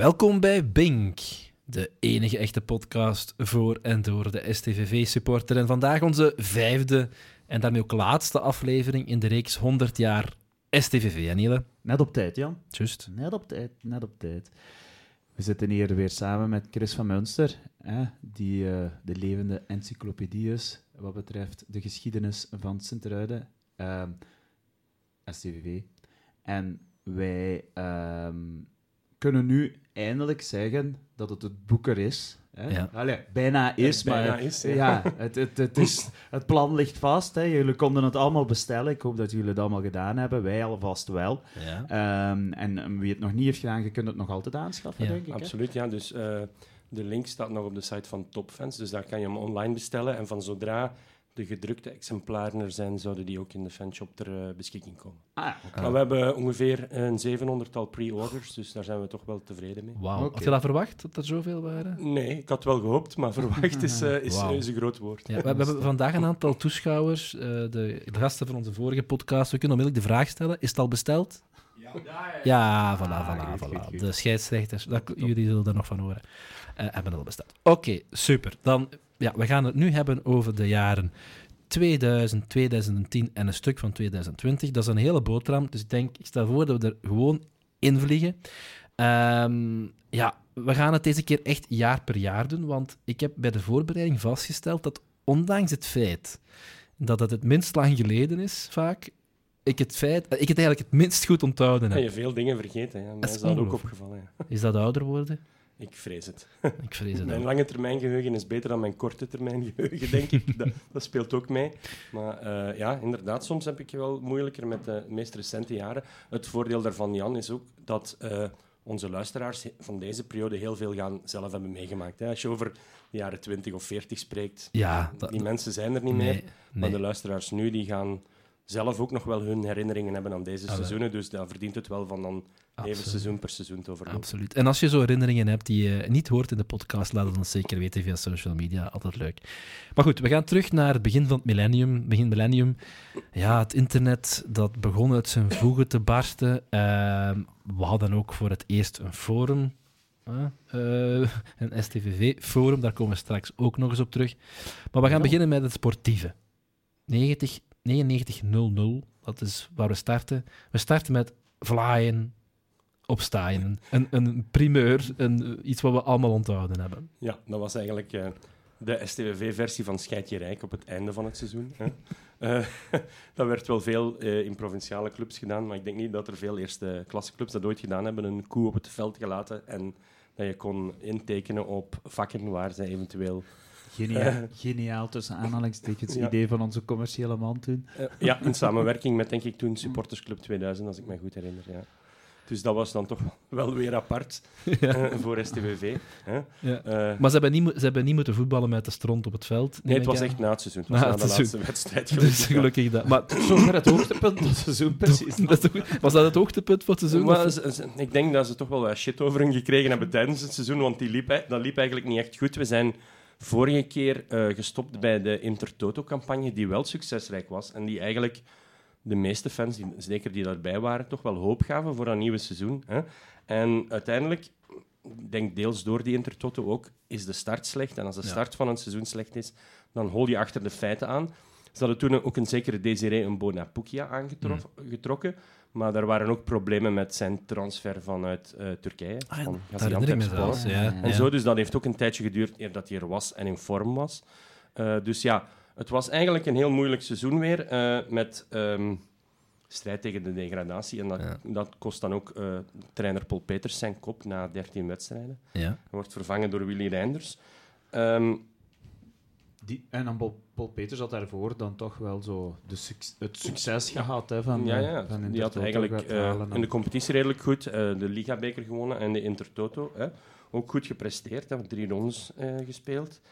Welkom bij Bink, de enige echte podcast voor en door de STVV-supporter. En vandaag onze 5e en daarmee ook laatste aflevering in de reeks 100 jaar STVV. Aniele? Net op tijd, Jan. Just. Net op tijd. We zitten hier weer samen met Chris van Münster, die de levende encyclopedie is wat betreft de geschiedenis van Sint-Truiden, STVV. En wij kunnen nu eindelijk zeggen dat het het boek er is. Hè? Ja. Allee, bijna is, maar het plan ligt vast. Hè? Jullie konden het allemaal bestellen. Ik hoop dat jullie het allemaal gedaan hebben. Wij alvast wel. Ja. En wie het nog niet heeft gedaan, je kunt het nog altijd aanschaffen, denk ik. Absoluut, ja. Dus de link staat nog op de site van Topfans. Dus daar kan je hem online bestellen. En van zodra de gedrukte exemplaren er zijn, zouden die ook in de fanshop ter beschikking komen. Okay. Maar we hebben ongeveer een 700-tal pre-orders, dus daar zijn we toch wel tevreden mee. Wauw. Oké. Had je dat verwacht, dat er zoveel waren? Nee, ik had wel gehoopt, maar verwacht is Wauw. een groot woord. Ja, we hebben vandaag een aantal toeschouwers, de gasten van onze vorige podcast. We kunnen onmiddellijk de vraag stellen, is het al besteld? Ja, voilà. De scheidsrechters, jullie zullen er nog van horen, hebben het al besteld. Oké, super. Dan, ja, we gaan het nu hebben over de jaren 2000, 2010 en een stuk van 2020. Dat is een hele boterham, dus ik stel voor dat we er gewoon in vliegen. We gaan het deze keer echt jaar per jaar doen, want ik heb bij de voorbereiding vastgesteld dat ondanks het feit dat het minst lang geleden is, vaak, ik het eigenlijk het minst goed onthouden heb. En je veel dingen vergeten, ja. Mij is dat ook ongelooflijk. opgevallen. Ja. Is dat ouder worden? Ik vrees het. Ik vrees het Mijn ook. lange termijn geheugen is beter dan mijn korte termijn geheugen, denk ik. Dat speelt ook mee. Maar inderdaad, soms heb ik je wel moeilijker met de meest recente jaren. Het voordeel daarvan, Jan, is ook dat onze luisteraars van deze periode heel veel zelf hebben meegemaakt. Hè. Als je over de jaren 20 of 40 spreekt, Ja, die mensen zijn er niet meer. Maar de luisteraars nu, die gaan zelf ook nog wel hun herinneringen hebben aan deze seizoenen. Dus dat verdient het wel van dan even seizoen per seizoen te overlopen. Absoluut. En als je zo herinneringen hebt die je niet hoort in de podcast, laat het ons zeker weten via social media. Altijd leuk. Maar goed, we gaan terug naar het begin van het millennium. Begin millennium. Ja, het internet, dat begon uit zijn voegen te barsten. We hadden ook voor het eerst een forum. Een STVV-forum. Daar komen we straks ook nog eens op terug. Maar we gaan beginnen met het sportieve. 9900, dat is waar we starten. We starten met vlaaien, opstaan. Een primeur, iets wat we allemaal onthouden hebben. Ja, dat was eigenlijk de STVV-versie van Scheidje Rijk op het einde van het seizoen. Hè. Dat werd wel veel in provinciale clubs gedaan, maar ik denk niet dat er veel eerste klasseclubs dat ooit gedaan hebben. Een koe op het veld gelaten en dat je kon intekenen op vakken waar zij eventueel... Geniaal tussen aanhalingstekens idee van onze commerciële man toen. In samenwerking met, denk ik, toen Supportersclub 2000, als ik me goed herinner. Ja. Dus dat was dan toch wel weer apart voor STVV. Ja. Maar ze hebben niet moeten voetballen met de stront op het veld. Nee, het was echt na het seizoen. Het was na de laatste wedstrijd. Dus gelukkig dat. Maar zover het hoogtepunt van het seizoen, precies. Was dat het hoogtepunt van het seizoen? Maar, ik denk dat ze toch wel wat shit over hen gekregen hebben tijdens het seizoen, want dat liep eigenlijk niet echt goed. We zijn vorige keer gestopt bij de Intertoto-campagne, die wel succesrijk was en die eigenlijk de meeste fans, zeker die daarbij waren, toch wel hoop gaven voor dat nieuwe seizoen. Hè. En uiteindelijk, ik denk deels door die Intertoto ook, is de start slecht. En als de start van een seizoen slecht is, dan hol je achter de feiten aan. Ze hadden toen ook een zekere Desiré Mbonapukia aangetrokken, maar daar waren ook problemen met zijn transfer vanuit Turkije. Van dat herinner ik me zelfs. En zo, dus dat heeft ook een tijdje geduurd eer dat hij er was en in vorm was. Dus ja, het was eigenlijk een heel moeilijk seizoen weer, met strijd tegen de degradatie. En dat kost dan ook trainer Paul Peters zijn kop na 13 wedstrijden. Ja. Hij wordt vervangen door Willy Reinders. En dan Paul Peters had daarvoor dan toch wel zo het succes gehad. Hè, van die had eigenlijk in de competitie redelijk goed de Liga-beker gewonnen en de Intertoto. Ook goed gepresteerd, 3 rondes gespeeld.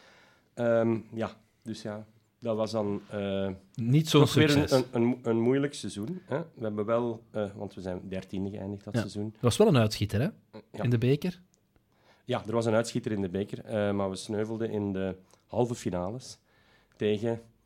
Dat was dan niet zo'n succes. Weer een moeilijk seizoen. Hè. We hebben wel, want we zijn 13e geëindigd dat seizoen. Dat was wel een uitschieter, hè? In de beker. Ja, er was een uitschieter in de beker, maar we sneuvelden in de halve finales tegen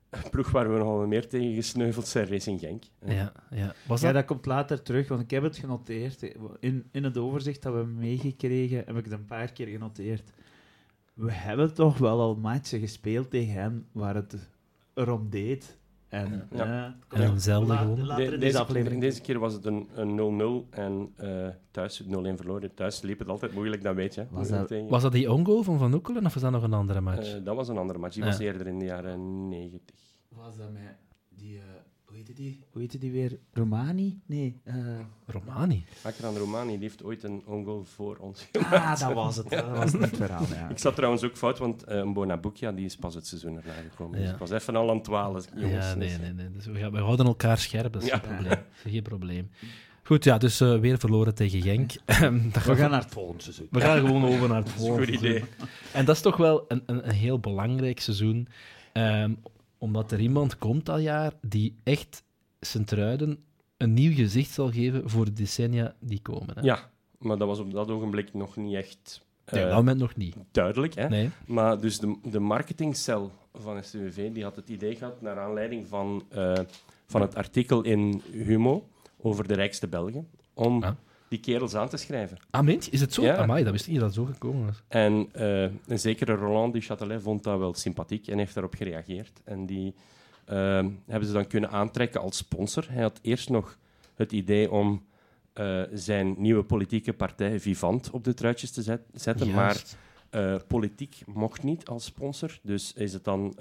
ploeg waar we nogal meer tegen gesneuveld zijn, Racing Genk. Ja. Was Ja, dat? dat komt later terug, want ik heb het genoteerd. In het overzicht dat we hebben meegekregen, heb ik het een paar keer genoteerd. We hebben toch wel al matchen gespeeld tegen hen waar het erom deed. En, Ja. En eenzelfde gewonnen. Later in deze aflevering. Deze keer was het een 0-0 en thuis 0-1 verloren. Thuis liep het altijd moeilijk, dat weet je. Was dat die ongoal van Van Oekelen of was dat nog een andere match? Dat was een andere match. Die was eerder in de jaren 90. Was dat met die... Hoe heette die weer? Romani? Nee. Romani? Akran Romani die heeft ooit een ongoal voor ons Dat was het. Dat was het verhaal, ja. Ik zat trouwens ook fout, want Mbona Bukia die is pas het seizoen erna gekomen. Dus ik was even al aan het dwalen, jongens. Ja, nee. Dus we houden elkaar scherp, dat is geen probleem. Dat is geen probleem. Goed, ja, dus weer verloren tegen Genk. We gaan naar het volgende seizoen. We gaan gewoon over naar het Dat is een volgende goed idee. seizoen. En dat is toch wel een heel belangrijk seizoen, omdat er iemand komt dat jaar die echt Sint-Truiden een nieuw gezicht zal geven voor de decennia die komen. Hè? Ja, maar dat was op dat ogenblik nog niet echt Nee, op dat moment nog niet. duidelijk. Hè? Nee. Maar dus de marketingcel van STVV die had het idee gehad, naar aanleiding van het artikel in Humo over de rijkste Belgen, om die kerels aan te schrijven. Ah, meent je? Is het zo? Ja. Amai, dat wist ik niet dat het zo gekomen was. En een zekere Roland Duchâtelet vond dat wel sympathiek en heeft daarop gereageerd. En die hebben ze dan kunnen aantrekken als sponsor. Hij had eerst nog het idee om zijn nieuwe politieke partij Vivant op de truitjes te zetten, Juist. maar politiek mocht niet als sponsor. Dus is het dan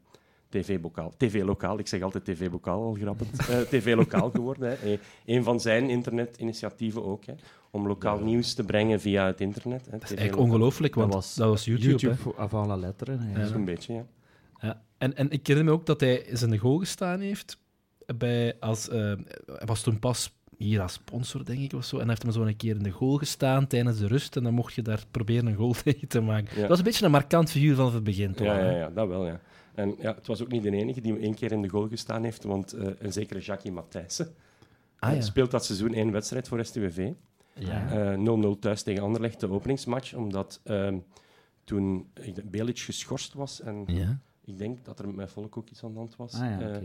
TV-lokaal. Ik zeg altijd TV-lokaal, al grappend. TV-lokaal geworden. Hè. Een van zijn internetinitiatieven ook. Hè, om lokaal nieuws te brengen via het internet. Hè. Dat is eigenlijk ongelooflijk, want dat was YouTube. Hè. Avant la lettre. Dat is een beetje, ja. Ja. En ik herinner me ook dat hij in de goal gestaan heeft. Hij was toen pas hier als sponsor, denk ik, of zo. En hij heeft hem zo een keer in de goal gestaan tijdens de rust. En dan mocht je daar proberen een goal tegen te maken. Ja. Dat was een beetje een markant figuur vanaf het begin. Toch, Ja, dat wel, ja. En ja, het was ook niet de enige die 1 keer in de goal gestaan heeft, want een zekere Jackie Matthijssen speelt dat seizoen 1 wedstrijd voor STVV. Ja. 0-0 thuis tegen Anderlecht, de openingsmatch, omdat toen Belic geschorst was en ik denk dat er met Volk ook iets aan de hand was.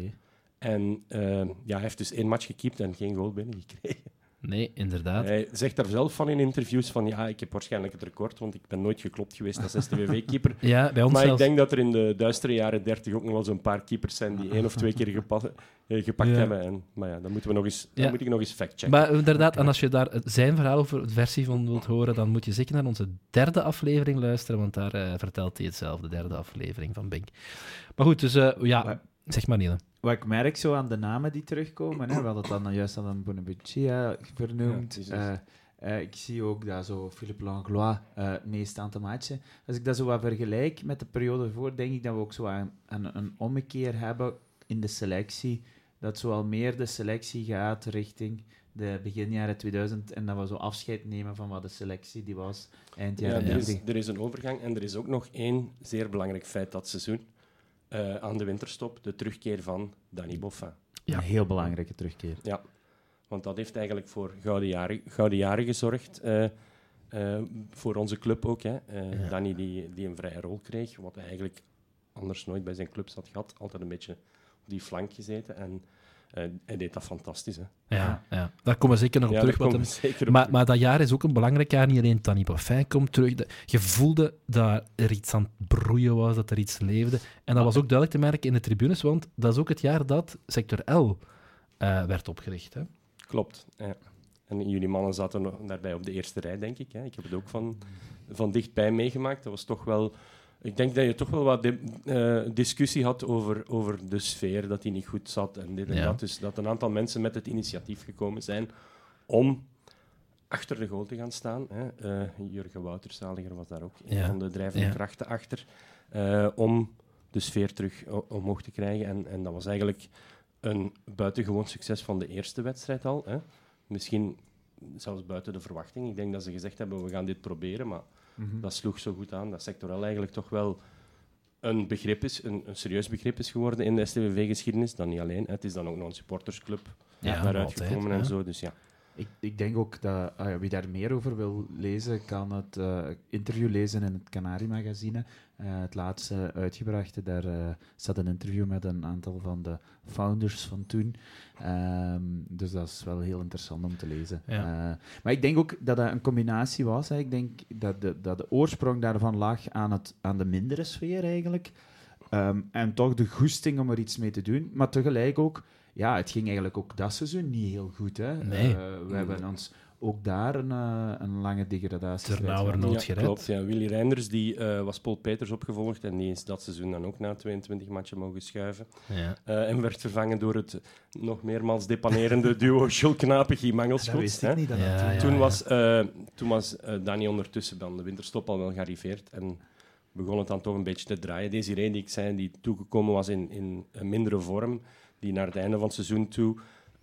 En hij heeft dus 1 match gekiept en geen goal binnengekregen. Nee, inderdaad. Hij zegt daar zelf van in interviews van ik heb waarschijnlijk het record, want ik ben nooit geklopt geweest als STVV-keeper. Ja, bij ons maar zelfs. ik denk dat er in de duistere jaren 30 ook nog wel zo'n paar keepers zijn die 1 of 2 keer gepakt hebben. Maar ja, dan moet ik nog eens factchecken. Maar inderdaad, en als je daar zijn verhaal over de versie van wilt horen, dan moet je zeker naar onze 3e aflevering luisteren, want daar vertelt hij hetzelfde, de 3e aflevering van Bink. Maar goed, dus zeg maar, Niele. Wat ik merk zo aan de namen die terugkomen, we hadden het dan juist aan een Bonabuccia vernoemd. Ik zie ook dat zo Philippe Langlois meestaan te matchen. Als ik dat zo wat vergelijk met de periode voor, denk ik dat we ook zo een ommekeer hebben in de selectie. Dat zo al meer de selectie gaat richting de beginjaren 2000 en dat we zo afscheid nemen van wat de selectie die was eind jaren 90. Er is een overgang en er is ook nog 1 zeer belangrijk feit dat seizoen. Aan de winterstop, de terugkeer van Danny Boffa. Ja. Een heel belangrijke terugkeer. Ja, want dat heeft eigenlijk voor gouden jaren gezorgd. Voor onze club ook. Hè. Danny die een vrije rol kreeg, wat hij eigenlijk anders nooit bij zijn clubs had gehad. Altijd een beetje op die flank gezeten. En hij deed dat fantastisch. Hè. Ja. Daar komen we zeker nog op terug. Maar dat jaar is ook een belangrijk jaar. Niet alleen Danny Boffin komt terug. Je voelde dat er iets aan het broeien was, dat er iets leefde. En dat was ook duidelijk te merken in de tribunes, want dat is ook het jaar dat Sector L werd opgericht. Hè? Klopt, ja. En jullie mannen zaten daarbij op de eerste rij, denk ik. Hè. Ik heb het ook van dichtbij meegemaakt. Dat was toch wel... Ik denk dat je toch wel wat discussie had over de sfeer, dat die niet goed zat en dit en dat. Dus dat een aantal mensen met het initiatief gekomen zijn om achter de goal te gaan staan. Hè. Jurgen Woutersaliger was daar ook een van de drijvende krachten achter. Om de sfeer terug omhoog te krijgen. En dat was eigenlijk een buitengewoon succes van de eerste wedstrijd al. Hè. Misschien zelfs buiten de verwachting. Ik denk dat ze gezegd hebben, we gaan dit proberen, maar... Dat sloeg zo goed aan dat Sector eigenlijk toch wel een begrip is, een serieus begrip is geworden in de STVV-geschiedenis. Dan niet alleen, het is dan ook nog een supportersclub naar uitgekomen en zo. Dus ja. Ik denk ook dat wie daar meer over wil lezen, kan het interview lezen in het Canarie-magazine. Het laatste uitgebrachte, daar staat een interview met een aantal van de founders van toen. Dus dat is wel heel interessant om te lezen. Ja. Maar ik denk ook dat dat een combinatie was. Hè. Ik denk dat de oorsprong daarvan lag aan de mindere sfeer eigenlijk. En toch de goesting om er iets mee te doen. Maar tegelijk ook, ja, het ging eigenlijk ook dat seizoen niet heel goed. Hè. Nee. We hebben ons ook daar een lange degradatie. Ternauwernood gered. Klopt, ja. Willy Reinders die, was Paul Peters opgevolgd en die is dat seizoen dan ook na 22 matchen mogen schuiven. Ja. En werd vervangen door het nog meermaals depanerende duo Jules Knapen, Guy Mangelschots. Dat wist ik niet. Dat Ja, dat ja. Toen was Danny ondertussen dan de winterstop al wel gearriveerd en begon het dan toch een beetje te draaien. Desiree, die ik zei, die toegekomen was in een mindere vorm, die naar het einde van het seizoen toe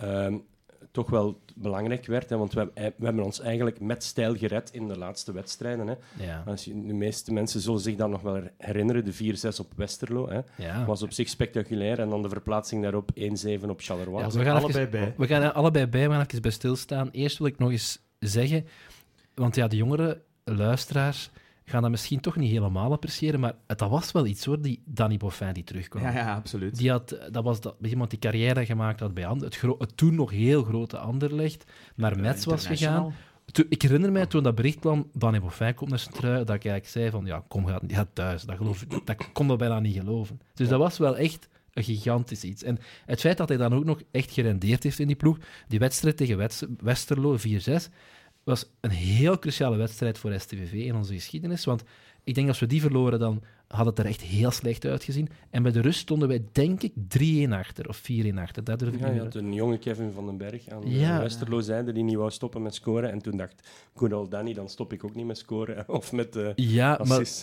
toch wel belangrijk werd. Hè, want we hebben ons eigenlijk met stijl gered in de laatste wedstrijden. Hè. Ja. De meeste mensen zullen zich dat nog wel herinneren. De 4-6 op Westerlo. Hè. Ja. Was op zich spectaculair. En dan de verplaatsing daarop 1-7 op Charleroi. Ja, we gaan allebei bij. We gaan er allebei bij, we gaan even bij stilstaan. Eerst wil ik nog eens zeggen, want ja, de jongere luisteraars gaan dat misschien toch niet helemaal appreciëren, maar dat was wel iets hoor, die Danny Boffin die terugkwam. Ja, absoluut. Dat was iemand die carrière gemaakt had bij het toen nog heel grote Anderlecht, naar Metz was gegaan. Ik herinner mij toen dat bericht kwam, Danny Boffin komt naar Centraal, dat ik eigenlijk zei van, ja, kom, ga thuis. Dat kon dat bijna niet geloven. Dus dat was wel echt een gigantisch iets. En het feit dat hij dan ook nog echt gerendeerd heeft in die ploeg, die wedstrijd tegen Westerlo, 4-6, was een heel cruciale wedstrijd voor STVV in onze geschiedenis. Want ik denk als we die verloren, dan had het er echt heel slecht uitgezien. En bij de rust stonden wij, denk ik, 3-1 achter of 4-1 achter. Dat durf ik niet je meer. had een jonge Kevin van den Berg aan Ja. Westerlo zijde die niet wou stoppen met scoren. En toen dacht good old Danny, dan stop ik ook niet met scoren. Of met Ja, maar assists.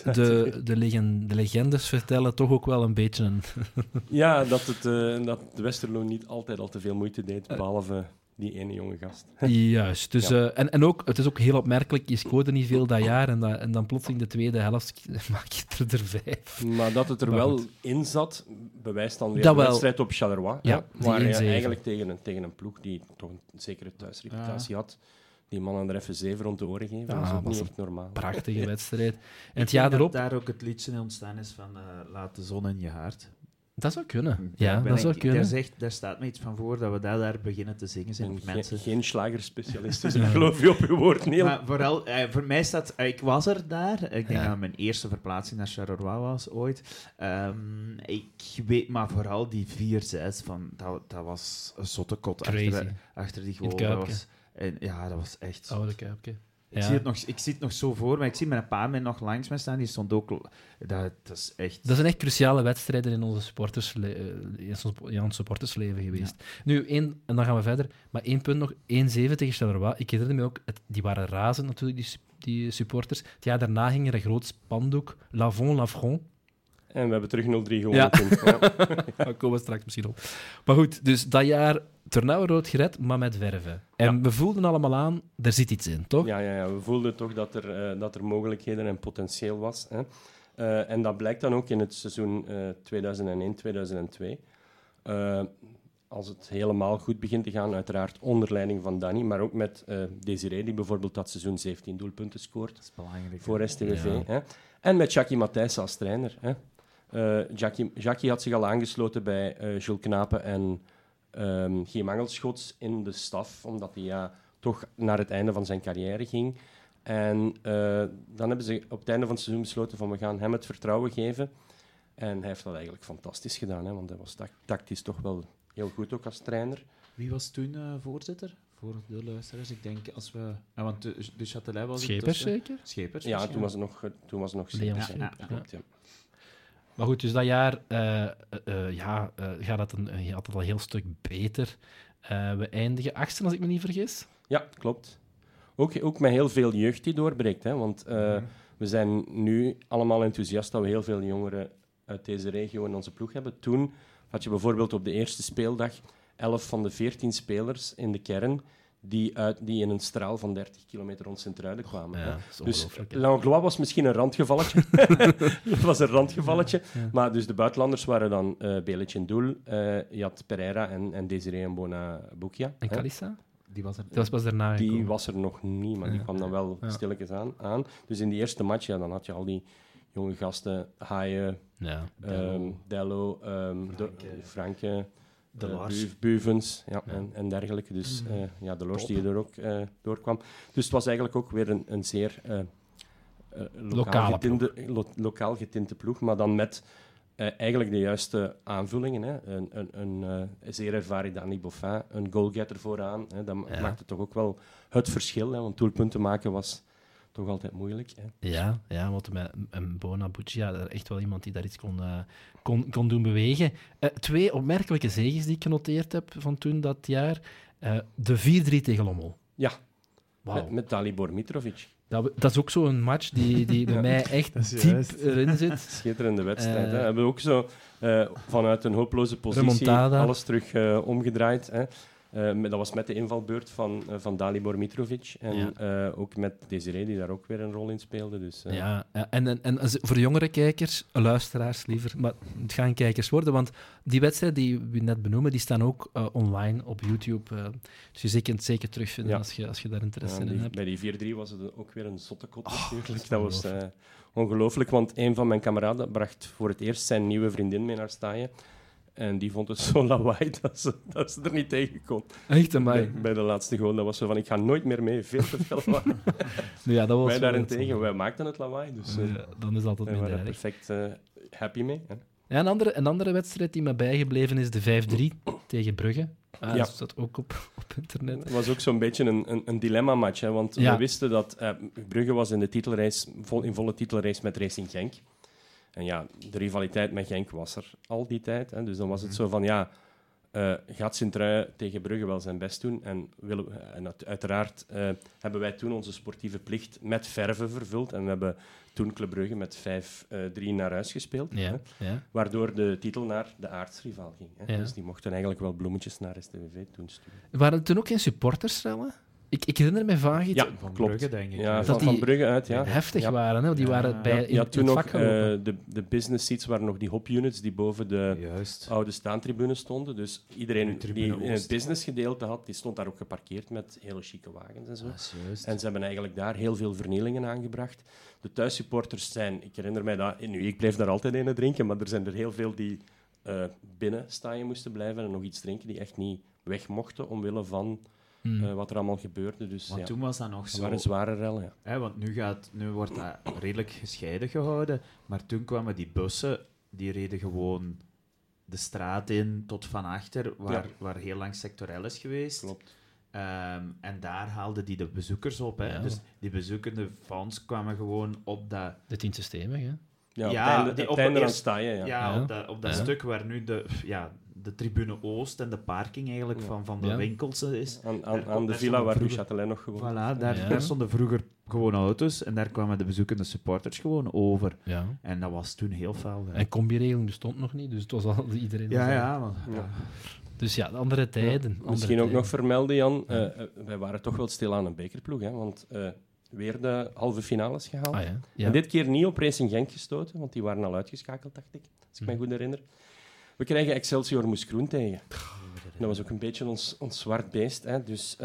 de legendes vertellen toch ook wel een beetje een... Ja, dat Westerlo niet altijd al te veel moeite deed, behalve die ene jonge gast. Juist. Dus, Ja. En ook, het is ook heel opmerkelijk, je scoorde niet veel dat jaar en dan plotseling de tweede helft maak je er 5. Maar dat het er Maar wel goed. in zat, bewijst dan weer Dat de wel. wedstrijd op Charleroi. Ja, die waar je 1-7. eigenlijk tegen een ploeg die toch een zekere thuisreputatie had, die mannen er even 7 rond de oren geven. Ja, dat is ook was niet een echt normaal. Prachtige wedstrijd. En het Ik jaar denk erop... dat daar ook het liedje ontstaan is van Laat de zon in je hart. Dat zou kunnen. Daar Ja, ben dat zou ik- kunnen. Daar staat me iets van voor dat we dat daar beginnen te zingen zijn. En Of mensen. geen slagerspecialist, dus ik geloof je op uw woord, Neil. Maar vooral, voor mij staat... ik was er daar. Ik denk Ja. dat mijn eerste verplaatsing naar Charleroi was ooit. Ik weet, maar vooral die 4-6, dat was een zottekot Crazy. achter die In het goal. Dat Kuipke. was, ja, dat was echt... Oude Kuipke. Ik zie het nog zo voor, maar ik zie met een paar mensen nog langs mij staan. Die stond ook... Dat is echt... Dat zijn echt cruciale wedstrijden in onze supportersleven geweest. Nu, en dan gaan we verder. Maar 1 punt nog, 1-7 tegen Charleroi. Ik herinner me ook, die waren razend natuurlijk, die supporters. Het jaar daarna ging er een groot spandoek, L'Avant, L'Affront. En we hebben terug 0-3 gewonnen Ja. toen. Ja. Daar komen we straks misschien op. Maar goed, dus dat jaar Ternauwernood gered, maar met verven. En we voelden allemaal aan, er zit iets in, toch? Ja, we voelden toch dat er mogelijkheden en potentieel was. Hè. En dat blijkt dan ook in het seizoen 2001-2002. Als het helemaal goed begint te gaan, uiteraard onder leiding van Danny, maar ook met Desiree, die bijvoorbeeld dat seizoen 17 doelpunten scoort. Dat is belangrijk. Voor STVV. Ja. Hè. En met Jackie Matthijssen als trainer. Hè. Jackie had zich al aangesloten bij Jules Knapen en Guy Mangelschots in de staf, omdat hij toch naar het einde van zijn carrière ging. En dan hebben ze op het einde van het seizoen besloten van we gaan hem het vertrouwen geven. En hij heeft dat eigenlijk fantastisch gedaan, hè, want hij was tactisch toch wel heel goed ook als trainer. Wie was toen voorzitter? Voor de luisteraars, ik denk als we... want de Châtelet was... Schepers zeker? Schepers. Ja, toen waarschijnlijk. was het nog Leon ja, Scheep, ja. klopt, ja. Maar goed, dus dat jaar gaat het altijd al een heel stuk beter. We eindigen 8e, als ik me niet vergis. Ja, klopt. Ook met heel veel jeugd die doorbreekt. Hè, want we zijn nu allemaal enthousiast dat we heel veel jongeren uit deze regio in onze ploeg hebben. Toen had je bijvoorbeeld op de eerste speeldag 11 van de 14 spelers in de kern die in een straal van 30 kilometer rond Sint-Truiden kwamen. Ja, hè. dat is Dus ongelooflijk. hè. Langlois was misschien een randgevalletje. Dat was een randgevalletje. Ja. Maar dus de buitenlanders waren dan Belic in doel, je had Pereira en Desiree Mbona Bukia. En hè. Kalissa? Die was er... Dat was pas daarna Die gekomen. was er nog niet, maar die kwam dan wel stilletjes aan. Dus in die eerste match, dan had je al die jonge gasten, Haaien, Ja. Dello, Franke, De Lars. Buvens en dergelijke. Dus de Lars die er ook doorkwam. Dus het was eigenlijk ook weer een zeer lokaal getinte ploeg, maar dan met eigenlijk de juiste aanvullingen. Hè. Een zeer ervaren Danny Boffin, een goalgetter vooraan. Hè. Dat maakte toch ook wel het verschil, hè, want doelpunten maken was toch altijd moeilijk. Hè. Ja, want met Bona Buccia, echt wel iemand die daar iets kon doen bewegen. 2 opmerkelijke zeges die ik genoteerd heb van toen dat jaar. De 4-3 tegen Lommel. Ja, Wauw. met Dalibor Mitrovic. Dat is ook zo'n match die bij mij echt diep erin zit. Schitterende wedstrijd. Hè. We hebben ook zo vanuit een hopeloze positie remontada. Alles terug omgedraaid. Hè. Dat was met de invalbeurt van Dalibor Mitrovic. En ook met Desiree, die daar ook weer een rol in speelde. Dus, En voor jongere kijkers, luisteraars liever, maar het gaan kijkers worden, want die wedstrijd die we net benoemen, die staan ook online op YouTube. Dus je kunt het zeker terugvinden als je daar interesse in hebt. Bij die 4-3 was het ook weer een zottekot natuurlijk. Dat was ongelooflijk, want een van mijn kameraden bracht voor het eerst zijn nieuwe vriendin mee naar Staaien. En die vond het zo lawaai dat ze er niet tegen kon. Echt, amai. Bij de laatste goal. Dat was zo van, ik ga nooit meer mee. Veel te veel lawaai. Ja, dat was wij daarentegen, wij maakten het lawaai. Dus dan is het altijd wij minder waren erg. perfect happy mee. Hè. Ja, een andere wedstrijd die me bijgebleven is de 5-3 tegen Brugge. Dat staat ook op internet. Het was ook zo'n beetje een dilemma-match. Hè, want we wisten dat Brugge was in de titelrace, in volle titelrace met Racing Genk. En ja, de rivaliteit met Genk was er al die tijd. Hè. Dus dan was het zo van, gaat Sint-Truiden tegen Brugge wel zijn best doen? En uiteraard hebben wij toen onze sportieve plicht met verve vervuld. En we hebben toen Club Brugge met 5-3 naar huis gespeeld. Ja. Waardoor de titel naar de aartsrivaal ging. Hè. Ja. Dus die mochten eigenlijk wel bloemetjes naar STVV toen sturen. Waren er toen ook geen supportersrellen? Ik herinner me vaag iets. Ja, van klopt. Brugge, denk ik. Ja, dat van Brugge uit, ja. Heftig waren, hè? Die waren in toen het nog vak gelopen. de business seats waren nog die hop-units die boven de oude staantribune stonden. Dus iedereen die in het businessgedeelte had, die stond daar ook geparkeerd met hele chique wagens en zo. En ze hebben eigenlijk daar heel veel vernielingen aangebracht. De thuissupporters zijn, ik herinner mij dat, ik bleef daar altijd een drinken, maar er zijn er heel veel die binnen staan moesten blijven en nog iets drinken, die echt niet weg mochten omwille van wat er allemaal gebeurde. Dus, want toen was dat nog zo... Dat waren zware rellen, ja. Want nu wordt dat redelijk gescheiden gehouden, maar toen kwamen die bussen, die reden gewoon de straat in tot van achter, waar heel lang sectorel is geweest. Klopt. En daar haalden die de bezoekers op. Hè. Ja. Dus die bezoekende fans kwamen gewoon op dat... De 10 systemen, hè? Ja, op het einde aan Staaien. Ja, op dat stuk waar nu de tribune Oost en de parking eigenlijk van de winkels is. Aan de villa waar du Châtelain nog gewoond. Voilà, daar stonden vroeger gewoon auto's en daar kwamen de bezoekende supporters gewoon over. Ja. En dat was toen heel fel. En combi-regeling bestond nog niet, dus het was al iedereen... Dus ja, andere tijden. Misschien ook nog vermelden, Jan. Wij waren toch wel stil aan een bekerploeg, hè, want... weer de halve finales gehaald. En dit keer niet op Racing Genk gestoten, want die waren al uitgeschakeld, dacht ik. Als ik me goed herinner. We krijgen Excelsior Moeskroen tegen. Dat was ook een beetje ons zwart beest. Hè. Dus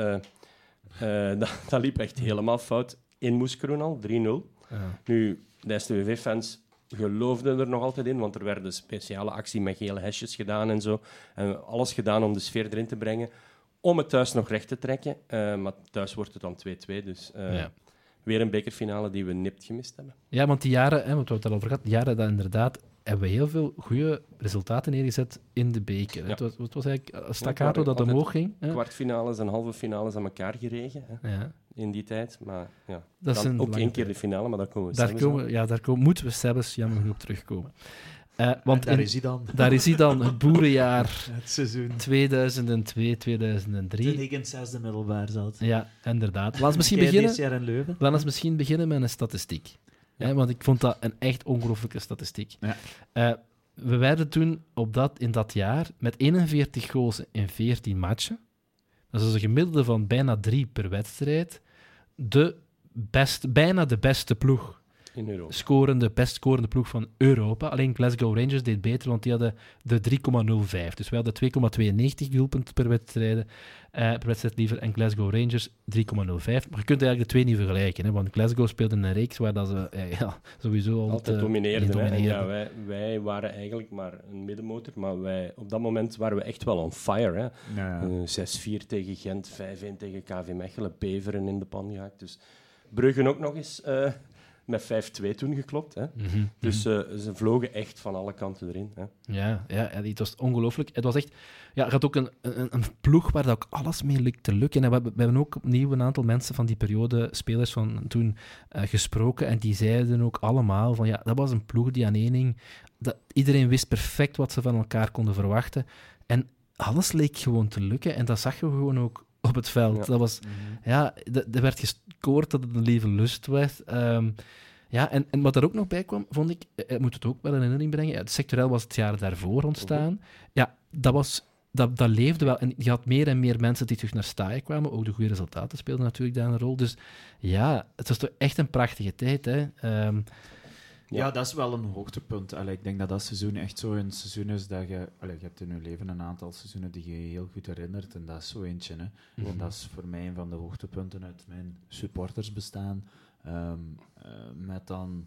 dat liep echt helemaal fout in Moeskroen al, 3-0. Nu, de STVV-fans geloofden er nog altijd in, want er werd een speciale actie met gele hesjes gedaan en zo. En alles gedaan om de sfeer erin te brengen, om het thuis nog recht te trekken. Maar thuis wordt het dan 2-2, dus... Weer een bekerfinale die we nipt gemist hebben. Ja, want die jaren, want we hebben het al over gehad, die jaren dat inderdaad hebben we heel veel goede resultaten neergezet in de beker. Ja. Het was eigenlijk staccato dat omhoog ging. Kwartfinales en halve finales aan elkaar geregen in die tijd. Maar dat dan ook 1 keer de finale, maar daar komen we daar moeten we zelfs jammer genoeg terugkomen. Want daar is hij dan. Daar is hij dan, het boerenjaar. Het seizoen 2002-2003. Toen ik in het 6e middelbaar zat. Ja, inderdaad. Laten we misschien beginnen met een statistiek. Ja. Want ik vond dat een echt ongelooflijke statistiek. Ja. We werden toen in dat jaar met 41 goals in 14 matchen. Dat is een gemiddelde van bijna 3 per wedstrijd. Bijna de beste ploeg. In Europa. Best scorende ploeg van Europa. Alleen Glasgow Rangers deed beter, want die hadden de 3,05. Dus wij hadden 2,92 doelpunten per wedstrijd liever, en Glasgow Rangers 3,05. Maar je kunt eigenlijk de twee niet vergelijken, hè, want Glasgow speelde in een reeks waar dat ze sowieso altijd domineerden. En ja, wij waren eigenlijk maar een middenmotor, maar op dat moment waren we echt wel on fire. Hè. Ja. 6-4 tegen Gent, 5-1 tegen KV Mechelen, Beveren in de pan gehaakt. Dus Brugge ook nog eens met 5-2 toen geklopt. Hè. Mm-hmm. Dus ze vlogen echt van alle kanten erin. Hè. Ja, het was ongelooflijk. Het was echt... Ja, je had ook een ploeg waar dat ook alles mee te lukken. En we hebben ook opnieuw een aantal mensen van die periode, spelers van toen, gesproken. En die zeiden ook allemaal van, ja, dat was een ploeg die aan één hing. Iedereen wist perfect wat ze van elkaar konden verwachten. En alles leek gewoon te lukken. En dat zag je gewoon ook op het veld. Ja. Dat was... er werd gescoord dat het een lieve lust werd. En wat er ook nog bij kwam, vond ik, moet het ook wel in herinnering brengen, het sectorel was het jaar daarvoor ontstaan. Ja, dat leefde wel. En je had meer en meer mensen die terug naar Staaien kwamen. Ook de goede resultaten speelden natuurlijk daar een rol. Dus ja, het was toch echt een prachtige tijd. Hè? Ja, dat is wel een hoogtepunt. Ik denk dat dat seizoen echt zo een seizoen is dat je... je hebt in je leven een aantal seizoenen die je heel goed herinnert. En dat is zo eentje. Hè. Mm-hmm. En dat is voor mij een van de hoogtepunten uit mijn supportersbestaan. Met dan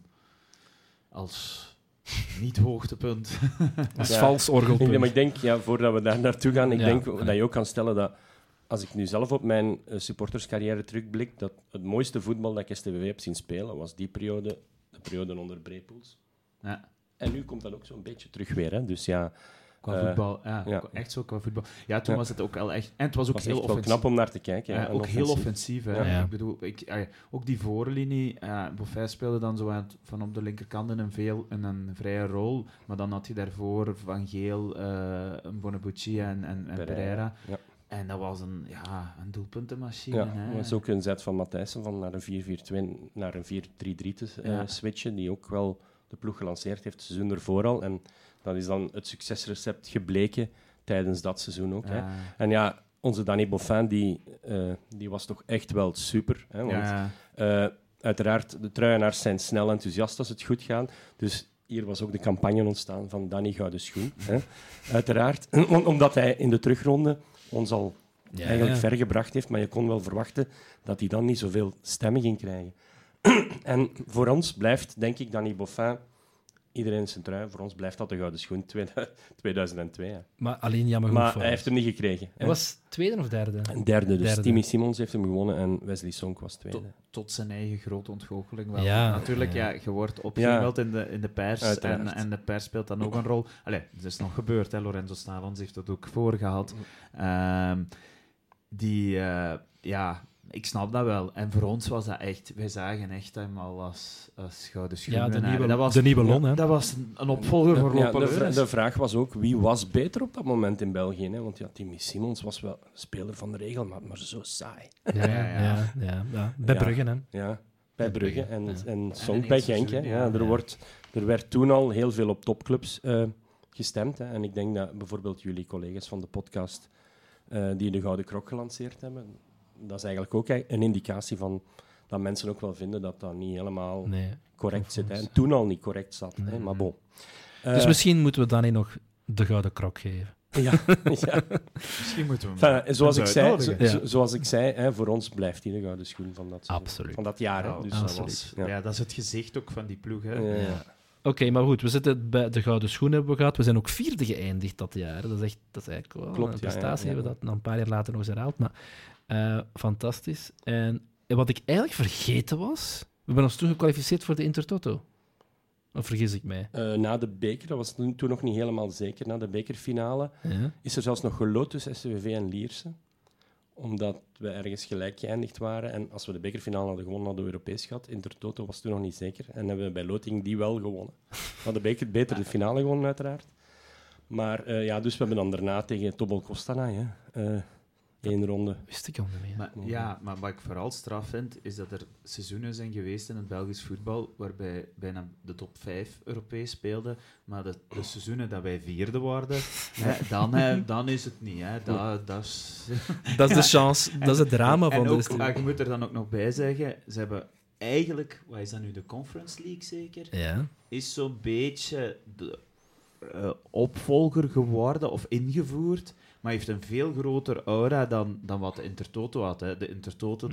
als niet-hoogtepunt. Als vals orgelpunt. Maar ik denk, voordat we daar naartoe gaan, denk dat je ook kan stellen dat als ik nu zelf op mijn supporterscarrière terugblik, dat het mooiste voetbal dat ik STVV heb zien spelen, was die periode, de periode onder Brepoels. Ja. En nu komt dat ook zo'n beetje terug weer. Hè. Dus ja... Qua voetbal, echt zo qua voetbal. Ja, toen was het ook wel echt... En het was ook heel offensief. Wel knap om naar te kijken. Ja, ook heel offensief. Hè. Ja. Ik bedoel, ook die voorlinie... Bofijn speelde dan zo van op de linkerkant in een vrije rol, maar dan had je daarvoor Van Geel, Bonabucci en Pereira. Ja. En dat was een doelpuntenmachine. Ja, dat was ook een zet van Matthijssen van naar een 4-4-2 naar een 4-3-3 te switchen, die ook wel de ploeg gelanceerd heeft, het seizoen ervoor al. En dat is dan het succesrecept gebleken tijdens dat seizoen ook. Hè. En ja, onze Danny Boffin, die was toch echt wel super. Hè, want uiteraard, de truienaars zijn snel enthousiast als het goed gaat. Dus hier was ook de campagne ontstaan van Danny Gouden Schoen. Hè. Uiteraard, omdat hij in de terugronde ons al eigenlijk ver gebracht heeft, maar je kon wel verwachten dat hij dan niet zoveel stemmen ging krijgen. En voor ons blijft, denk ik, Danny Boffin... Iedereen zijn trui. Voor ons blijft dat de Gouden Schoen 2002. Ja. Maar alleen jammer genoeg. Maar hij heeft hem niet gekregen. Hij was tweede of derde? Een derde. Dus Timmy Simons heeft hem gewonnen en Wesley Sonk was tweede. Tot zijn eigen grote ontgoocheling wel. Ja, natuurlijk, je wordt opgehemeld in de pers. En de pers speelt dan ook een rol. Allee, dat is nog gebeurd. Hè. Lorenzo Stalons heeft dat ook voorgehad. Ik snap dat wel. En voor ons was dat echt... Wij zagen echt hem al als Gouden Schoen. Ja, de nieuwe Lon. Hè? Dat was een opvolger voor Lope. De vraag was ook, wie was beter op dat moment in België? Hè? Want Timmy Simons was wel speler van de regel, maar zo saai. Ja. Bij Brugge, hè? Ja, bij Brugge. En Sonk bij Genk. Er werd toen al heel veel op topclubs gestemd. Hè? En ik denk dat bijvoorbeeld jullie collega's van de podcast die de Gouden Krok gelanceerd hebben... Dat is eigenlijk ook een indicatie van dat mensen ook wel vinden dat dat niet helemaal correct zit. Hè. En toen al niet correct zat. Hè, maar bon. Dus misschien moeten we Danny nog de Gouden Krok geven. Ja. Misschien moeten we hem zoals ik zei, hè, voor ons blijft hij de Gouden Schoen van dat jaar. Hè. Dus dat is het gezicht ook van die ploeg. Hè. Ja. Oké, maar goed, we zitten bij de Gouden Schoen hebben we gehad. We zijn ook vierde geëindigd dat jaar. Dat is eigenlijk wel een prestatie. Hebben we dat een paar jaar later nog eens herhaald. Maar fantastisch. En wat ik eigenlijk vergeten was... We hebben ons toen gekwalificeerd voor de Intertoto. Of vergis ik mij? Na de beker, dat was toen nog niet helemaal zeker. Na de bekerfinale is er zelfs nog geloot tussen STVV en Lierse. Omdat we ergens gelijk geëindigd waren. En als we de bekerfinale hadden gewonnen, hadden we Europees gehad. Intertoto was toen nog niet zeker. En hebben we bij loting die wel gewonnen. We hadden beter de finale gewonnen, uiteraard. Maar dus we hebben dan daarna tegen Tobol Kostana... 1 ronde. Wist ik al niet meer. Maar wat ik vooral straf vind, is dat er seizoenen zijn geweest in het Belgisch voetbal waarbij bijna de top 5 Europees speelden, maar de seizoenen dat wij vierde worden, dan is het niet. Hè. Dat is de chance, dat is het drama van de... Je moet er dan ook nog bij zeggen, ze hebben eigenlijk, wat is dat nu, de Conference League zeker? Ja. Is zo'n beetje de opvolger geworden of ingevoerd, maar heeft een veel groter aura dan wat de Intertoto had. Hè. De Intertoto,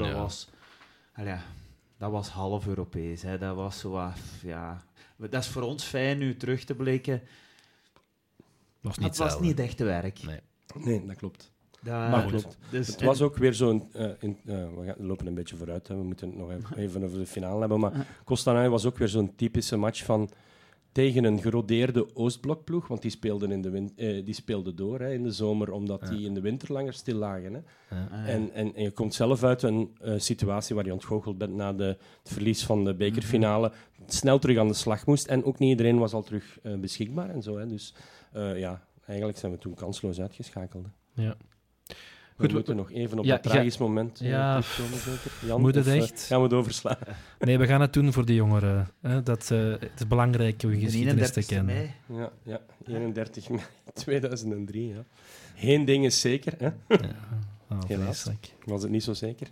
dat was half Europees. Hè. Dat was zo dat is voor ons fijn nu terug te blikken. Het was niet echt te werk. Nee, dat klopt. Maar goed. Dus, het was ook weer zo'n... we lopen een beetje vooruit, hè. We moeten het nog even over de finale hebben. Maar Costanay was ook weer zo'n typische match van... Tegen een gerodeerde Oostblokploeg, want die speelde door in de zomer, omdat die in de winter langer stil lagen. Hè. Ja. En je komt zelf uit een situatie waar je ontgoocheld bent na het verlies van de bekerfinale, snel terug aan de slag moest. En ook niet iedereen was al terug beschikbaar en zo. Hè. Dus eigenlijk zijn we toen kansloos uitgeschakeld. Hè. Ja. We moeten nog even op dat tragisch moment terugkomen, zeker. Jan, moet het echt? Gaan we het overslaan? Nee, we gaan het doen voor de jongeren. Hè. Het is belangrijk om je geschiedenis te kennen. Mei. Ja, 31 mei 2003. Ja. Geen ding is zeker, hè? Helaas. Was het niet zo zeker?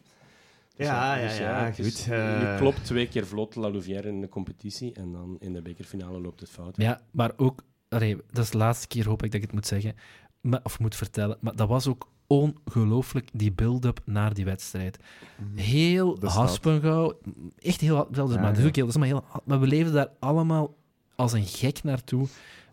Goed. Je klopt 2 keer vlot La Louvière in de competitie en dan in de bekerfinale loopt het fout. Ja, maar ook... dat is de laatste keer, hoop ik dat ik het moet zeggen, of moet vertellen, maar dat was ook ongelooflijk, die build-up naar die wedstrijd. Heel haspengouw. Echt heel... Maar we leefden daar allemaal als een gek naartoe.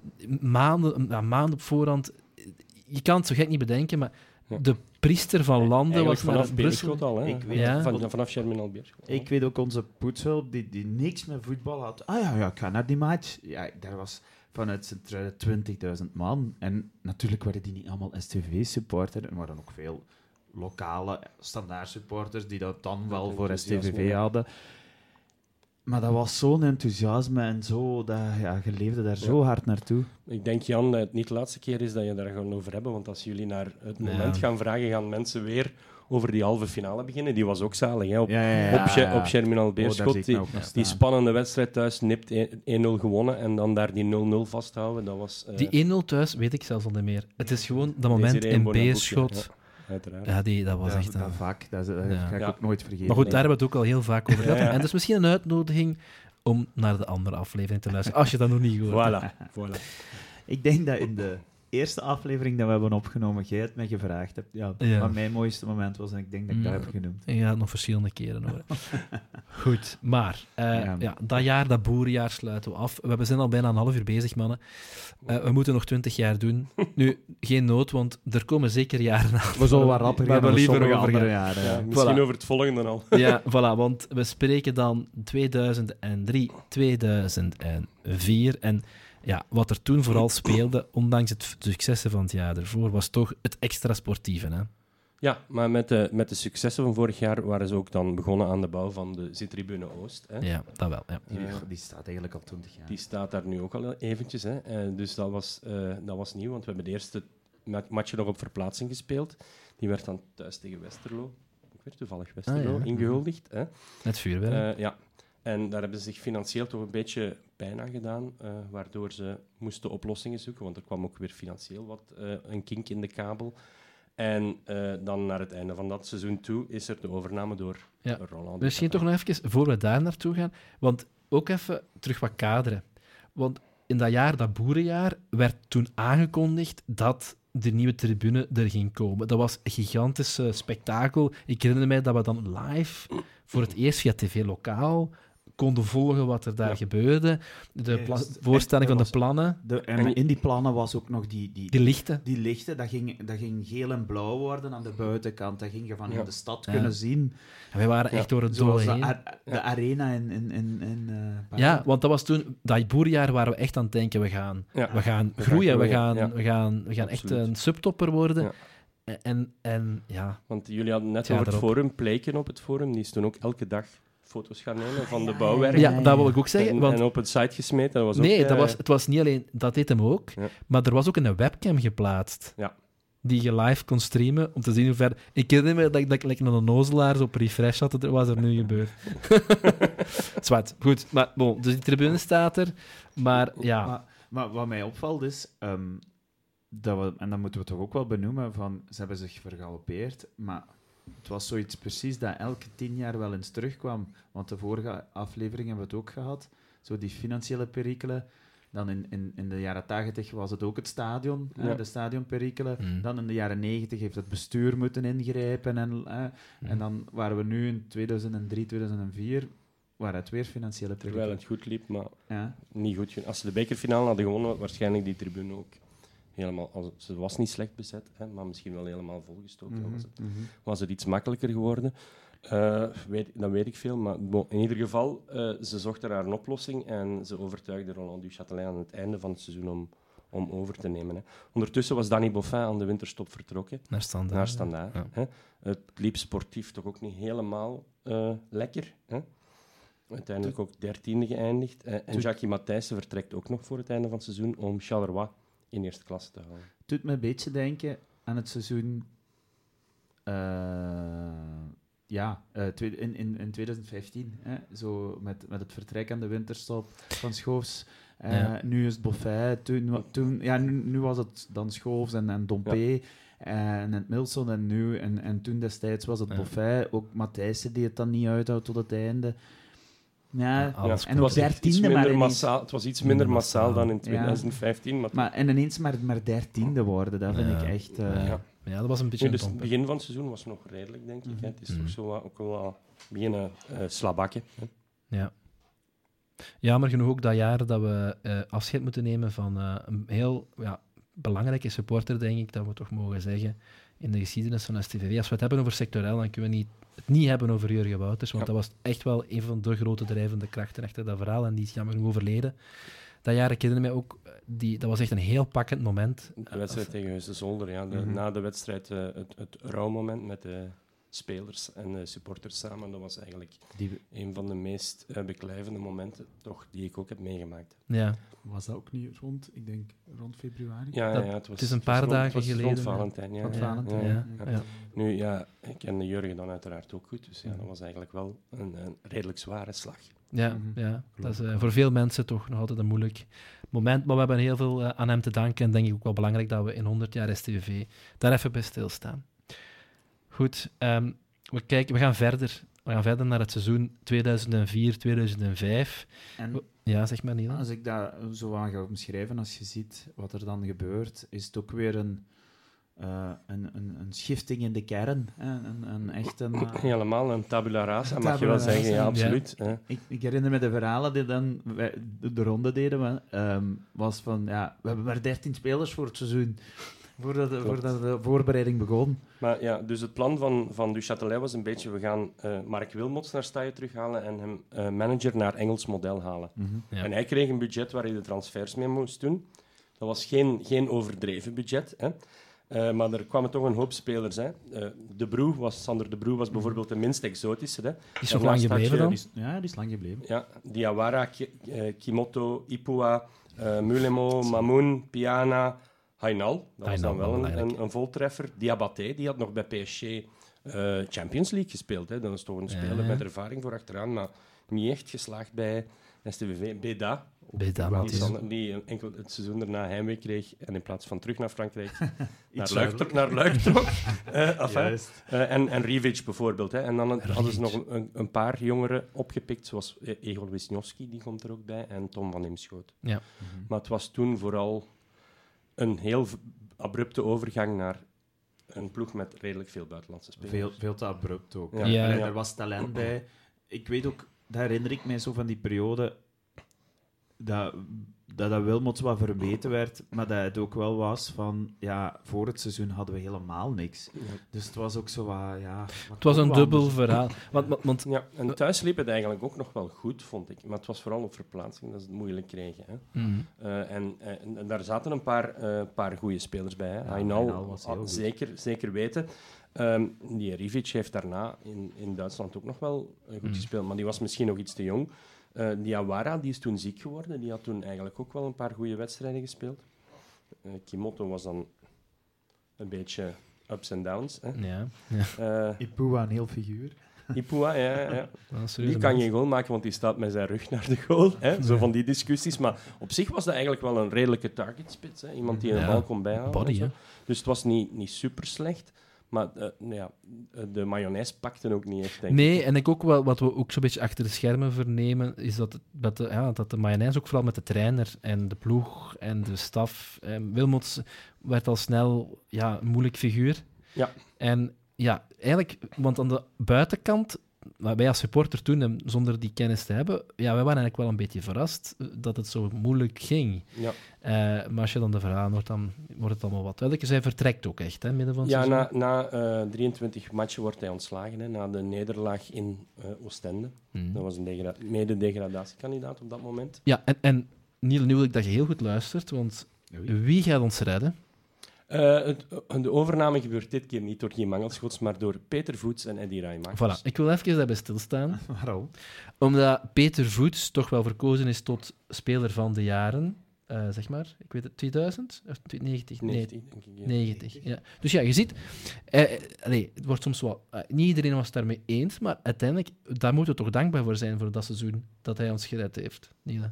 Maanden op voorhand. Je kan het zo gek niet bedenken, maar de priester van Landen was vanaf Brussel. Beerschot al, hè? Vanaf Germinal Beerschot. Ik weet ook onze poetshulp, die niks met voetbal had. Ik ga naar die match. Ja, daar was... Vanuit 20.000 man. En natuurlijk waren die niet allemaal STV-supporters. Er waren ook veel lokale standaard-supporters die dat dan wel voor STVV hadden. Maar dat was zo'n enthousiasme en zo... je leefde daar zo hard naartoe. Ik denk, Jan, dat het niet de laatste keer is dat je daar gaan over hebben. Want als jullie naar het moment gaan vragen, gaan mensen weer over die halve finale beginnen. Die was ook zalig, hè? Op Germinal Beerschot. Die spannende wedstrijd thuis, nipt 1-0 gewonnen en dan daar die 0-0 vasthouden. Dat was, die 1-0 thuis weet ik zelfs al niet meer. Het is gewoon dat moment in Beerschot. Uiteraard. Dat was echt... Dat vak, dat ga ik ook nooit vergeten. Maar goed, daar hebben we het ook al heel vaak over gehad. En dat is misschien een uitnodiging om naar de andere aflevering te luisteren, als je dat nog niet gehoord hebt. Voilà. Ik denk dat in de eerste aflevering dat we hebben opgenomen, jij het me gevraagd hebt. Wat mijn mooiste moment was, en ik denk dat ik dat heb genoemd. Ja, nog verschillende keren hoor. Goed, maar dat jaar, dat boerenjaar, sluiten we af. We zijn al bijna een half uur bezig, mannen. We moeten nog 20 jaar doen. Nu, geen nood, want er komen zeker jaren aan. We zullen wat rapper gaan we liever over andere jaren. Ja, misschien over het volgende al. Ja, voilà, want we spreken dan 2003, 2004 en... Ja, wat er toen vooral speelde, ondanks het successen van het jaar ervoor, was toch het extra sportieve. Hè? Ja, maar met de successen van vorig jaar waren ze ook dan begonnen aan de bouw van de zittribune Oost. Hè. Ja, dat wel. Ja. Die staat eigenlijk al 20 jaar. Die staat daar nu ook al eventjes. Hè. Dus dat was nieuw, want we hebben de eerste match nog op verplaatsing gespeeld. Die werd dan thuis tegen Westerlo. Ik werd toevallig Westerlo ingehuldigd. Hè. Met vuurwerk. Ja. En daar hebben ze zich financieel toch een beetje pijn aan gedaan, waardoor ze moesten oplossingen zoeken, want er kwam ook weer financieel wat een kink in de kabel. En dan naar het einde van dat seizoen toe is er de overname door Roland. Misschien toch nog even, voor we daar naartoe gaan, want ook even terug wat kaderen. Want in dat jaar, dat boerenjaar, werd toen aangekondigd dat de nieuwe tribune er ging komen. Dat was een gigantisch spektakel. Ik herinner mij dat we dan live voor het eerst via TV Lokaal konden volgen wat er daar gebeurde. De voorstelling van de plannen. En in die plannen was ook nog die lichten. Die lichten, dat ging geel en blauw worden aan de buitenkant. Dat ging je van in de stad kunnen zien. En wij waren echt door het dolle heen. De arena in ja, want dat was toen... Dat boerenjaar waren we echt aan het denken, we gaan groeien, we gaan echt een subtopper worden. Ja. Want jullie hadden net over het forum, Pleiken op het forum, die is toen ook elke dag foto's gaan nemen van de bouwwerken. Ja, dat wil ik ook zeggen. En op het site gesmeten. Dat was nee, ook, het was niet alleen... Dat deed hem ook. Ja. Maar er was ook een webcam geplaatst. Ja. Die je live kon streamen, om te zien hoe ver... Ik herinner me dat ik like een onnozelaar op refresh had. Dat was er nu gebeurd. Zwart. Goed. Maar bon, dus die tribune staat er. Maar ja... Maar wat mij opvalt is... dat we, en dat moeten we toch ook wel benoemen, van, ze hebben zich vergalopeerd, maar het was zoiets precies dat elke 10 jaar wel eens terugkwam. Want de vorige aflevering hebben we het ook gehad. Zo die financiële perikelen. Dan in de jaren 80 was het ook het stadion, de stadionperikelen. Dan in de jaren 90 heeft het bestuur moeten ingrijpen. En dan waren we nu in 2003, 2004... waar het weer financiële perikelen. Terwijl het goed liep, maar niet goed. Als ze de bekerfinale hadden gewonnen, waarschijnlijk die tribune ook helemaal... Ze was niet slecht bezet, maar misschien wel helemaal volgestoken. Was het iets makkelijker geworden. Dat weet ik veel, maar in ieder geval, ze zochten naar een oplossing en ze overtuigde Roland Duchâtelet aan het einde van het seizoen om over te nemen. Hè. Ondertussen was Danny Boffin aan de winterstop vertrokken. Naar Standaard. Ja. Hè. Het liep sportief toch ook niet helemaal lekker. Hè. Uiteindelijk ook 13e geëindigd. En Jackie Matthijssen vertrekt ook nog voor het einde van het seizoen om Charleroi in eerste klasse te houden. Het doet me een beetje denken aan het seizoen... in 2015. Zo met het vertrek aan de winterstop van Schoofs. Nu is het Boffin. Nu was het dan Schoofs en Dompé. En het Milson en toen destijds was het Boffin. Ook Matthijssen die het dan niet uithoudt tot het einde. En ook 13e, maar het was iets minder massaal dan in 2015. En ineens maar 13e worden, dat vind ik echt... Ja, dat was een beetje... Dus het begin van het seizoen was nog redelijk, denk ik. Het is toch zo ook wel beginnen slabakken. Ja. Jammer genoeg ook dat jaar dat we afscheid moeten nemen van een heel belangrijke supporter, denk ik, dat we toch mogen zeggen, in de geschiedenis van STVV. Als we het hebben over sectorel, dan kunnen we het niet hebben over Jurgen Wouters, want dat was echt wel een van de grote drijvende krachten achter dat verhaal, en die is jammer genoeg overleden. Dat jaar, ik herinner mij ook, dat was echt een heel pakkend moment. De wedstrijd tegen Heusden Zolder, na de wedstrijd het rouwmoment met de spelers en de supporters samen, dat was eigenlijk een van de meest beklijvende momenten toch, die ik ook heb meegemaakt. Ja. Was dat ook niet rond februari? Ja, het is een paar dagen geleden. Rond Valentijn, Ja. Nu, ik kende Jurgen dan uiteraard ook goed, dus dat was eigenlijk wel een redelijk zware slag. Ja, dat is voor veel mensen toch nog altijd een moeilijk moment, maar we hebben heel veel aan hem te danken en denk ik ook wel belangrijk dat we in 100 jaar STVV daar even bij stilstaan. Goed, we gaan verder. We gaan verder naar het seizoen 2004-2005. Ja, zeg maar, Niels. Als ik dat zo aan ga omschrijven, als je ziet wat er dan gebeurt, is het ook weer een schifting in de kern. Helemaal een tabula rasa, mag je wel zeggen. Ja, absoluut. Ja. Ik herinner me de verhalen die dan de ronde deden. Was van, we hebben maar 13 spelers voor het seizoen. Voordat de voorbereiding begon. Maar dus het plan van Duchâtelet was een beetje, we gaan Mark Wilmots naar Staaije terughalen en hem manager naar Engels model halen. Ja. En hij kreeg een budget waar hij de transfers mee moest doen. Dat was geen overdreven budget, hè. Maar er kwamen toch een hoop spelers. Hè. Sander de Broe was bijvoorbeeld de minst exotische. Hè. Is zo lang gebleven dan? Die is lang gebleven. Ja, Diawara, Kimoto, Ipua, Mulemo, Mamoun, Piana... Hainal, dat was dan wel een voltreffer. Diabaté, die had nog bij PSG Champions League gespeeld. Hè. Dat is toch een speler met ervaring voor achteraan, maar niet echt geslaagd bij STVV. Beda, die enkel het seizoen daarna heimwee kreeg en in plaats van terug naar Frankrijk naar Luik trok. En Rivic bijvoorbeeld. Hè. En dan hadden ze nog een paar jongeren opgepikt, zoals Egor Wisniewski, die komt er ook bij, en Tom van Imschoot. Ja. Maar het was toen vooral een heel abrupte overgang naar een ploeg met redelijk veel buitenlandse spelers. Veel te abrupt ook. Ja. Er was talent bij. Ik weet ook, dat herinner ik mij zo van die periode, dat Wilmots wat vermeten werd, maar dat het ook wel was van, voor het seizoen hadden we helemaal niks. Ja. Dus het was ook zo wat, het was een dubbel verhaal. Want en thuis liep het eigenlijk ook nog wel goed, vond ik. Maar het was vooral op verplaatsing dat ze het moeilijk kregen. Hè. Mm-hmm. En daar zaten een paar goede spelers bij. Hè. Hainal zeker weten. Die Rivic heeft daarna in Duitsland ook nog wel goed gespeeld, maar die was misschien nog iets te jong. Diawara, die is toen ziek geworden. Die had toen eigenlijk ook wel een paar goede wedstrijden gespeeld. Kimoto was dan een beetje ups en downs. Hè. Ipua, een heel figuur. Ipua, ja. Die kan geen goal maken, want die staat met zijn rug naar de goal. Hè. Zo van die discussies. Maar op zich was dat eigenlijk wel een redelijke targetspits. Hè. Iemand die een bal kon bijhouden. Body, hè. Dus het was niet super slecht. Maar de mayonaise pakte ook niet echt, denk ik. Nee, en ik ook wel, wat we ook zo'n beetje achter de schermen vernemen, is dat de mayonaise ook vooral met de trainer en de ploeg en de staf... Wilmots werd al snel een moeilijk figuur. Ja. En eigenlijk, want aan de buitenkant, wij als supporter toen, en zonder die kennis te hebben, wij waren eigenlijk wel een beetje verrast dat het zo moeilijk ging. Ja. Maar als je dan de verhalen hoort, dan wordt het allemaal wat duidelijker. Zij vertrekt ook echt, hè, midden van het seizoen. Na 23 matchen wordt hij ontslagen, hè, na de nederlaag in Oostende. Dat was een mede-degradatiekandidaat op dat moment. Ja, en Niel, nu wil ik dat je heel goed luistert, want wie gaat ons redden? De overname gebeurt dit keer niet door Guy Mangelschots, maar door Peter Voets en Eddy Raimakers. Voilà, ik wil even daarbij stilstaan. Waarom? Omdat Peter Voets toch wel verkozen is tot speler van de jaren, zeg maar, ik weet het, 2000? Of 90? 90, denk ik. Ja. 90, ja. Dus ja, je ziet, het wordt soms wel... niet iedereen was het daarmee eens, maar uiteindelijk, daar moeten we toch dankbaar voor zijn voor dat seizoen dat hij ons gered heeft, Niele.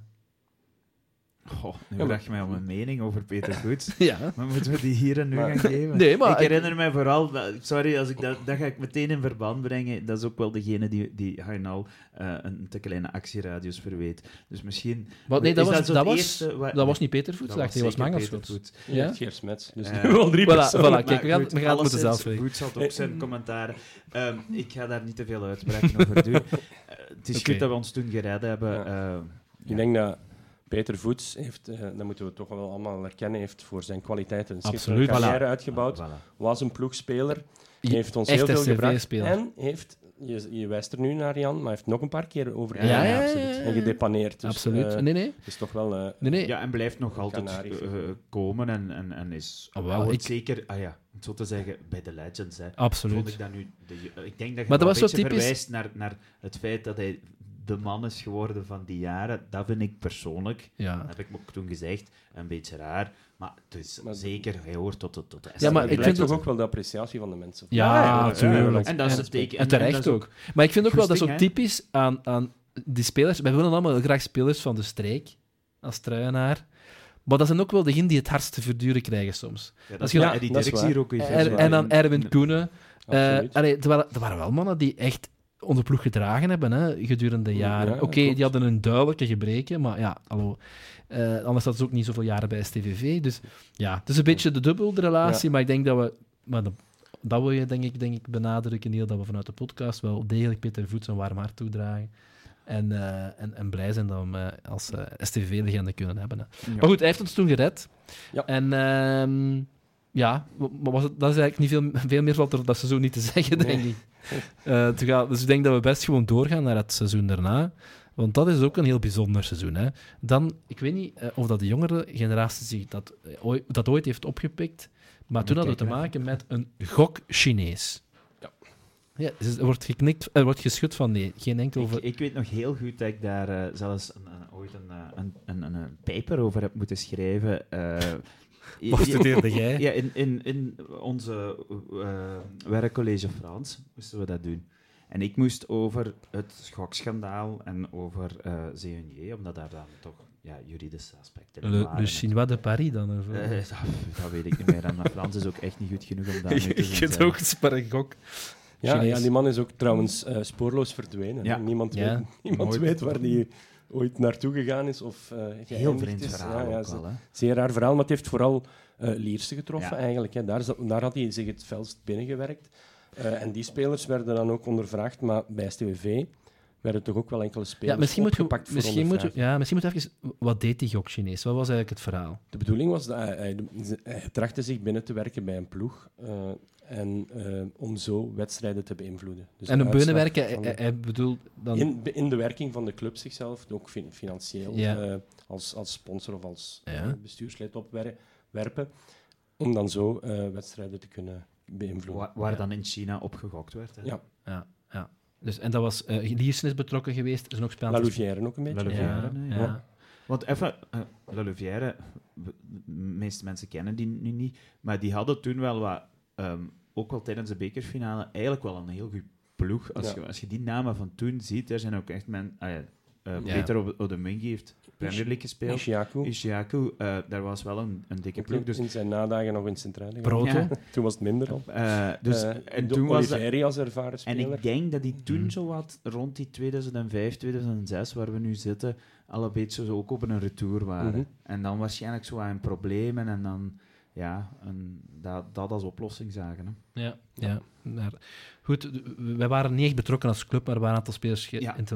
Nu vraag je mij om een mening over Peter Voets. Ja. Maar moeten we die hier en nu gaan geven? Nee, maar... Ik herinner mij vooral... Sorry, als ik dat ga ik meteen in verband brengen. Dat is ook wel degene die Hainal een te kleine actieradius verweet. Dus misschien... Dat was niet Peter Voets, dat was Mangelschots. Ja, Geert Smets. Dus nu wel 3 personen. Kijk, we gaan het moeten zelf weten. Voets had ook zijn commentaren. Ik ga daar niet te veel uitspraken over doen. Het is goed dat we ons toen gered hebben. Ik denk dat... Peter Voets heeft, dat moeten we toch wel allemaal erkennen, heeft voor zijn kwaliteiten een schitterende carrière uitgebouwd. Was een ploegspeler, heeft ons heel veel gebracht. En heeft, je wijst er nu naar, Jan, maar heeft nog een paar keer overgegaan en gedepaneerd. Dus, absoluut. Nee. Is toch wel... Ja, en blijft nog altijd komen en is zeker, om zo te zeggen, bij de Legends. Hè. Absoluut. Vond ik dat nu... ik denk dat je maar dat een was beetje zo typisch... verwijst naar het feit dat hij de man is geworden van die jaren. Dat vind ik persoonlijk, dat heb ik ook toen gezegd, een beetje raar. Maar het is zeker, hij hoort tot de ja, maar ik vind toch ook wel de appreciatie van de mensen. Ja, natuurlijk. En dat is het teken. En terecht ook. Maar ik vind ook wel, dat is ook typisch aan die spelers. Wij willen allemaal heel graag spelers van de streek, als Truienaar. Maar dat zijn ook wel degenen die het hardst te verduren krijgen soms. Die directie ook. En dan Erwin Koenen. Er waren wel mannen die echt onder ploeg gedragen hebben, hè, gedurende jaren. Oké, die hadden een duidelijke gebreken, maar anders hadden ze ook niet zoveel jaren bij STVV. Dus ja, het is een beetje de dubbele relatie, maar ik denk dat we... Maar dat wil je, denk ik benadrukken, Niel, dat we vanuit de podcast wel degelijk Peter Voets een warm hart toedragen. En blij zijn dat we hem als STVV-legende kunnen hebben. Hè. Ja. Maar goed, hij heeft ons toen gered. Ja. En... dat is eigenlijk niet veel meer valt er dat seizoen niet te zeggen, denk ik. Dus ik denk dat we best gewoon doorgaan naar het seizoen daarna. Want dat is ook een heel bijzonder seizoen. Hè. Dan, ik weet niet of dat de jongere generatie zich dat ooit heeft opgepikt, maar toen hadden we te maken met een gok-Chinees. Ja, er wordt geknikt, er wordt geschud van nee, geen enkel... Ik weet nog heel goed dat ik daar zelfs ooit een paper over heb moeten schrijven... Wat studeerde jij? Ja, in onze werkcollege Frans moesten we dat doen. En ik moest over het schokschandaal en over C&J, omdat daar dan toch juridische aspecten in waren. Le Chinois de Paris dan? Dat weet ik niet meer. En mijn Frans is ook echt niet goed genoeg om daar mee te zijn. Je hebt ook een sparregok. Ja, die man is ook trouwens spoorloos verdwenen. Ja. Niemand weet waar die ooit naartoe gegaan is of heel vreemd verhaal ook wel, hè? Zeer raar verhaal, maar het heeft vooral Lierse getroffen eigenlijk. Hè. Daar had hij zich het felst binnengewerkt. En die spelers werden dan ook ondervraagd, maar bij STVV werden toch ook wel enkele spelers opgepakt voor ondervraging. Misschien moet je even... Wat deed die gok-Chinees? Wat was eigenlijk het verhaal? De bedoeling was dat hij trachtte zich binnen te werken bij een ploeg... om zo wedstrijden te beïnvloeden. Dus en een binnenwerken, hij bedoelt dan... In de werking van de club zichzelf, ook financieel, als sponsor of als bestuurslid opwerpen, om dan zo wedstrijden te kunnen beïnvloeden. Waar dan in China op gegokt werd. Hè? Ja. Dus, en dat was... Liersen is betrokken geweest, er is nog La Louvière ook een beetje. Ja. Want even, La Louvière, de meeste mensen kennen die nu niet, maar die hadden toen wel wat... ook wel tijdens de bekerfinale eigenlijk wel een heel goed ploeg. Als je die namen van toen ziet, er zijn ook echt Peter Odemungi heeft Premier League gespeeld. Ishiaku, daar was wel een dikke ploeg. Dus in zijn nadagen nog in Centrale. Proto. Ja. Toen was het minder al. En toen was Oliveri als ervaren speler. En ik denk dat die toen zo wat rond die 2005, 2006, waar we nu zitten, al een beetje zo ook op een retour waren. Mm-hmm. En dan waarschijnlijk zo aan problemen en dan dat als oplossing zagen. Hè. Ja. Maar, goed, wij waren niet echt betrokken als club, maar er waren een aantal spelers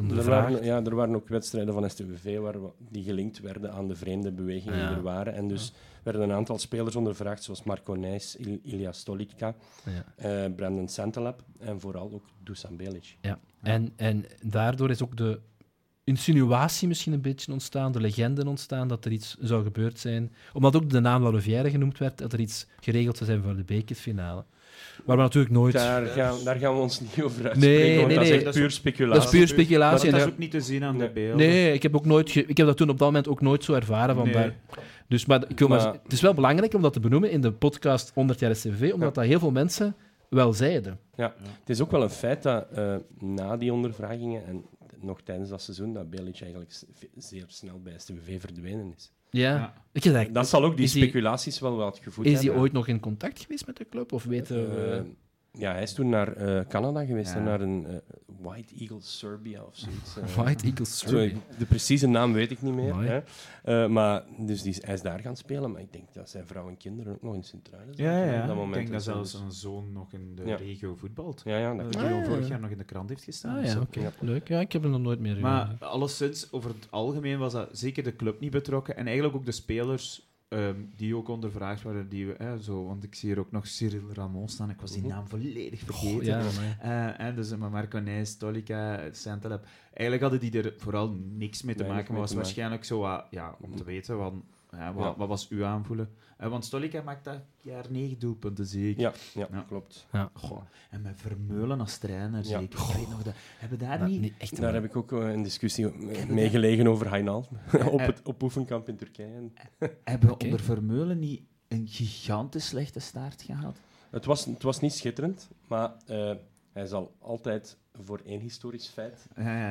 er waren ook wedstrijden van STVV die gelinkt werden aan de vreemde bewegingen die er waren. En dus werden een aantal spelers ondervraagd, zoals Marco Nijs, Ilya Stolica, Brandon Santelab en vooral ook Dusan Belic. Ja. En daardoor is ook de insinuatie misschien een beetje ontstaan, de legende ontstaan, dat er iets zou gebeurd zijn. Omdat ook de naam Lalovière genoemd werd, dat er iets geregeld zou zijn voor de bekerfinale. Maar we natuurlijk nooit... Daar gaan we ons niet over uitspreken, want dat is echt puur speculatie. Dat is puur speculatie. Maar dat is ook niet te zien aan de beelden. Nee, ik heb dat toen op dat moment ook nooit zo ervaren. Dus, maar het is wel belangrijk om dat te benoemen in de podcast 100 jaar STVV, omdat dat heel veel mensen wel zeiden. Ja, het is ook wel een feit dat na die ondervragingen en nog tijdens dat seizoen, dat Belic eigenlijk zeer snel bij STVV verdwenen is. Ja. Dat zal ook die speculaties wel wat gevoed hebben. Is hij ooit nog in contact geweest met de club? Of weten we... Ja, hij is toen naar Canada geweest, naar een White Eagles Serbia of zoiets. White Eagles Serbia. De precieze naam weet ik niet meer. Hè. Maar dus hij is daar gaan spelen, maar ik denk dat zijn vrouw en kinderen ook nog in Sint-Truiden zijn. Op dat moment ik denk dat zelfs een zoon nog in de regio voetbalt. Dat die vorig jaar nog in de krant heeft gestaan. Leuk, ik heb hem nog nooit meer Maar alleszins, over het algemeen was dat zeker de club niet betrokken en eigenlijk ook de spelers... die ook ondervraagd waren, want ik zie hier ook nog Cyril Ramon staan, ik was die naam volledig vergeten. Dus Marco Nijs, Stolica, Santelab, eigenlijk hadden die er vooral niks mee te maken, maar was waarschijnlijk zo om te weten wat was uw aanvoelen. Want Stolica maakt dat jaar 9 doelpunten, zie ik. Ja, klopt. Ja. Goh, en met Vermeulen als trainer, zeker. Ik weet nog dat. Hebben daar niet echt... Daar heb ik ook een discussie mee gelegen over Haynal, op oefenkamp in Turkije. Hebben we onder Vermeulen niet een gigantisch slechte start gehad? Het was niet schitterend, maar hij zal altijd voor één historisch feit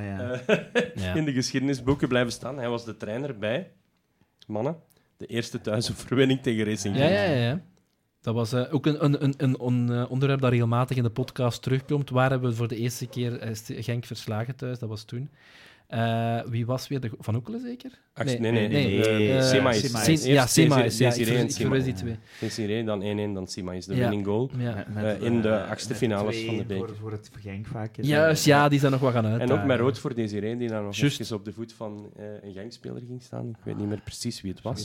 in de geschiedenisboeken blijven staan. Hij was de trainer bij mannen. De eerste thuisoverwinning tegen Racing Genk. Ja. Dat was ook een onderwerp dat regelmatig in de podcast terugkomt. Waar hebben we voor de eerste keer Genk verslagen thuis? Dat was toen. Wie was weer? Van Oekelen zeker? Nee. Sema is. Sema is. Ik verwis die twee. Desiree, dan 1-1, dan Sema is de winning goal. In de achtste finales van de beker. Voor het Genk vaak. Juist, die zijn nog wat gaan uit. En ook met rood voor Desiree, die dan nog even op de voet van een Genk-speler ging staan. Ik weet niet meer precies wie het was.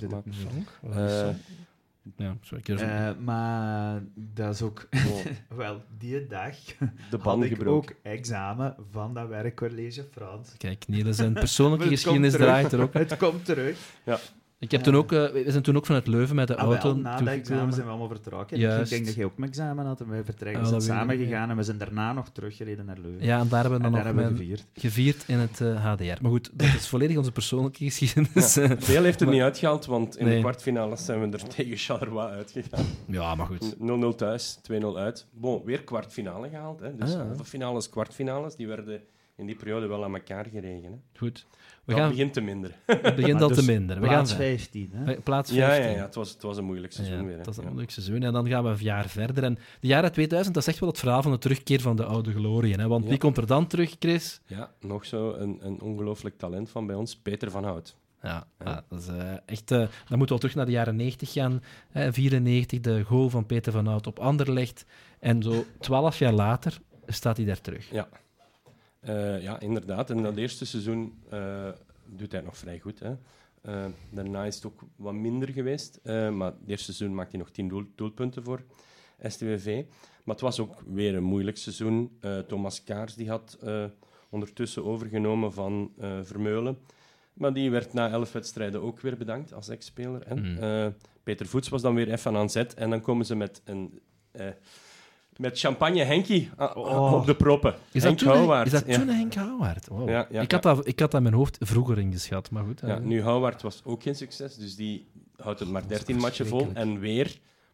Maar dat is ook... wel, die dag had ik ook examen van dat werkcollege Frans. Kijk, Niels, zijn persoonlijke geschiedenis draait er ook. Het komt terug. Ja. Ik heb toen ook, we zijn toen ook vanuit Leuven met de auto na dat examen zijn we allemaal vertrokken. Ik denk dat jij ook mijn examen had en wij vertrekken. We zijn samen gegaan en we zijn daarna nog teruggereden naar Leuven. Ja, en daar hebben we dan nog gevierd in het HDR. Maar goed, dat is volledig onze persoonlijke geschiedenis. Veel heeft het niet uitgehaald, want in de kwartfinales zijn we er tegen Charleroi uitgegaan. Ja, maar goed. 0-0 thuis, 2-0 uit. Weer kwartfinale gehaald. Hè. Dus halve finales, kwartfinales, die werden in die periode wel aan elkaar geregen. Hè. Goed. Het begint te minderen. Het begint al te minderen. Plaats 15. Hè? Plaats 15. Ja, het was een moeilijk seizoen weer. Het was een moeilijk seizoen. En dan gaan we een jaar verder. En de jaren 2000, dat is echt wel het verhaal van de terugkeer van de oude glorieën. Hè? Want wie komt er dan terug, Chris? Ja, nog zo een ongelooflijk talent van bij ons, Peter van Hout. Ja, dat is echt... dan moeten we al terug naar de jaren 90 gaan. 94, de goal van Peter van Hout op Anderlecht. En zo 12 jaar later staat hij daar terug. Ja, inderdaad. En dat eerste seizoen doet hij nog vrij goed. Hè. Daarna is het ook wat minder geweest. Maar het eerste seizoen maakte hij nog 10 doelpunten voor STVV. Maar het was ook weer een moeilijk seizoen. Thomas Kaars die had ondertussen overgenomen van Vermeulen. Maar die werd na 11 wedstrijden ook weer bedankt als ex-speler. Peter Voets was dan weer even aan zet. En dan komen ze met een... met Champagne Henkie op de proppen. Is dat toen Henk Houwaard? Wow. Ja, ik had dat in mijn hoofd vroeger ingeschat, maar goed. Nu, Houwaard was ook geen succes, dus die houdt het maar 13 matchen vol. En weer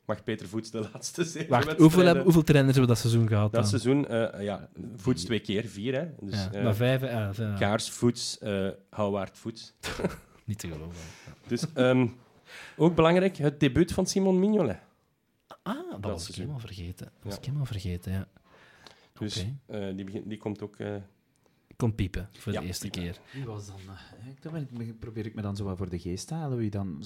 mag Peter Voets de laatste 7 Wacht, wedstrijden. hoeveel trainers hebben we dat seizoen gehad dan? Dat seizoen, Voets 2 keer, 4. Hè. Dus, Maar 5, Kaars, Voets, Houwaard, Voets. niet te geloven. Dus ook belangrijk, het debuut van Simon Mignolet. Dat was ik seizoen. helemaal vergeten. Dat was ik helemaal vergeten, ja. Dus Oké. die komt ook... Kon piepen voor de Ja, eerste piepen. keer. Wie was dan... probeer ik me dan zo wat voor de geest te halen.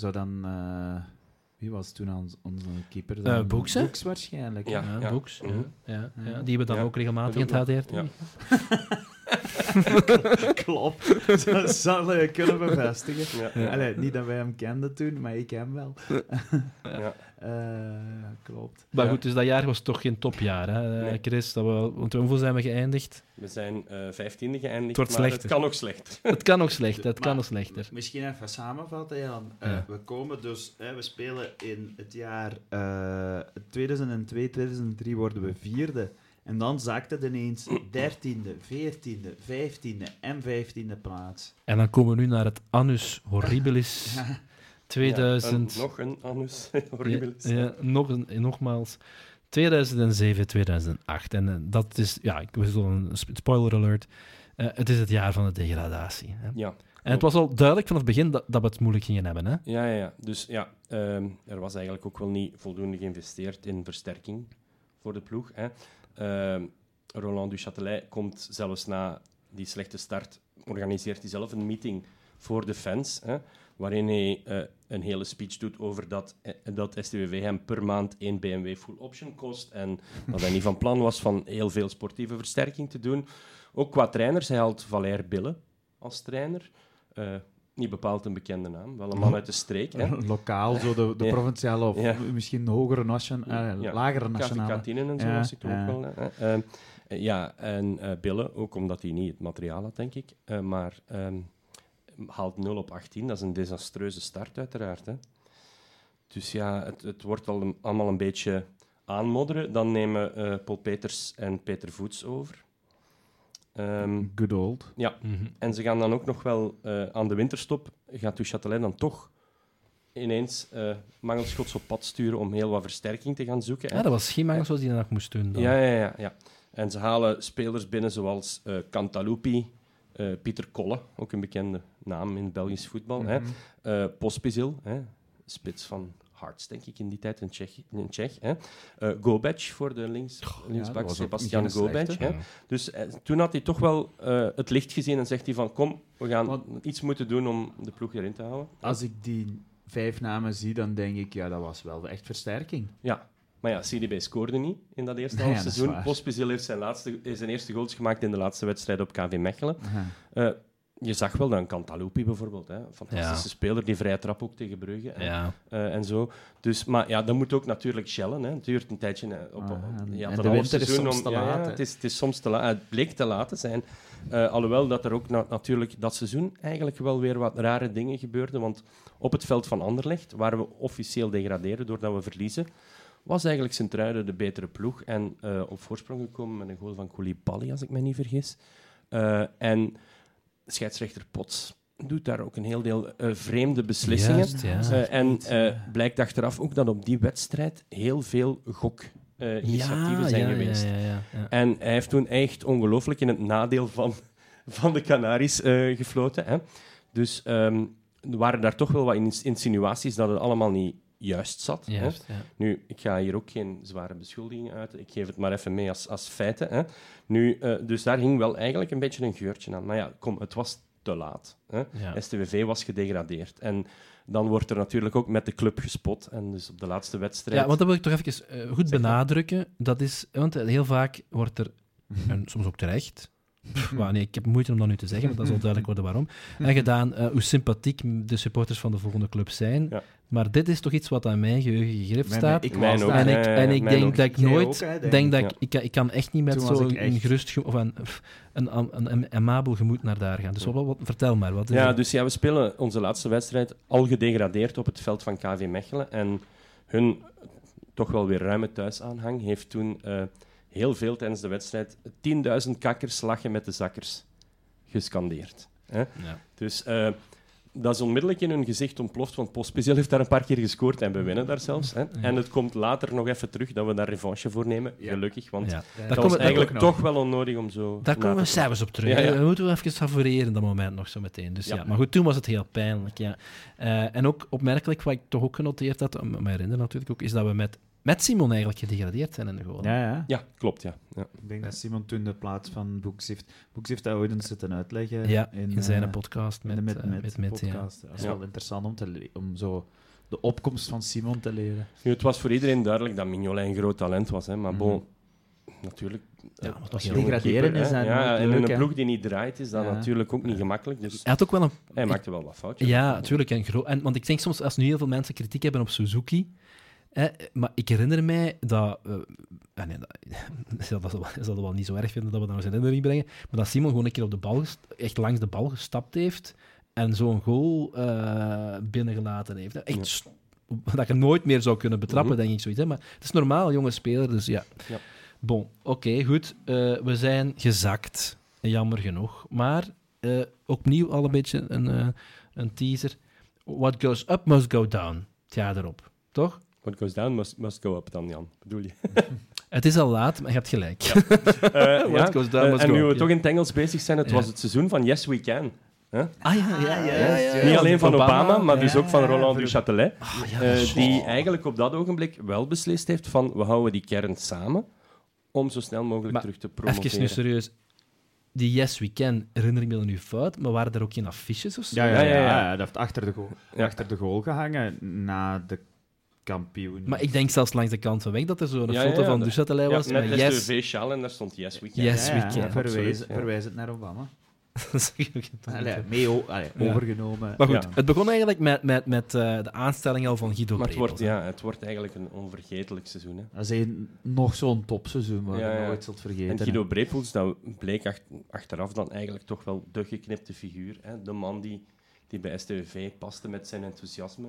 Wie was toen onze keeper? Dan? Boeks, hè? Boeks waarschijnlijk. Ja. Ja, Boeks. Mhm. Ja. Die hebben dan Ja. ook regelmatig in het HDR. Ja. Klopt. Dat zal je kunnen bevestigen. Ja. Allee, niet dat wij hem kenden toen, maar ik hem wel. Ja. Klopt. Maar Ja. goed, dus dat jaar was toch geen topjaar, hè, Nee. Chris? Want hoeveel zijn we geëindigd? We zijn 15e geëindigd, Het wordt maar slechter. het kan ook slechter. Het kan nog slechter, het kan Maar- nog slechter. Misschien even samenvatten, Jan. Ja. We komen dus... we spelen in het jaar 2002, 2003 worden we 4e. En dan zakt het ineens 13e, 14e, 15e en 15e plaats. En dan komen we nu naar het annus horribilis Ja. 2000... Ja, nog een anus horribilis. Ja, nogmaals. 2007, 2008. En dat is... Ja, ik wil een spoiler alert. Het is het jaar van de degradatie. Hè. Ja. En het was al duidelijk vanaf het begin dat we het moeilijk gingen hebben. Hè? Ja. Dus ja, er was eigenlijk ook wel niet voldoende geïnvesteerd in versterking voor de ploeg. Hè. Roland Duchâtelet komt zelfs na die slechte start, organiseert hij zelf een meeting voor de fans, hè, waarin hij een hele speech doet over dat STVV hem per maand 1 BMW full option kost en dat hij niet van plan was van heel veel sportieve versterking te doen. Ook qua trainers, hij haalt Valère Bille als trainer. Niet bepaald een bekende naam, wel een man uit de streek. Hè. Lokaal, zo de Ja. provinciale of Ja. misschien hogere lagere KV nationale. Katinen en zo Ja, was hij toch ja. ook wel. Hè. En Bille, ook omdat hij niet het materiaal had, denk ik. Maar haalt 0 op 18. Dat is een desastreuze start, uiteraard. Hè. Dus ja, het wordt allemaal een beetje aanmodderen. Dan nemen Paul Peters en Peter Voets over. Good old. Ja, en ze gaan dan ook nog wel aan de winterstop, gaat Duchâtelet dan toch ineens Mangelschots op pad sturen om heel wat versterking te gaan zoeken. Hè. Ja, dat was Schiemangels zoals die dat nog moest doen. Dan. Ja. En ze halen spelers binnen zoals Cantalupi, Pieter Kolle, ook een bekende naam in het Belgisch voetbal. Hè. Pospisil, hè, spits van Hearts, denk ik, in die tijd, een Tsjech. Hè. Gobec voor de linksbak, dat was ook Sebastian niet slecht, Gobec. hè. Hè. Dus toen had hij toch wel het licht gezien en zegt hij van kom, we gaan iets moeten doen om de ploeg erin te houden. Als ik die 5 namen zie, dan denk ik, ja, dat was wel echt versterking. Ja, maar ja, CDB scoorde niet in dat eerste Ja, half dat is seizoen. waar. Pospisil heeft zijn eerste goals gemaakt in de laatste wedstrijd op KV Mechelen. Aha. Je zag wel dan Cantalupi bijvoorbeeld, hè. Fantastische speler, die vrije trap ook tegen Brugge Ja. en zo. Dus, maar ja, dat moet ook natuurlijk gellen. Hè. Het duurt een tijdje en een de half winter is seizoen soms te laat, hè. het is soms te laat. Het bleek te laat te zijn. Alhoewel dat er ook natuurlijk dat seizoen eigenlijk wel weer wat rare dingen gebeurden. Want op het veld van Anderlecht, waar we officieel degraderen doordat we verliezen, was eigenlijk Sint-Truiden de betere ploeg en op voorsprong gekomen met een goal van Koulibaly, als ik me niet vergis. En scheidsrechter Pots doet daar ook een heel deel vreemde beslissingen. Juist, ja. Blijkt achteraf ook dat op die wedstrijd heel veel gokinitiatieven zijn geweest. Ja. En hij heeft toen echt ongelooflijk in het nadeel van de Canaries gefloten. Hè. Dus er waren daar toch wel wat insinuaties dat het allemaal niet juist zat. Juist, Hè. ja. Nu, ik ga hier ook geen zware beschuldigingen uiten. Ik geef het maar even mee als feiten. Hè. Nu, dus daar hing wel eigenlijk een beetje een geurtje aan. Maar ja, kom, het was te laat. Hè. Ja. STVV was gedegradeerd. En dan wordt er natuurlijk ook met de club gespot. En dus op de laatste wedstrijd... Ja, want dat wil ik toch even goed Zeg maar. benadrukken. Dat is, want heel vaak wordt er, en soms ook terecht, maar nee, ik heb moeite om dat nu te zeggen, maar dat zal duidelijk worden waarom, en gedaan hoe sympathiek de supporters van de volgende club zijn. Ja. Maar dit is toch iets wat aan mijn geheugen gegrift staat. Ik Mijn was ook. daar. En ik mijn denk ook. dat ik Jij nooit... ook, hè, denk dat Ja. ik kan echt niet met Toen was zo'n ik echt- gerust of een amabel gemoed naar daar gaan. Dus vertel maar. Wat is Ja, het? dus ja, we spelen onze laatste wedstrijd al gedegradeerd op het veld van KV Mechelen. En hun toch wel weer ruime thuisaanhang heeft toen heel veel tijdens de wedstrijd 10.000 kakkers lachen met de zakkers gescandeerd. Hè? Ja. Dus dat is onmiddellijk in hun gezicht ontploft, want Pospisil heeft daar een paar keer gescoord en we winnen daar zelfs. Hè. Ja. En het komt later nog even terug dat we daar revanche voor nemen, gelukkig, want dat was eigenlijk toch wel onnodig om zo... Daar komen we cijfers op terug. Ja. We moeten even savoureren, dat moment nog zo meteen. Dus, Maar goed, toen was het heel pijnlijk. Ja. En ook opmerkelijk, wat ik toch ook genoteerd had, me herinner natuurlijk ook, is dat we met Simon eigenlijk gedegradeerd zijn in de goal. Ja, klopt, ja. Ik denk dat Simon toen de plaats van Boeks heeft dat ooit eens zitten uitleggen. In zijn podcast met podcast. Dat is wel interessant om zo de opkomst van Simon te leren. Nu, het was voor iedereen duidelijk dat Mignolet een groot talent was, hè, maar bon, natuurlijk... degraderen is dat en in een ploeg die niet draait, is dat natuurlijk ook niet gemakkelijk. Dus hij had ook wel hij maakte wel wat foutjes. Ja, natuurlijk. Want ik denk soms, als nu heel veel mensen kritiek hebben op Suzuki... maar ik herinner mij dat... ze zal wel niet zo erg vinden dat we dat nog eens in herinnering brengen, maar dat Simon gewoon een keer op de bal, echt langs de bal gestapt heeft en zo'n goal binnengelaten heeft. Echt dat je nooit meer zou kunnen betrappen, denk ik zoiets. Hè? Maar het is normaal, jonge speler, dus ja. Bon, oké, goed. We zijn gezakt, jammer genoeg. Maar opnieuw al een beetje een teaser. What goes up must go down. Ja, erop. Toch? What goes down must go up dan, Jan, bedoel je? Het is al laat, maar je hebt gelijk. What goes down must go up. En nu we toch in het Engels bezig zijn, het was het seizoen van Yes We Can. Huh? Ja. Niet alleen van Obama, maar dus ook van Roland Duchâtelet. Die eigenlijk op dat ogenblik wel beslist heeft van we houden die kern samen om zo snel mogelijk terug te promoveren. Even nu serieus. Die Yes We Can, herinner ik me dan nu fout, maar waren er ook geen affiches of zo? Ja. Dat heeft achter de goal gehangen na de kampioen. Maar ik denk zelfs langs de kant van weg dat er zo'n foto van Duchâtelet was. Met de STV-sjaal en daar stond Yes We Can. Yes We Can. Verwijs het naar Obama. Overgenomen. Maar goed, het begon eigenlijk met de aanstelling al van Guido Brepoels. Het wordt eigenlijk een onvergetelijk seizoen. Hè. Dat is nog zo'n topseizoen waar je nooit zult vergeten. En Guido Brepoels, dat bleek achteraf dan eigenlijk toch wel de geknipte figuur. Hè. De man die bij STV paste met zijn enthousiasme.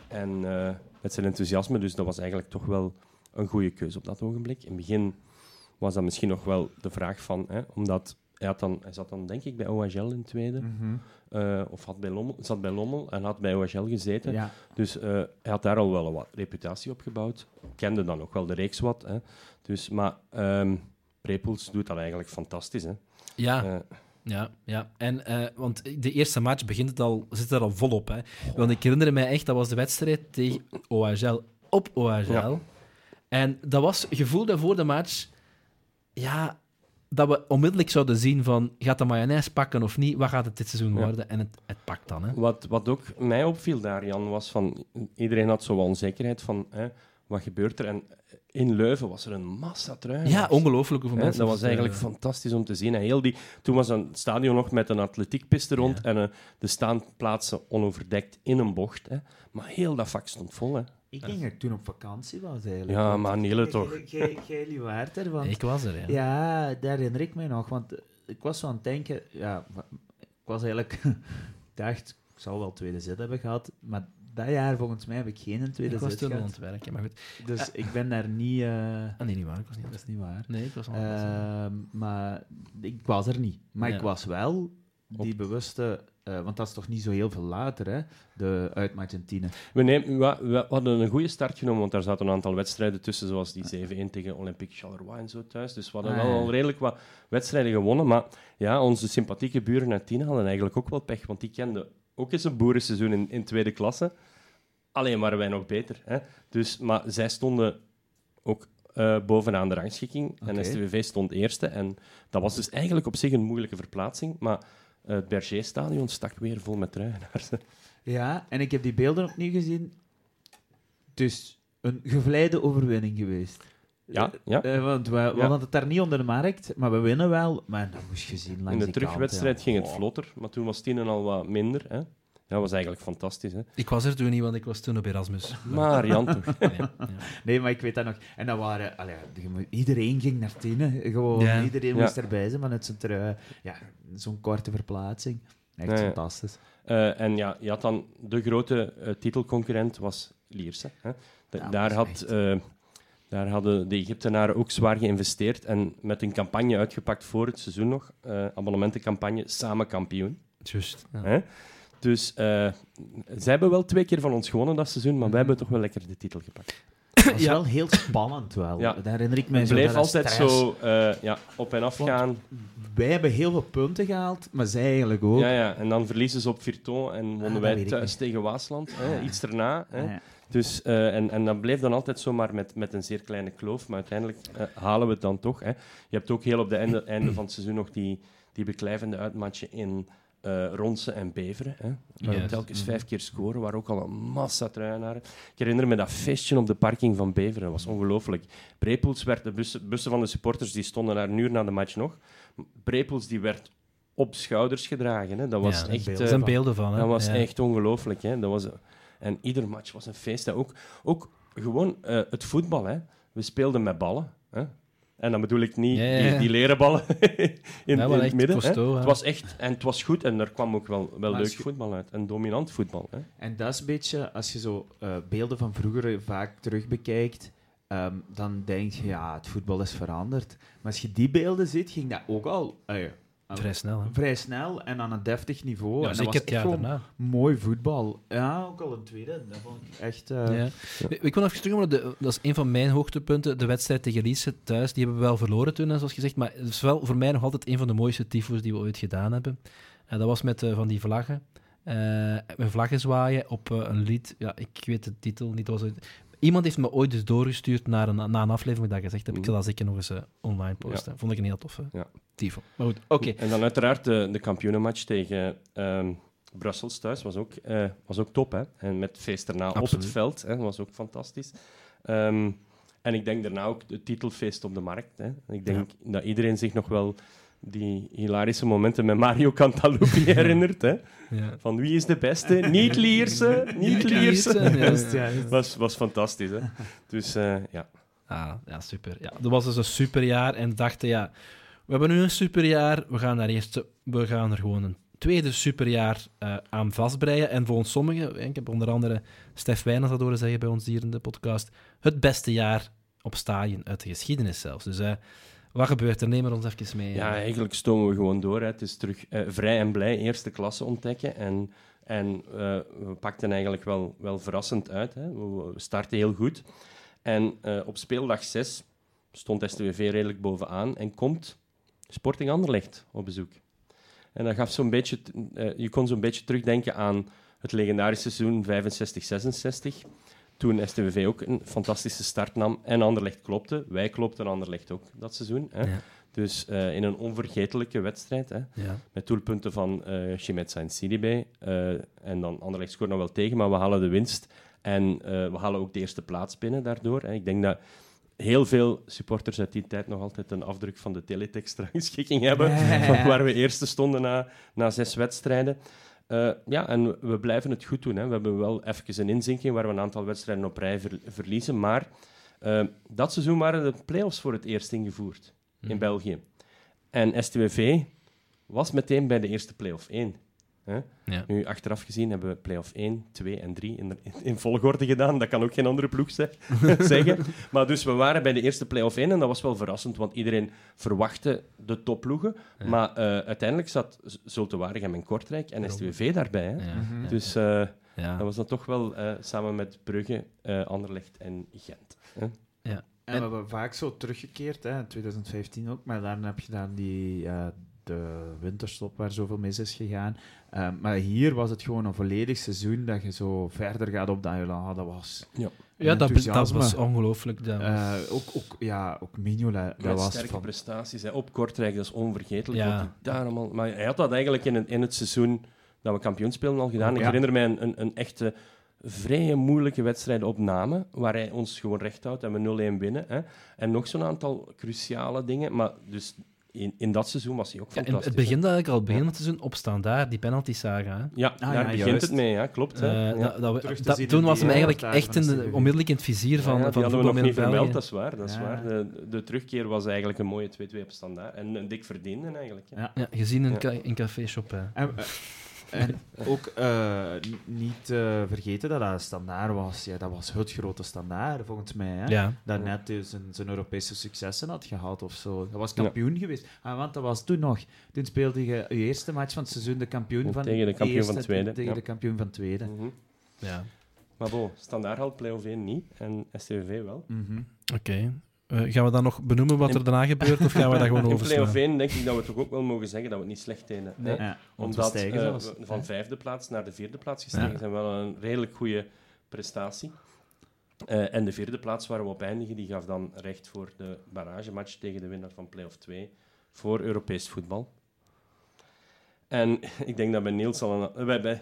Dus dat was eigenlijk toch wel een goede keuze op dat ogenblik. In het begin was dat misschien nog wel de vraag van... omdat hij zat dan denk ik bij OHL in tweede. Of zat bij Lommel en had bij OHL gezeten. Ja. Dus hij had daar al wel wat reputatie opgebouwd. Kende dan ook wel de reeks wat. Hè. Dus, maar Brepoels doet dat eigenlijk fantastisch. Hè. Ja. En, want de eerste match zit er al volop. Hè. Want ik herinner mij echt, dat was de wedstrijd tegen OHL op OHL. Ja. En dat was het gevoel dat voor de match... Ja... dat we onmiddellijk zouden zien van, gaat de mayonaise pakken of niet? Wat gaat het dit seizoen worden? En het pakt dan. Hè? Wat ook mij opviel daar, Jan, was van... Iedereen had zo wel onzekerheid van, wat gebeurt er? En in Leuven was er een massa truien. Ja, ongelooflijk hoeveel mensen. Dat was eigenlijk fantastisch om te zien. En toen was het stadion nog met een atletiekpiste rond en de staanplaatsen onoverdekt in een bocht. Hè. Maar heel dat vak stond vol. Hè. Ik denk dat ik toen op vakantie was, eigenlijk. Ja, maar Nele toch. Jij waart er. Want, ik was er, ja. Ja, daar herinner ik me nog. Want ik was zo aan het denken... Ja, ik was eigenlijk... ik dacht, ik zal wel tweede zet hebben gehad. Maar dat jaar, volgens mij, heb ik geen tweede zet gehad. Ik was toen aan het werken, maar goed. Dus ik ben daar niet... nee, niet waar. Ik was niet. Dat is niet waar. Nee, ik was al maar ik was er niet. Maar ik was wel die bewuste... want dat is toch niet zo heel veel later, hè? De uit Argentinië. We hadden een goede start genomen, want daar zaten een aantal wedstrijden tussen, zoals die 7-1 tegen Olympique Charleroi en zo thuis. Dus we hadden wel al redelijk wat wedstrijden gewonnen. Maar ja, onze sympathieke buren uit Tiene hadden eigenlijk ook wel pech, want die kenden ook eens een boerenseizoen in tweede klasse. Alleen waren wij nog beter. Hè? Dus, maar zij stonden ook bovenaan de rangschikking. En STVV stond eerste. En dat was dus eigenlijk op zich een moeilijke verplaatsing. Maar het Berger-stadion stak weer vol met truienaars. Ja, en ik heb die beelden opnieuw gezien. Dus een gevleide overwinning geweest. Ja. Want we hadden het daar niet onder de markt, maar we winnen wel. Maar dat moest je zien langs in de terugwedstrijd ging het vlotter, maar toen was Tienen al wat minder. Hè? Dat was eigenlijk fantastisch. Hè? Ik was er toen niet, want ik was toen op Erasmus. Maar Jan toch. Nee, maar ik weet dat nog. En dat waren... iedereen ging naar Tienen. Gewoon, iedereen moest erbij zijn vanuit zijn trui. Ja, zo'n korte verplaatsing. Echt fantastisch. En ja, je had dan de grote titelconcurrent was Lierse. Hè? Daar hadden de Egyptenaren ook zwaar geïnvesteerd en met een campagne uitgepakt voor het seizoen nog. Abonnementencampagne, samen kampioen. Juist. Ja. Dus zij hebben wel 2 keer van ons gewonnen dat seizoen, maar wij hebben toch wel lekker de titel gepakt. Dat was wel heel spannend wel. Ja. Dat herinner ik me. Het bleef altijd zo op en af gaan. Wij hebben heel veel punten gehaald, maar zij eigenlijk ook. Ja, en dan verliezen ze op Virton en wonnen wij weet ik thuis niet. tegen Waasland. Iets erna. Ja. Dus, en dat bleef dan altijd zomaar met een zeer kleine kloof, maar uiteindelijk halen we het dan toch. Hè. Je hebt ook heel op het einde van het seizoen nog die beklijvende uitmatchen in Ronse en Beveren. Hè, waar we telkens 5 keer scoren, waar ook al een massa truienaren. Ik herinner me dat feestje op de parking van Beveren, dat was ongelooflijk. Brepoels werd, de bussen van de supporters die stonden daar een uur na de match nog. Brepoels die werd op schouders gedragen. Hè. Dat was echt... Er zijn beelden van. Hè? Dat was echt ongelooflijk. Hè. Dat was, en ieder match was een feest. Hè. Ook gewoon het voetbal. Hè. We speelden met ballen. Hè. En dan bedoel ik niet die leren ballen in het midden. Costaud, het was echt... En het was goed. En er kwam ook wel leuk voetbal uit. En dominant voetbal. Hè. En dat is een beetje... Als je zo beelden van vroeger vaak terug bekijkt, dan denk je, ja, het voetbal is veranderd. Maar als je die beelden ziet, ging dat ook al... Vrij snel, hè? Vrij snel en aan een deftig niveau. Ja, en zeker dat was het jaar echt daarna. mooi voetbal. Ja, ook al een tweede. Dat vond ik echt... Ik wil even terug, dat is een van mijn hoogtepunten. De wedstrijd tegen Liesse thuis, die hebben we wel verloren toen, zoals gezegd. Maar het is wel voor mij nog altijd een van de mooiste tyfo's die we ooit gedaan hebben. Dat was met van die vlaggen. Met vlaggen zwaaien op een lied. Ja, ik weet de titel niet. Iemand heeft me ooit dus doorgestuurd na een aflevering dat gezegd heb. Ik zal dat zeker nog eens online posten. Vond ik een heel toffe tifo. Maar goed, oké. En dan uiteraard de kampioenenmatch tegen Brussels thuis was ook top. Hè? En met feest erna op het veld. Hè? Was ook fantastisch. En ik denk daarna ook het titelfeest op de markt. Hè? Ik denk dat iedereen zich nog wel die hilarische momenten met Mario Cantaluppi herinnert. Hè? Ja. Van wie is de beste? Niet Lierse, niet Lierse. Was fantastisch. Hè? Dus ja. Ja, super. Ja, dat was dus een superjaar en dachten, we hebben nu een superjaar, we gaan er gewoon een tweede superjaar aan vastbreien. En volgens sommigen, ik heb onder andere Stef Wijnands dat horen zeggen bij ons hier in de podcast, het beste jaar op stadion uit de geschiedenis zelfs. Dus wat gebeurt er? Neem er ons even mee. Ja, eigenlijk stomen we gewoon door. Hè. Het is terug vrij en blij eerste klasse ontdekken. En we pakten eigenlijk wel verrassend uit. Hè. We starten heel goed. En op speeldag 6 stond STWV redelijk bovenaan en komt Sporting Anderlecht op bezoek. En dat gaf zo'n beetje... je kon zo'n beetje terugdenken aan het legendarische seizoen 65-66... Toen STWV ook een fantastische start nam en Anderlecht klopte. Wij klopten Anderlecht ook dat seizoen. Hè. Ja. Dus in een onvergetelijke wedstrijd. Hè. Ja. Met doelpunten van Chimetza en Sidibé. En dan Anderlecht scoort nog wel tegen, maar we halen de winst. En we halen ook de eerste plaats binnen daardoor. Hè. Ik denk dat heel veel supporters uit die tijd nog altijd een afdruk van de teletext-rangschikking hebben. Van waar we eerste stonden na 6 wedstrijden. En we blijven het goed doen. Hè. We hebben wel even een inzinking waar we een aantal wedstrijden op rij verliezen. Maar dat seizoen waren de play-offs voor het eerst ingevoerd in België. En STWV was meteen bij de eerste play-off 1. Hè. Ja. Nu, achteraf gezien hebben we play-off 1, 2 en 3 in volgorde gedaan. Dat kan ook geen andere ploeg zeggen. Maar dus we waren bij de eerste play-off 1 en dat was wel verrassend, want iedereen verwachtte de topploegen. Ja. Maar uiteindelijk zat Zulte Waregem en Kortrijk en STWV daarbij. Hè. Ja. Mm-hmm. Dus dat was dan toch wel samen met Brugge, Anderlecht en Gent. Hè. Ja. En we hebben vaak zo teruggekeerd, hè, in 2015 ook, maar daarna heb je dan de winterstop waar zoveel mis is gegaan. Maar hier was het gewoon een volledig seizoen dat je zo verder gaat op dat was... Ja, dat was ongelooflijk. Ook Mignola. Dat was sterke prestaties. Hè. Op Kortrijk, dat is onvergetelijk. Ja. Maar hij had dat eigenlijk in het seizoen dat we kampioen speelden al gedaan. Ik herinner mij een echte vrij moeilijke wedstrijd op Namen, waar hij ons gewoon recht houdt en we 0-1 winnen. Hè. En nog zo'n aantal cruciale dingen. Maar dus... In dat seizoen was hij ook fantastisch. Het begint eigenlijk al begin van het seizoen op Standaard, die penalty-saga. Hè? Ja, daar begint het mee, klopt. Toen was hem eigenlijk echt onmiddellijk in het vizier van die hadden we nog niet vermeld, dat is waar. De terugkeer was eigenlijk een mooie 2-2 op Standaard. En een dik verdiende eigenlijk. Ja, gezien in café-shop. En ook niet vergeten dat dat Standaard was. Ja, dat was het grote Standaard, volgens mij. Hè? Ja. Dat net zijn Europese successen had gehad of zo. Dat was kampioen geweest. Want dat was toen nog. Toen speelde je je eerste match van het seizoen de kampioen van tegen de kampioen eerste, van tweede. Tegen de kampioen van tweede. Mm-hmm. Ja. Maar bon, Standaard haalt play-off 1 niet en STVV wel. Mm-hmm. Oké. Gaan we dan nog benoemen wat er daarna gebeurt, of gaan we dat gewoon in overslaan? play-off 1 denk ik dat we toch ook wel mogen zeggen dat we het niet slecht deden. Nee. Ja, Omdat we van 5e plaats naar de 4e plaats gestegen zijn wel een redelijk goede prestatie. En de 4e plaats waar we op eindigen, die gaf dan recht voor de barragematch tegen de winnaar van play-off 2 voor Europees voetbal. En ik denk dat bij Niels al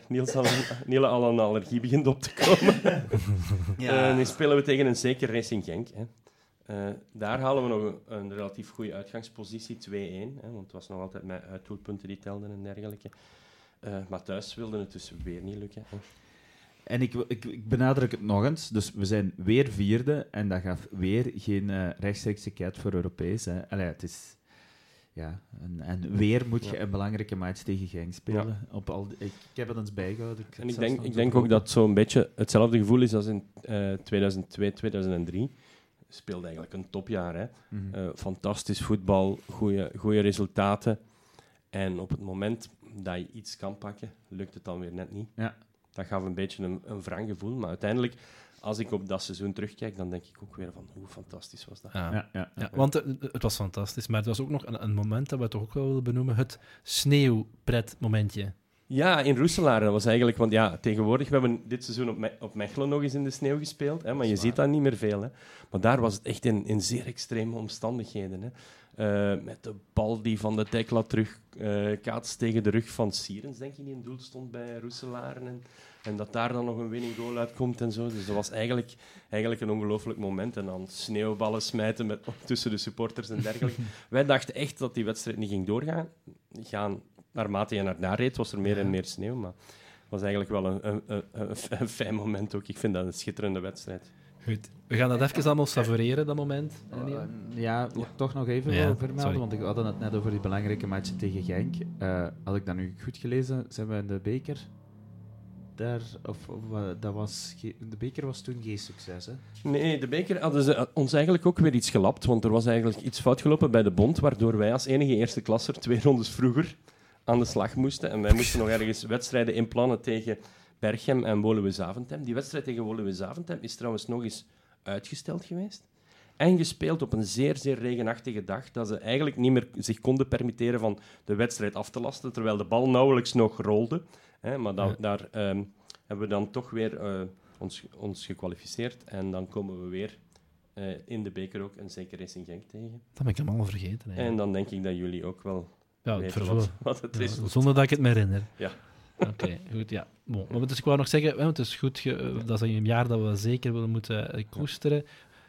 een allergie begint op te komen. Nu spelen we tegen een zeker Racing Genk. Hè. Daar halen we nog een relatief goede uitgangspositie, 2-1. Hè, want het was nog altijd met uitdoelpunten die telden en dergelijke. Maar thuis wilde het dus weer niet lukken. Hè. En ik benadruk het nog eens. Dus we zijn weer 4e en dat gaf weer geen rechtstreekse kaart voor Europees. Hè. Allee, het is... Ja, en weer moet je een belangrijke match tegen Genk spelen. Ja. Ik heb het eens bijgehouden. Ik denk ook dat het zo'n beetje hetzelfde gevoel is als in 2002, 2003. Speelde eigenlijk een topjaar. Hè? Mm-hmm. Fantastisch voetbal, goede resultaten. En op het moment dat je iets kan pakken, lukt het dan weer net niet. Ja. Dat gaf een beetje een wrang gevoel. Maar uiteindelijk, als ik op dat seizoen terugkijk, dan denk ik ook weer van hoe fantastisch was dat. Ja. Want het was fantastisch, maar het was ook nog een moment dat we toch ook wel willen benoemen, het sneeuwpret-momentje. Ja, in Roeselaar. Dat was eigenlijk... Want ja, tegenwoordig, we hebben dit seizoen op Mechelen nog eens in de sneeuw gespeeld, hè, maar je ziet dat niet meer veel. Hè. Maar daar was het echt in zeer extreme omstandigheden. Hè. Met de bal die van de Tekla terug kaatst tegen de rug van Sierens, denk ik, die in doel stond bij Roeselaar. En dat daar dan nog een winning goal uitkomt en zo. Dus dat was eigenlijk een ongelooflijk moment. En dan sneeuwballen smijten tussen de supporters en dergelijke. Wij dachten echt dat die wedstrijd niet ging doorgaan. Naarmate je naar daar reed, was er meer en meer sneeuw. Maar het was eigenlijk wel een fijn moment ook. Ik vind dat een schitterende wedstrijd. Goed. We gaan dat even allemaal savoureren, dat moment. Toch nog even vermelden, want ik had het net over die belangrijke match tegen Genk. Had ik dat nu goed gelezen, zijn we in de beker... de beker was toen geen succes, hè? Nee, de beker hadden ze ons eigenlijk ook weer iets gelapt, want er was eigenlijk iets fout gelopen bij de bond, waardoor wij als enige eerste klasser 2 rondes vroeger aan de slag moesten. En wij moesten nog ergens wedstrijden inplannen tegen Berchem en Woluwe-Zaventem. Die wedstrijd tegen Woluwe-Zaventem is trouwens nog eens uitgesteld geweest. En gespeeld op een zeer, zeer regenachtige dag, dat ze eigenlijk niet meer zich konden permitteren van de wedstrijd af te lasten, terwijl de bal nauwelijks nog rolde. Maar daar hebben we dan toch weer ons gekwalificeerd. En dan komen we weer in de beker ook een zeker Racing Genk tegen. Dat ben ik helemaal vergeten. Eigenlijk. En dan denk ik dat jullie ook wel weten wat het is. Zonder dat ik het me herinner. Ja. Oké, goed, ja. Bon. Maar dus ik wou nog zeggen, het is goed, dat is een jaar dat we zeker willen moeten koesteren.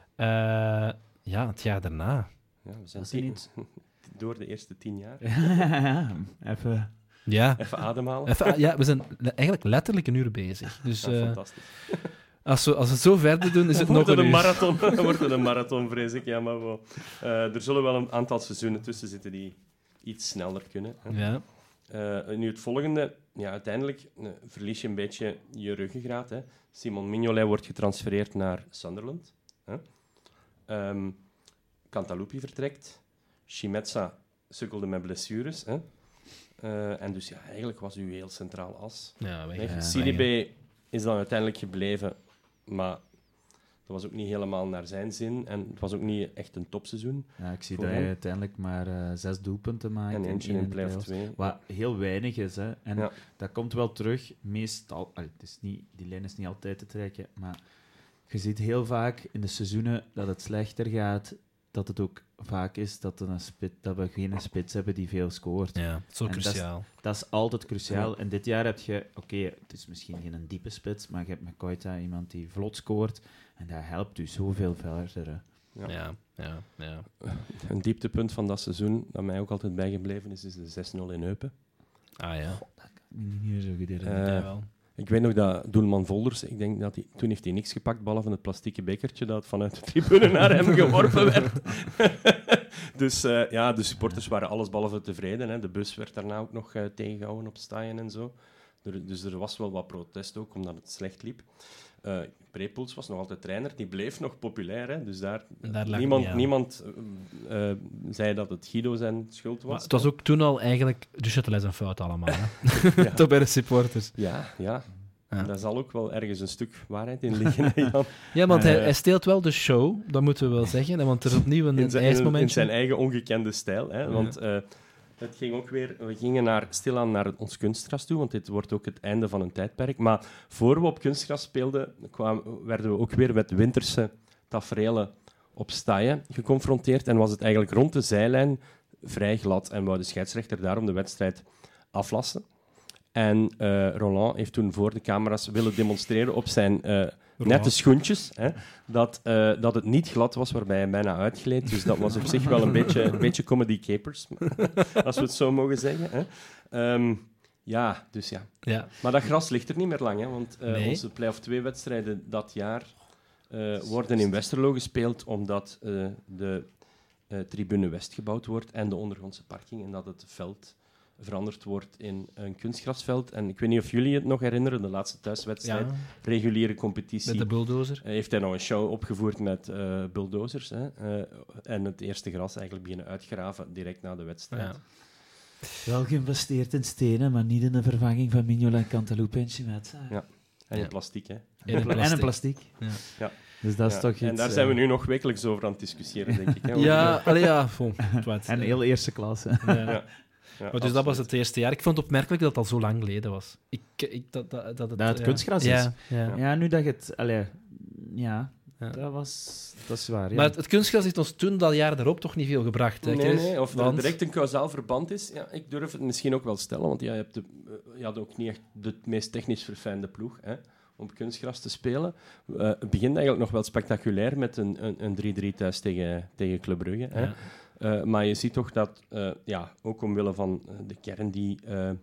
Het jaar daarna. Ja, we zijn door de eerste 10 jaar. Even... Ja. Even ademhalen. We zijn eigenlijk letterlijk een uur bezig. Dus, fantastisch. Als we het zo verder doen, is het nog een uur. Dan wordt het een marathon, vrees ik. Ja, maar wel. Er zullen wel een aantal seizoenen tussen zitten die iets sneller kunnen. Hè. Ja. Nu het volgende. Ja, uiteindelijk verlies je een beetje je ruggengraat. Hè. Simon Mignolet wordt getransfereerd naar Sunderland. Hè. Cantalupi vertrekt. Chimetza sukkelde met blessures. Hè. En dus ja, eigenlijk was u heel centraal as. Ja, CDB is dan uiteindelijk gebleven, maar dat was ook niet helemaal naar zijn zin. En het was ook niet echt een topseizoen. Ja, ik zie dat hij uiteindelijk maar 6 doelpunten maakt. En eentje in play-off 2. Wat heel weinig is. Hè. En dat komt wel terug. Meestal, die lijn is niet altijd te trekken, maar je ziet heel vaak in de seizoenen dat het slechter gaat, dat het ook vaak is dat we geen spits hebben die veel scoort. Ja, zo cruciaal. Dat is altijd cruciaal. Ja. En dit jaar heb je... het is misschien geen diepe spits, maar je hebt met Koita iemand die vlot scoort. En dat helpt u zoveel verder. Ja. Een dieptepunt van dat seizoen, dat mij ook altijd bijgebleven is de 6-0 in Eupen. Ah ja. Dat kan ik niet meer zo goed herinneren. Ik weet nog dat doelman Volders, ik denk dat toen heeft hij niks gepakt, behalve het plastieke bekertje dat vanuit de tribune naar hem geworpen werd. Dus de supporters waren allesbehalve tevreden. Hè. De bus werd daarna ook nog tegengehouden op Staaien en zo. Dus er was wel wat protest ook, omdat het slecht liep. Brepoels was nog altijd trainer, die bleef nog populair. Hè? Dus daar niemand zei dat het Guido zijn schuld was. Maar het was ook toen al eigenlijk Duchâtelet zijn fout allemaal. Hè? Ja. Toch bij de supporters. Ja. Daar zal ook wel ergens een stuk waarheid in liggen. Jan. Ja, want hij steelt wel de show, dat moeten we wel zeggen. Want er is opnieuw een ijsmomentje. In zijn eigen ongekende stijl. Hè? Want het ging ook weer, we gingen stilaan naar ons kunstgras toe, want dit wordt ook het einde van een tijdperk. Maar voor we op kunstgras speelden, werden we ook weer met winterse taferelen op staaien geconfronteerd. En was het eigenlijk rond de zijlijn vrij glad en wou de scheidsrechter daarom de wedstrijd aflassen. En Roland heeft toen voor de camera's willen demonstreren op zijn nette schoentjes, hè, dat het niet glad was, waarbij hij bijna uitgleed. Dus dat was op zich wel een beetje comedy capers, als we het zo mogen zeggen. Hè. Ja. Maar dat gras ligt er niet meer lang, hè, want onze play-off 2-wedstrijden dat jaar worden in Westerlo gespeeld, omdat de tribune West gebouwd wordt en de ondergrondse parking, en dat het veld veranderd wordt in een kunstgrasveld. En ik weet niet of jullie het nog herinneren, de laatste thuiswedstrijd, reguliere competitie. Met de bulldozer. Heeft hij nog een show opgevoerd met bulldozers. Hè? En het eerste gras eigenlijk beginnen uitgraven direct na de wedstrijd. Ja. Wel geïnvesteerd in stenen, maar niet in de vervanging van Mignola en Cantaloupe en Chimetza. Ja. En in plastic, hè. En in plastic. Ja. Dus dat is toch iets... En daar zijn we nu nog wekelijks over aan het discussiëren, denk ik. Hè? En heel eerste klasse. Ja, dus dat was het eerste jaar. Ik vond het opmerkelijk dat het al zo lang geleden was. Dat het kunstgras is. Ja, nu dat je het... Dat is waar. Ja. Maar het kunstgras heeft ons toen dat jaar erop toch niet veel gebracht. Hè, nee, of er direct een kausaal verband is. Ja, ik durf het misschien ook wel stellen, want je had ook niet echt de meest technisch verfijnde ploeg, hè, om kunstgras te spelen. Het begint eigenlijk nog wel spectaculair met een 3-3 thuis tegen Club Brugge. Hè. Maar je ziet toch dat, ook omwille van de kern die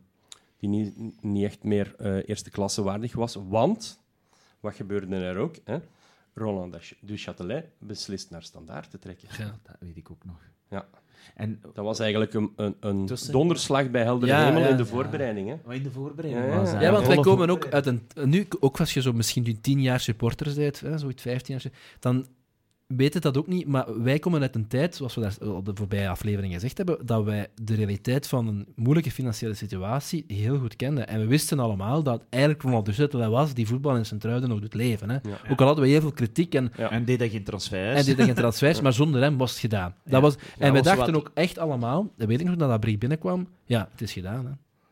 niet echt meer eerste klasse waardig was. Want, wat gebeurde er ook? Hè? Roland Duchâtelet beslist naar Standaard te trekken. Ja, dat weet ik ook nog. Ja. En dat was eigenlijk een donderslag bij heldere hemel in de voorbereiding. Hè? In de voorbereiding was ja, want wij komen ook uit een... Nu, ook als je zo misschien 10 jaar supporters bent, zoiets 15 jaar, dan weten dat ook niet, maar wij komen uit een tijd, zoals we daar de voorbije afleveringen gezegd hebben, dat wij de realiteit van een moeilijke financiële situatie heel goed kenden. En we wisten allemaal dat eigenlijk Ronald Duchâtelet was die voetbal in Sint-Truiden nog doet leven. Hè. Ja. Ook al hadden we heel veel kritiek. En deed hij geen transfers. Maar zonder hem was het gedaan. Dat was, en we dachten ook echt allemaal, dat weet ik nog, dat brief binnenkwam, ja, het is gedaan. Hè.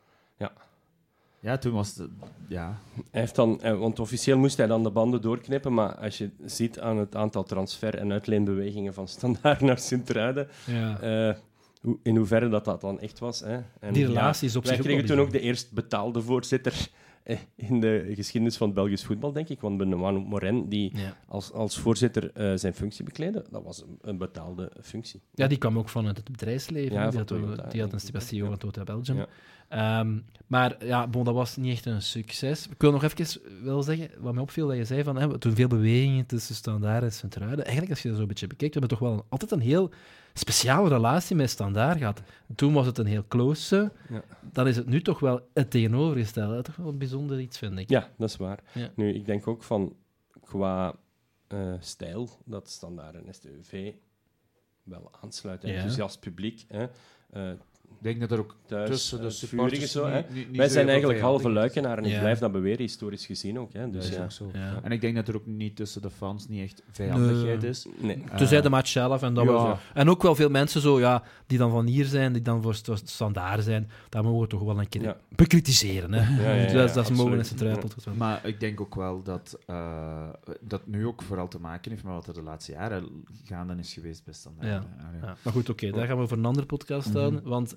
Ja, toen was het... Ja. Hij heeft dan, want officieel moest hij dan de banden doorknippen, maar als je ziet aan het aantal transfer- en uitleenbewegingen van Standaard naar Sint-Truiden, in hoeverre dat dan echt was. Hè. En die relatie is op zich. Wij kregen toen ook de eerst betaalde voorzitter in de geschiedenis van het Belgisch voetbal, denk ik. Want Benoît Morin, die als voorzitter zijn functie bekleedde, dat was een betaalde functie. Ja, die kwam ook vanuit het bedrijfsleven. Ja, die had een stipulatie over Total Belgium. Ja. Maar ja, dat was niet echt een succes. Ik wil nog even wel zeggen, wat mij opviel, dat je zei van, toen veel bewegingen tussen Standaard en Sint-Truiden. Eigenlijk, als je dat zo een beetje bekijkt, we hebben toch wel altijd een heel speciale relatie met Standaard gehad. Toen was het een heel close. Dan is het nu toch wel het tegenovergestelde. Toch wel een bijzonder iets, vind ik. Ja, dat is waar. Ja. Nu, ik denk ook van, qua stijl, dat Standaard en STUV wel aansluiten. Enthousiast publiek, hè. Ik denk dat er ook thuis, tussen de supporters... Zo, wij zijn eigenlijk halve Luikenaren en ik blijf dat beweren, historisch gezien ook. Hè. Dus, zo. Ja. En ik denk dat er ook niet tussen de fans niet echt vijandigheid is. Nee. Tenzij de match zelf. En ook wel veel mensen zo, die dan van hier zijn, die dan voor Standaard zijn. Daar mogen we toch wel een keer bekritiseren. Hè. Dat is mogen in Sint-Truiden. Maar ik denk ook wel dat dat nu ook vooral te maken heeft met wat er de laatste jaren gaande is geweest bij Standaard. Ja. Maar goed, oké, daar gaan we voor een andere podcast houden. Want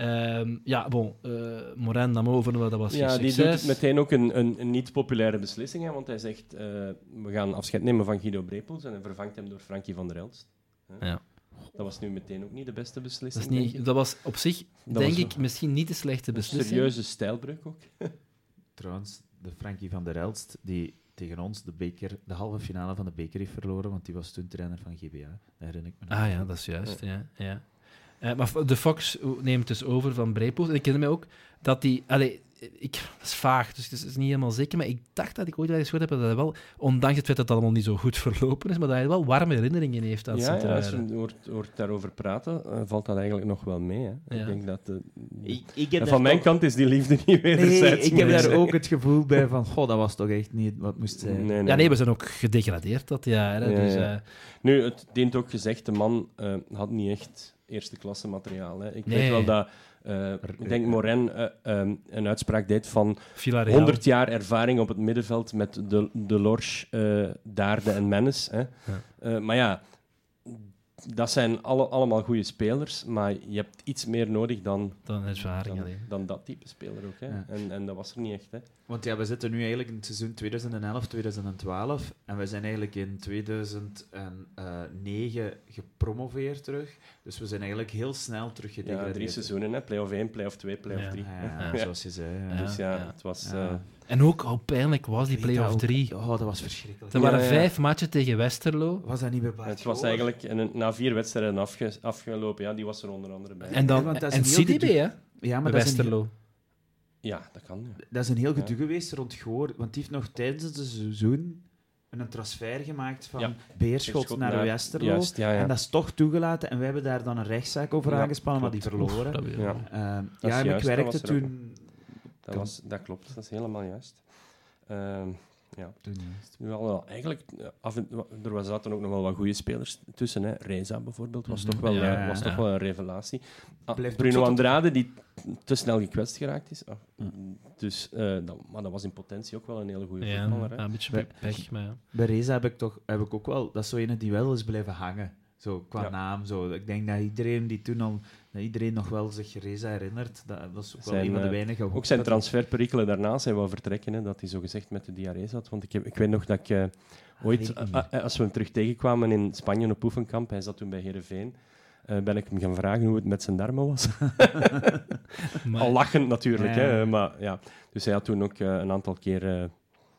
Morin nam over, dat was geen succes. Die doet meteen ook een niet populaire beslissing, hè, want hij zegt, we gaan afscheid nemen van Guido Brepoels en hij vervangt hem door Frankie van der Elst. Ja. Dat was nu meteen ook niet de beste beslissing. Dat was op zich, denk ik, misschien niet de slechte beslissing. Een serieuze stijlbreuk ook. Trouwens, de Frankie van der Elst, die tegen ons de halve finale van de beker heeft verloren, want die was toen trainer van GBA. Dat herinner ik me nog. Ah ja, dat is juist. Ja. Maar de Fox neemt dus over van Brepoels. En ik herinner mij ook dat dat is vaag, dus het is niet helemaal zeker. Maar ik dacht dat ik ooit wel eens gehoord heb dat hij wel, ondanks het feit dat het allemaal niet zo goed verlopen is, maar dat hij wel warme herinneringen heeft aan Sint-Truiden. Als je hoort daarover praten, valt dat eigenlijk nog wel mee. Hè. Ja. Ik denk dat... Ik heb van mijn kant is die liefde niet wederzijds. ik heb daar ook het gevoel bij van, dat was toch echt niet wat moest zijn. Nee, we zijn ook gedegradeerd dat jaar. Hè, dus, Nu, het dient ook gezegd, de man had niet echt eerste klasse materiaal. Hè. Ik weet wel dat... ik denk Morin een uitspraak deed van Villarreal. 100 jaar ervaring op het middenveld met de Lorch, Daarde en Mennes. Hè. Ja. Maar ja, dat zijn allemaal goede spelers, maar je hebt iets meer nodig dan ervaring. dat type speler ook. Hè. Ja. En dat was er niet echt. Hè. Want ja, we zitten nu eigenlijk in het seizoen 2011-2012 en we zijn eigenlijk in 2009 gepromoveerd terug. Dus we zijn eigenlijk heel snel terug gedegradeerd. 3 seizoenen, hè. Play-off 1, play-off 2, play-off 3. Ja, zoals je zei. Ja. Dus het was... En ook, hoe pijnlijk was die play-off 3? Oh, dat was verschrikkelijk. Er waren 5 matchen tegen Westerlo. Was dat niet meer bij? Het was eigenlijk na 4 wedstrijden afgelopen. Ja, die was er onder andere bij. En dan CDB, hè? Ja, maar Westerlo. Ja, dat kan. Ja. Dat is een heel gedoe geweest rond Goor, want die heeft nog tijdens het seizoen een transfer gemaakt van Beerschot naar Westerlo. Juist, ja. En dat is toch toegelaten en wij hebben daar dan een rechtszaak over aangespannen, maar die verloren. En ik werkte toen... Dat klopt, dat is helemaal juist. Eigenlijk, er zaten ook nog wel wat goede spelers tussen. Hè. Reza bijvoorbeeld was toch wel een revelatie. Bruno Andrade, die te snel gekwetst geraakt is. Maar dat was in potentie ook wel een hele goede voetballer. Hè. Een beetje pech, maar ja. Bij Reza heb ik ook wel... Dat is zo ene die wel is blijven hangen. Zo, qua naam. Zo. Ik denk dat iedereen die toen al... Dat iedereen nog wel zich Reza herinnert. Dat is ook wel een van de weinige... Ook zijn transferperikelen daarna zijn wel vertrekken. Hè, dat hij zogezegd met de diarree zat. Want ik weet nog dat ik ooit... als we hem terug tegenkwamen in Spanje op oefenkamp, hij zat toen bij Heerenveen, ben ik hem gaan vragen hoe het met zijn darmen was. Al lachend natuurlijk. Hè, maar, ja. Dus hij had toen ook een aantal keer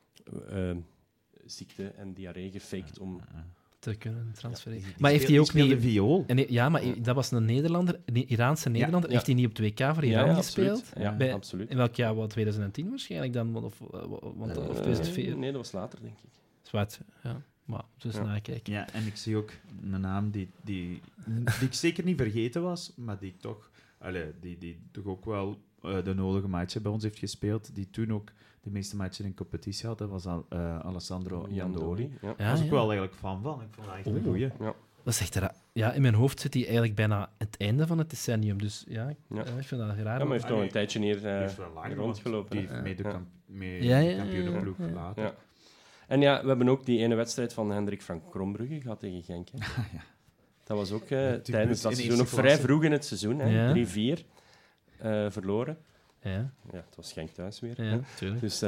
ziekte en diarree gefaked om... te kunnen transfereren. Maar heeft hij ook niet... de viool. Ja, maar dat was een Nederlander, een Iraanse Nederlander. Heeft hij niet op 2K voor Iran gespeeld? Ja, absoluut. In welk jaar? 2010 waarschijnlijk dan? Of 2004? Nee, dat was later, denk ik. Zwart, ja. Maar, dus nakijken. Ja, en ik zie ook een naam die ik zeker niet vergeten was, maar die toch... die toch ook wel de nodige matchen bij ons heeft gespeeld, die toen ook de meeste matchen in competitie had, dat was Alessandro Jandori. Ja. Daar was ik wel eigenlijk fan van. Ik vond dat echt een goeie. Ja. Dat is echt raar. Ja, in mijn hoofd zit hij eigenlijk bijna het einde van het decennium. Dus ja, ik vind dat raar. Ja, maar hij heeft nog een tijdje hier rondgelopen. Die heeft de kampioenenploeg gelaten. Ja. En ja, we hebben ook die ene wedstrijd van Hendrik van Krombrugge gehad tegen Genk. Hè. Dat was ook tijdens dat seizoen, nog vrij vroeg in het seizoen, hè, 3-4, verloren. Ja, het was Genk thuis weer. Ja, tuurlijk. Dus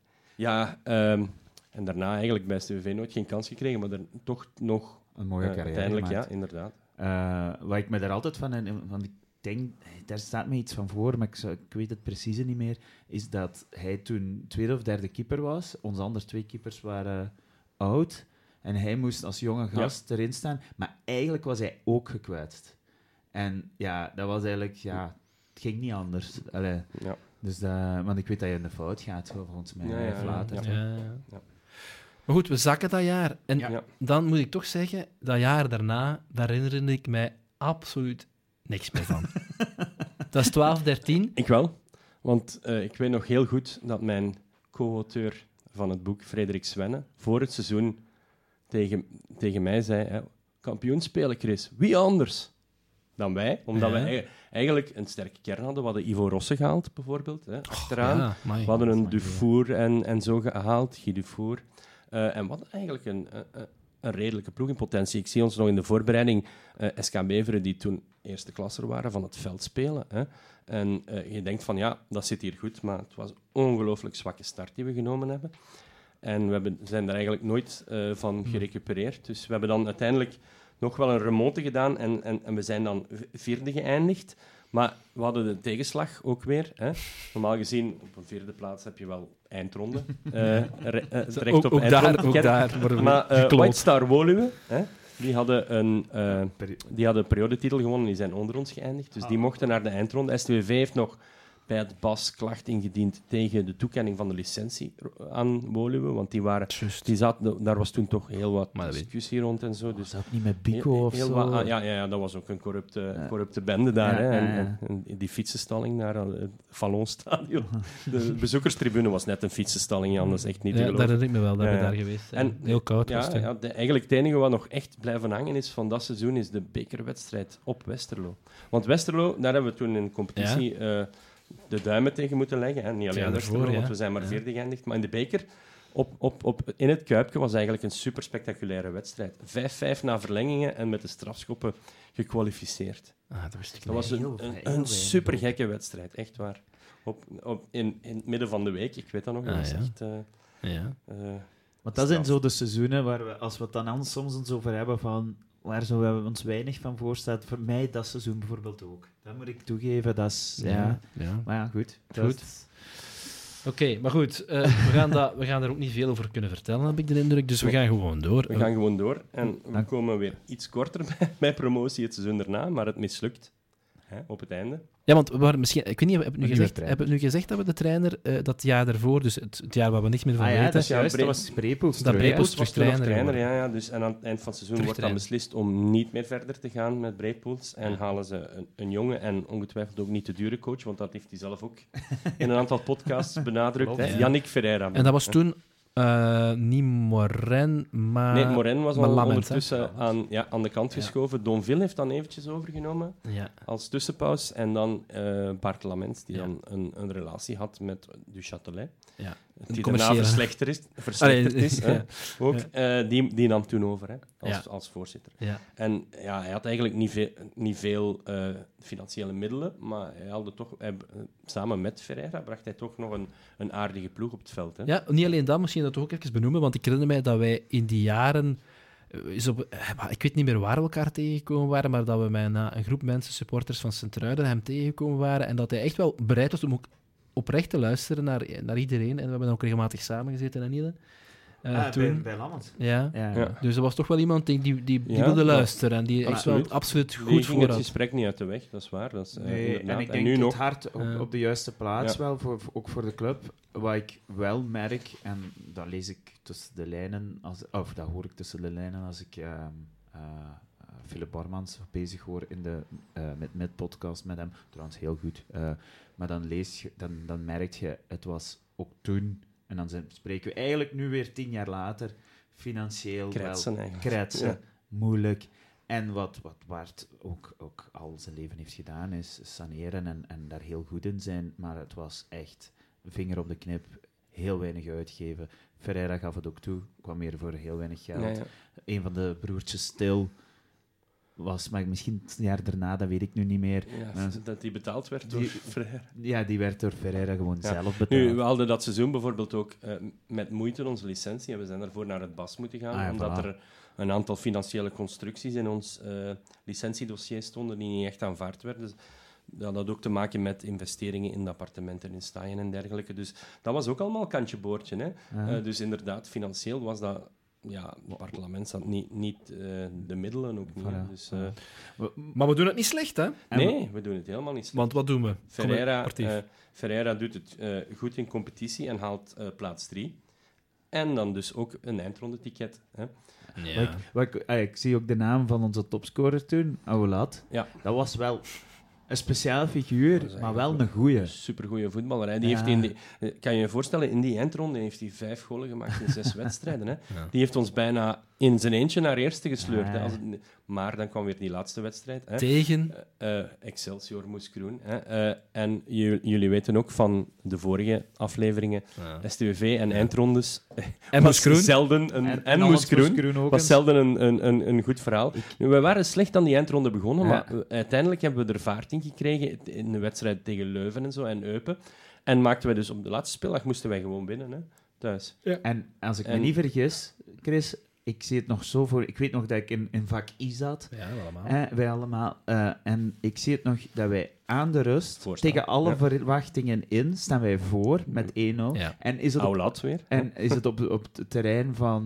en daarna eigenlijk bij STVV nooit geen kans gekregen, maar er toch nog een mooie carrière uiteindelijk, gemaakt. Ja, inderdaad. Wat ik me daar altijd van ik denk, daar staat me iets van voor, maar ik weet het precies niet meer, is dat hij toen tweede of derde keeper was. Onze andere 2 keepers waren oud. En hij moest als jonge gast erin staan. Maar eigenlijk was hij ook gekwetst. En ja, dat was eigenlijk... Ja, het ging niet anders. Dus want ik weet dat je in de fout gaat, volgens mij. Maar goed, we zakken dat jaar. En dan moet ik toch zeggen, dat jaar daarna, daar herinnerde ik mij absoluut niks meer van. Dat is 12-13. Ik wel. Want ik weet nog heel goed dat mijn co-auteur van het boek, Frederik Svenne, voor het seizoen tegen mij zei, kampioen spelen, Chris. Wie anders dan wij? Omdat wij eigenlijk een sterke kern hadden. We hadden Ivo Rosse gehaald, bijvoorbeeld, achteraan. We hadden een Dufour en zo gehaald, Guy Dufour. En we hadden eigenlijk een redelijke ploeg in potentie. Ik zie ons nog in de voorbereiding SK Beveren, die toen eerste klasser waren, van het veld spelen. Hè. En je denkt van, dat zit hier goed, maar het was een ongelooflijk zwakke start die we genomen hebben. En we zijn daar eigenlijk nooit van gerecupereerd. Dus we hebben dan uiteindelijk nog wel een remonte gedaan en we zijn dan 4e geëindigd. Maar we hadden de tegenslag ook weer. Hè. Normaal gezien, op een 4e plaats heb je wel eindronde. Recht op eindronde. Ook daar maar White Star Woluwe, die hadden een periodetitel gewonnen. Die zijn onder ons geëindigd. Dus die mochten naar de eindronde. STVV heeft nog bij het BAS klacht ingediend tegen de toekenning van de licentie aan Woluwe, want daar was toen toch heel wat discussie rond en zo. Dus dat niet met Bico of zo? Ja, dat was ook een corrupte bende daar. En die fietsenstalling naar het Vallonstadion. De bezoekerstribune was net een fietsenstalling, Jan, dat is echt niet te geloven. Dat herinner ik me wel, dat we daar geweest zijn. En heel koud was het. Eigenlijk het enige wat nog echt blijven hangen is van dat seizoen is de bekerwedstrijd op Westerlo. Want Westerlo, daar hebben we toen in de competitie de duimen tegen moeten leggen. Hè. Niet alleen Westerlo, want we zijn maar vierde geëindigd. Maar in de beker, in het Kuipke, was eigenlijk een super spectaculaire wedstrijd. 5-5 na verlengingen en met de strafschoppen gekwalificeerd. Dat was een super gekke wedstrijd, echt waar. In het midden van de week, ik weet dat nog. Dat was echt... Want dat zijn zo de seizoenen waar we, als we het dan soms eens over hebben van waar zo we ons weinig van voorstellen. Voor mij dat seizoen bijvoorbeeld ook. Dat moet ik toegeven, dat is... Maar ja, goed. Oké, maar goed. We gaan er ook niet veel over kunnen vertellen, heb ik de indruk. Dus we gaan gewoon door. We gaan gewoon door. En we komen weer iets korter bij promotie het seizoen daarna, maar het mislukt. Op het einde. Ja, want we waren misschien... Ik weet niet, heb ik nu gezegd dat we de trainer dat jaar daarvoor, dus het jaar waar we niks meer van weten... Dat was Brepoels. Dat Brepoels was trainer, ja. Dus, en aan het eind van het seizoein wordt dan beslist om niet meer verder te gaan met Brepoels. En halen ze een jonge en ongetwijfeld ook niet te dure coach, want dat heeft hij zelf ook in een aantal podcasts benadrukt. Yannick Ferreira. En dat was toen... niet Morin, maar... Nee, Morin was al ondertussen aan de kant geschoven. Donville heeft dan eventjes overgenomen als tussenpaus. En dan Bart Lamens, die dan een relatie had met Du Châtelet. Ja. Die daarna verslechterd is. Ook. Die nam toen over als voorzitter. Ja. En hij had eigenlijk niet veel financiële middelen, maar hij had toch, samen met Ferreira bracht hij toch nog een aardige ploeg op het veld. Hè? Ja, niet alleen dat, misschien dat ook even benoemen, want ik herinner mij dat wij in die jaren... ik weet niet meer waar we elkaar tegengekomen waren, maar dat we met een groep mensen, supporters van Sint-Truiden, hem tegengekomen waren en dat hij echt wel bereid was om ook oprecht te luisteren naar iedereen. En we hebben dan ook regelmatig samengezeten en Niele. Bij Lammens. Ja. Dus er was toch wel iemand die wilde luisteren en die echt wel absoluut goed voor had. Het gesprek niet uit de weg, dat is waar. Dat is, en ik denk nu het hart op de juiste plaats wel, ook voor de club. Wat ik wel merk, en dat lees ik tussen de lijnen, dat hoor ik tussen de lijnen als ik Philip Barmans bezig hoor met podcast met hem. Trouwens, heel goed. Maar dan merk je, het was ook toen... En dan spreken we eigenlijk nu weer 10 jaar later financieel kretsen, moeilijk. En wat Bart ook al zijn leven heeft gedaan, is saneren en daar heel goed in zijn. Maar het was echt vinger op de knip, heel weinig uitgeven. Ferreira gaf het ook toe, kwam meer voor heel weinig geld. Ja. Een van de broertjes Stil was, maar misschien het jaar daarna, dat weet ik nu niet meer. Ja, dat die betaald werd door Ferreira. Ja, die werd door Ferreira gewoon zelf betaald. Nu, we hadden dat seizoen bijvoorbeeld ook met moeite onze licentie. We zijn daarvoor naar het BAS moeten gaan, omdat er een aantal financiële constructies in ons licentiedossier stonden die niet echt aanvaard werden. Dus dat had ook te maken met investeringen in de appartementen in Staaien en dergelijke. Dus dat was ook allemaal kantje boordje. Hè? Dus inderdaad, financieel was dat... Ja, het parlement had niet de middelen ook niet. Voilà. Dus, maar we doen het niet slecht, hè? Nee, we doen het helemaal niet slecht. Want wat doen we? Ferreira doet het goed in competitie en haalt plaats 3. En dan dus ook een eindrondeticket. Hè? Ja. Ik zie ook de naam van onze topscorer toen, Aulat. Ja. Dat was wel... Een speciaal figuur, maar wel een goeie. Supergoeie voetballer. Die heeft kan je je voorstellen, in die eindronde heeft hij 5 golen gemaakt in 6 wedstrijden. Hè? Ja. Die heeft ons bijna in zijn eentje naar eerste gesleurd. Hè? Maar dan kwam weer die laatste wedstrijd. Hè? Tegen? Excelsior Moeskroen. En jullie weten ook van de vorige afleveringen, STVV en eindrondes. En Moeskroen. En Moeskroen was zelden een goed verhaal. We waren slecht aan die eindronde begonnen, maar uiteindelijk hebben we er vaart in gekregen in de wedstrijd tegen Leuven en zo en Eupen. En maakten wij dus op de laatste speeldag moesten wij gewoon winnen, hè, thuis. Ja. En als ik me niet vergis, Chris, ik zie het nog zo voor... Ik weet nog dat ik in vak I zat. Ja, allemaal. Wij allemaal. En ik zie het nog dat wij aan de rust, tegen alle verwachtingen in, staan wij voor met 1-0. Ja. En is het op het terrein van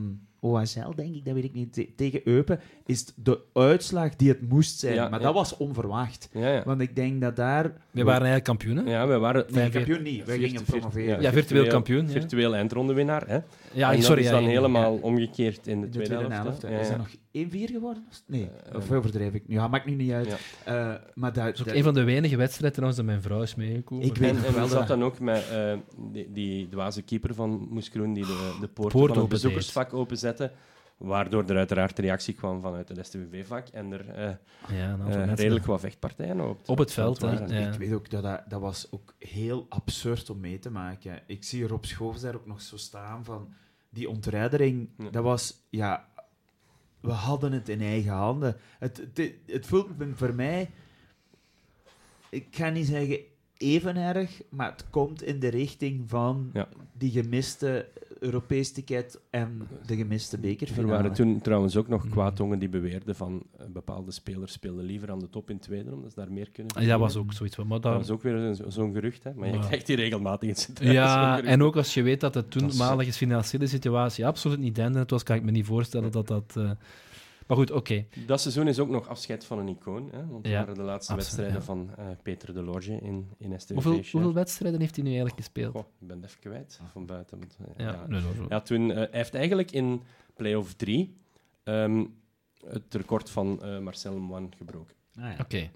OHL, denk ik, dat weet ik niet, tegen Eupen, is de uitslag die het moest zijn. Ja, maar ja. dat was onverwacht. Ja. Want ik denk dat daar... We waren eigenlijk kampioenen. Ja, we waren... Nee, kampioen niet. Wij gingen promoveren. Ja, virtueel kampioen. Ja. Virtueel eindrondewinnaar. Hè? Ja, en sorry. dat is dan ja, helemaal omgekeerd in de In de tweede tweede helft. helft. Hè. Is er nog 1-4 geworden? Nee, of overdrijf ik? Ja, maakt nu niet uit. Maar Dat is ook een van de weinige wedstrijden trouwens dat mijn vrouw is meegekomen. Ik weet En nog we wel zat dat... dan ook met die dwaze keeper van Moes Kroen die de poort Poort van het opendeed. bezoekersvak openzette. Waardoor er uiteraard reactie kwam vanuit het STVV-vak en er Ja, een aantal mensen redelijk wat vechtpartijen op het veld. Hè. waren. Ja. Ik weet ook dat was ook heel absurd om mee te maken. Ik zie Rob Schoofs daar ook nog zo staan van die ontreddering. Ja. Dat was, ja, we hadden het in eigen handen. Het voelt voor mij, ik ga niet zeggen even erg, maar het komt in de richting van die gemiste Europees ticket en de gemiste Er bekerfinale. waren toen trouwens ook nog kwaadongen die beweerden van bepaalde spelers speelden liever aan de top in tweede, omdat ze daar meer kunnen En dat was ook zoiets van. Maar Dat dat, was ook weer zo'n gerucht, hè? Maar je Ja. krijgt die regelmatig in zijn thuis, zo'n ja, gerucht. en ook als je weet dat de Dat is- toenmalige financiële situatie absoluut niet denderend was, kan ik me niet voorstellen dat dat... Maar goed, oké. Dat seizoen is ook nog afscheid van een icoon, hè? Want het Ja, waren de laatste absoluut, wedstrijden ja. van Peter de Lorge in STVV. Hoeveel wedstrijden heeft hij nu eigenlijk gespeeld? Goh, ik ben het even kwijt van buiten. Want, Ja, nee, zo. Ja, toen, hij heeft eigenlijk in play-off 3 het record van Marcel Moine gebroken. Ah, ja. Oké.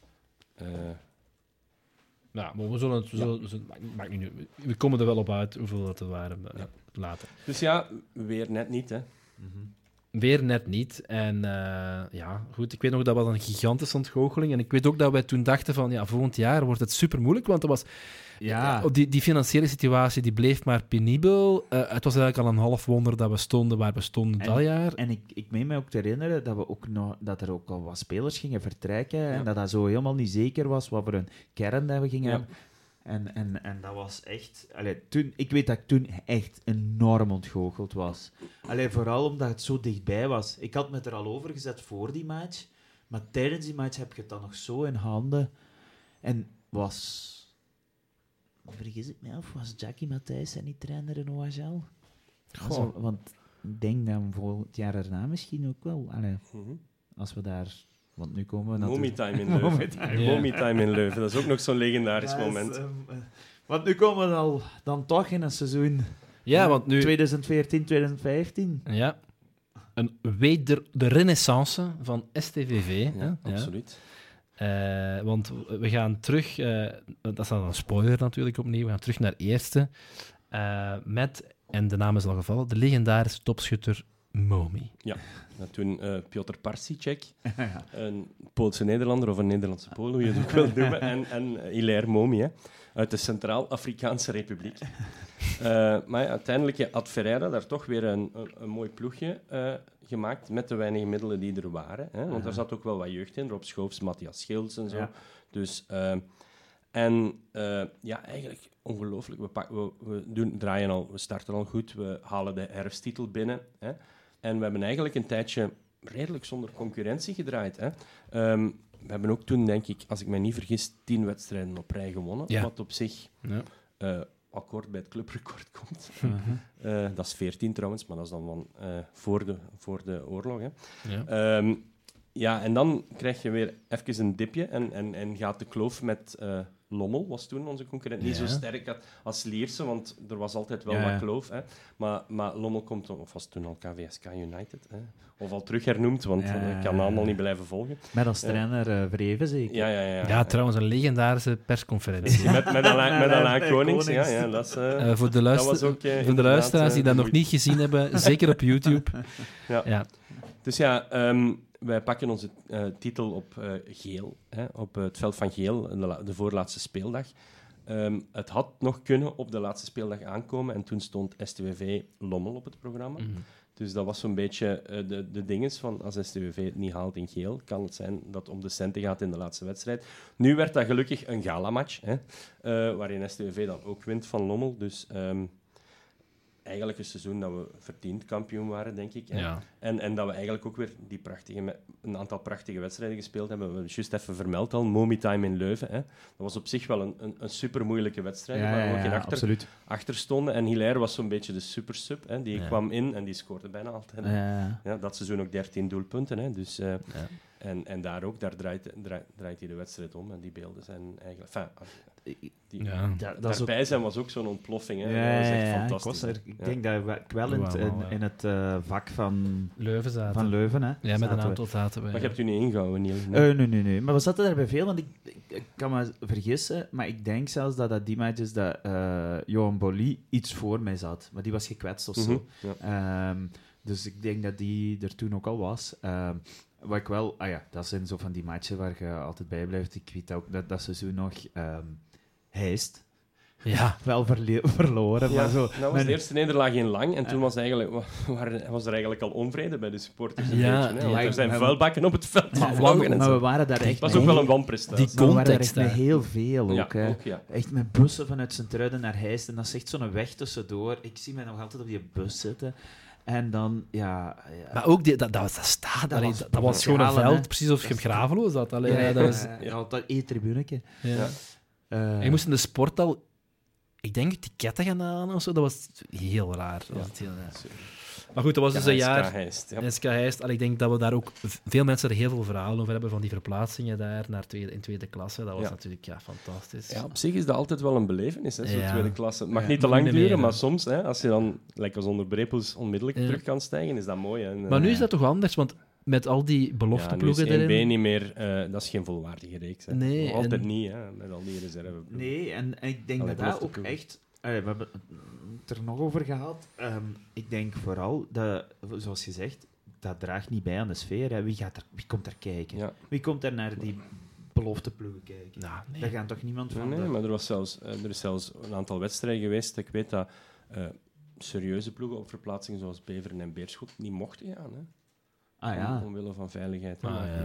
Ja, maar we zullen maakt niet uit. We komen er wel op uit hoeveel dat er waren later. Dus ja, weer net niet, hè. Weer net niet. En ja, goed, ik weet nog dat was een gigantische ontgoocheling. En ik weet ook dat wij toen dachten van, ja, volgend jaar wordt het super moeilijk, want er was... Ja. Die financiële situatie die bleef maar penibel. Het was eigenlijk al een half wonder dat we stonden waar we stonden dat jaar. En ik meen me ook te herinneren dat, dat er ook al wat spelers gingen vertrekken Ja. en dat dat zo helemaal niet zeker was wat voor een kern dat we gingen Ja. hebben. En dat was echt... Ik weet dat ik toen echt enorm ontgoocheld was. Vooral omdat het zo dichtbij was. Ik had me er al over gezet voor die match, maar tijdens die match heb je het dan nog zo in handen. En was... Vergis ik mij of was Jackie Matthijssen niet trainer in OHL? Goh. Want ik denk dat we volgend jaar erna misschien ook wel... Mhm. Als we daar... Want nu komen we Mommy natuurlijk... Time in Leuven. Time. Ja. Mommy Time in Leuven, dat is ook nog zo'n legendarisch Dat is, moment. want nu komen we al dan toch in een seizoen... Ja, want nu... 2014, 2015. Ja. De renaissance van STVV. hè? Ja, absoluut. Want we gaan terug, dat is dan een spoiler natuurlijk opnieuw, we gaan terug naar eerste met, en de naam is al gevallen, de legendarische topschutter Momi. Ja, toen Piotr Parsicek, Ja. een Poolse Nederlander of een Nederlandse Pool, hoe je het ook wilt noemen, en Hilaire Momi, hè, uit de Centraal-Afrikaanse Republiek. Maar ja, uiteindelijk had Ferreira daar toch weer een mooi ploegje gemaakt met de weinige middelen die er waren. Hè, want er zat ook wel wat jeugd in, Rob Schoofs, Matthias Schilds en zo. Ja. Dus, ja, eigenlijk ongelooflijk. We starten al goed, we halen de herfsttitel binnen. Hè, en we hebben eigenlijk een tijdje redelijk zonder concurrentie gedraaid. Hè. We hebben ook toen, denk ik, als ik me niet vergis, 10 wedstrijden op rij gewonnen. Ja. Wat op zich akkoord bij het clubrecord komt. Dat is 14 trouwens, maar dat is dan van voor de oorlog. Hè. Ja. Ja, en dan krijg je weer even een dipje en gaat de kloof met Lommel, was toen onze concurrent. Niet zo sterk als Lierse, want er was altijd wel wat kloof. Hè. Maar Lommel komt, of was toen al KVSK United, hè. Of al terug hernoemd, want ik kan allemaal niet blijven volgen. Met als trainer Verheven, zeker. Ja, trouwens, een legendarische persconferentie. Met Alain Konings. Ja, dat is, Voor de, dat was ook, voor de luisteraars die dat nog niet gezien hebben, zeker op YouTube. Ja. Dus ja, wij pakken onze titel op Geel, hè, op het veld van Geel, de voorlaatste speeldag. Het had nog kunnen op de laatste speeldag aankomen en toen stond STVV Lommel op het programma. Mhm. Dus dat was zo'n beetje de dinges van als STVV het niet haalt in Geel, kan het zijn dat het om de centen gaat in de laatste wedstrijd. Nu werd dat gelukkig een galamatch, hè, waarin STVV dan ook wint van Lommel. Dus eigenlijk een seizoen dat we verdiend kampioen waren, denk ik. Hè. Ja. En dat we eigenlijk ook weer een aantal prachtige wedstrijden gespeeld hebben. We hebben juist even vermeld al, Momi Time in Leuven. Hè. Dat was op zich wel een super moeilijke wedstrijd, waar we ook achter stonden. En Hilaire was zo'n beetje de super sub. Hè. Die kwam in en die scoorde bijna altijd. Ja, dat seizoen ook 13 doelpunten. Hè. Dus, en daar draait hij de wedstrijd om. En die beelden zijn eigenlijk... daarbij zijn was ook zo'n ontploffing. Hè. Dat was echt fantastisch. Ik denk dat ik wel in het vak van Leuven zaten. Van Leuven, hè. Ja, met een aantal zaten we. Maar je hebt u niet ingehouden, Niels? Nee. Maar we zaten daar bij veel, want ik kan me vergissen, maar ik denk zelfs dat die match is dat Johan Bolly iets voor mij zat. Maar die was gekwetst of zo. Dus ik denk dat die er toen ook al was. Wat ik wel... dat zijn zo van die matchen waar je altijd bij blijft. Ik weet ook dat seizoen nog... Heist. Ja. Wel verloren. Ja, maar zo. Dat was de eerste nederlaag in lang. En toen was er eigenlijk al onvrede bij de supporters. Er zijn vuilbakken op het veld. Maar we waren daar echt... Dat was ook wel een wanprestatie. Die context, met heel veel ook. Hè. Ook, ja. Echt met bussen vanuit Sint-Truiden naar Heist. En dat is echt zo'n weg tussendoor. Ik zie mij nog altijd op die bus zitten. En dan, Maar ook dat was gewoon een veld, precies alsof je hem graveloos had. Dat was... dat E-tribuneke. Ja. En je moest in de sporthal, ik denk, ticketten gaan halen of zo. Dat was heel raar. Dat was het heel raar. Maar goed, dat was dus een jaar... SK Heist. Ik denk dat we daar ook... Veel mensen er heel veel verhalen over hebben, van die verplaatsingen daar in tweede klasse. Dat was natuurlijk fantastisch. Ja, op zich is dat altijd wel een belevenis, hè, zo'n tweede klasse. Het mag niet te lang duren, maar soms, hè, als je dan, als onder Brepels, onmiddellijk terug kan stijgen, is dat mooi. Hè. Maar nu is dat toch anders, want met al die belofteploegen erin... nu is 1B niet meer... dat is geen volwaardige reeks. Hè. Nee. Nog altijd niet, hè, met al die reserveploegen. Nee, en ik denk dat ook echt... we hebben het er nog over gehad. Ik denk vooral dat, zoals je zegt, dat draagt niet bij aan de sfeer. Hè. Wie komt er kijken? Ja. Wie komt er naar die belofteploegen kijken? Nou, nee. Daar gaat toch niemand van? Nee, maar er is zelfs een aantal wedstrijden geweest. Ik weet dat serieuze ploegen op verplaatsingen zoals Beveren en Beerschot niet mochten gaan. Hè. Omwille van veiligheid.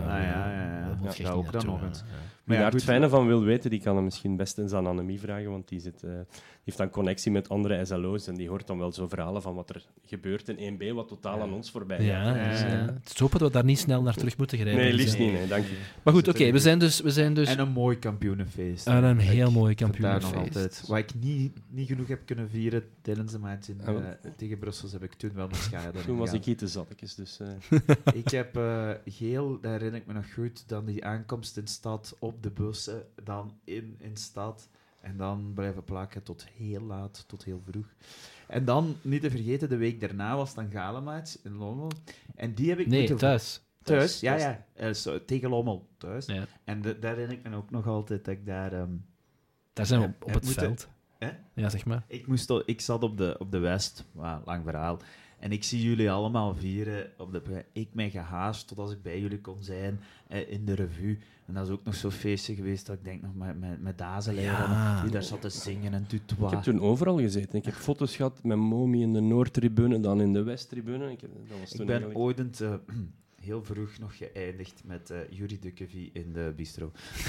Dat moet ook dan nog eens. Wie daar het fijne van wil weten, die kan hem misschien best eens aan Annemie vragen, want die heeft dan connectie met andere SLO's en die hoort dan wel zo verhalen van wat er gebeurt in 1B, wat totaal aan ons voorbij gaat. Het is hopen dat we daar niet snel naar terug moeten grijpen. Nee, liefst niet, nee, dank je. Maar goed, oké, we zijn dus... En een mooi kampioenenfeest. En een heel mooi kampioenenfeest. Wat ik niet genoeg heb kunnen vieren tijdens de match tegen Brussels, heb ik toen wel nog schade. Toen was ik iets te zattekjes, dus... Ik heb geel, daar herinner ik me nog goed, dan die aankomst in stad, op de bussen, dan in stad, en dan blijven plakken tot heel laat, tot heel vroeg. En dan, niet te vergeten, de week daarna was dan Galemaatje in Lommel. En die heb ik... Nee, thuis. Thuis, ja. Tegen Lommel, thuis. Ja. En daar herinner ik me ook nog altijd dat ik daar... daar zijn we op het veld. Ja, zeg maar. Ik zat op de West, lang verhaal. En ik zie jullie allemaal vieren. Ik ben gehaast tot als ik bij jullie kon zijn in de revue. En dat is ook nog zo'n feestje geweest dat ik denk nog met Dazelij die daar zat te zingen en tutois. Ik heb toen overal gezeten. Ik heb foto's gehad met Momi in de Noordtribune, dan in de Westtribune. Ik ben ooit heel vroeg nog geëindigd met Yuri de Kevie in de bistro.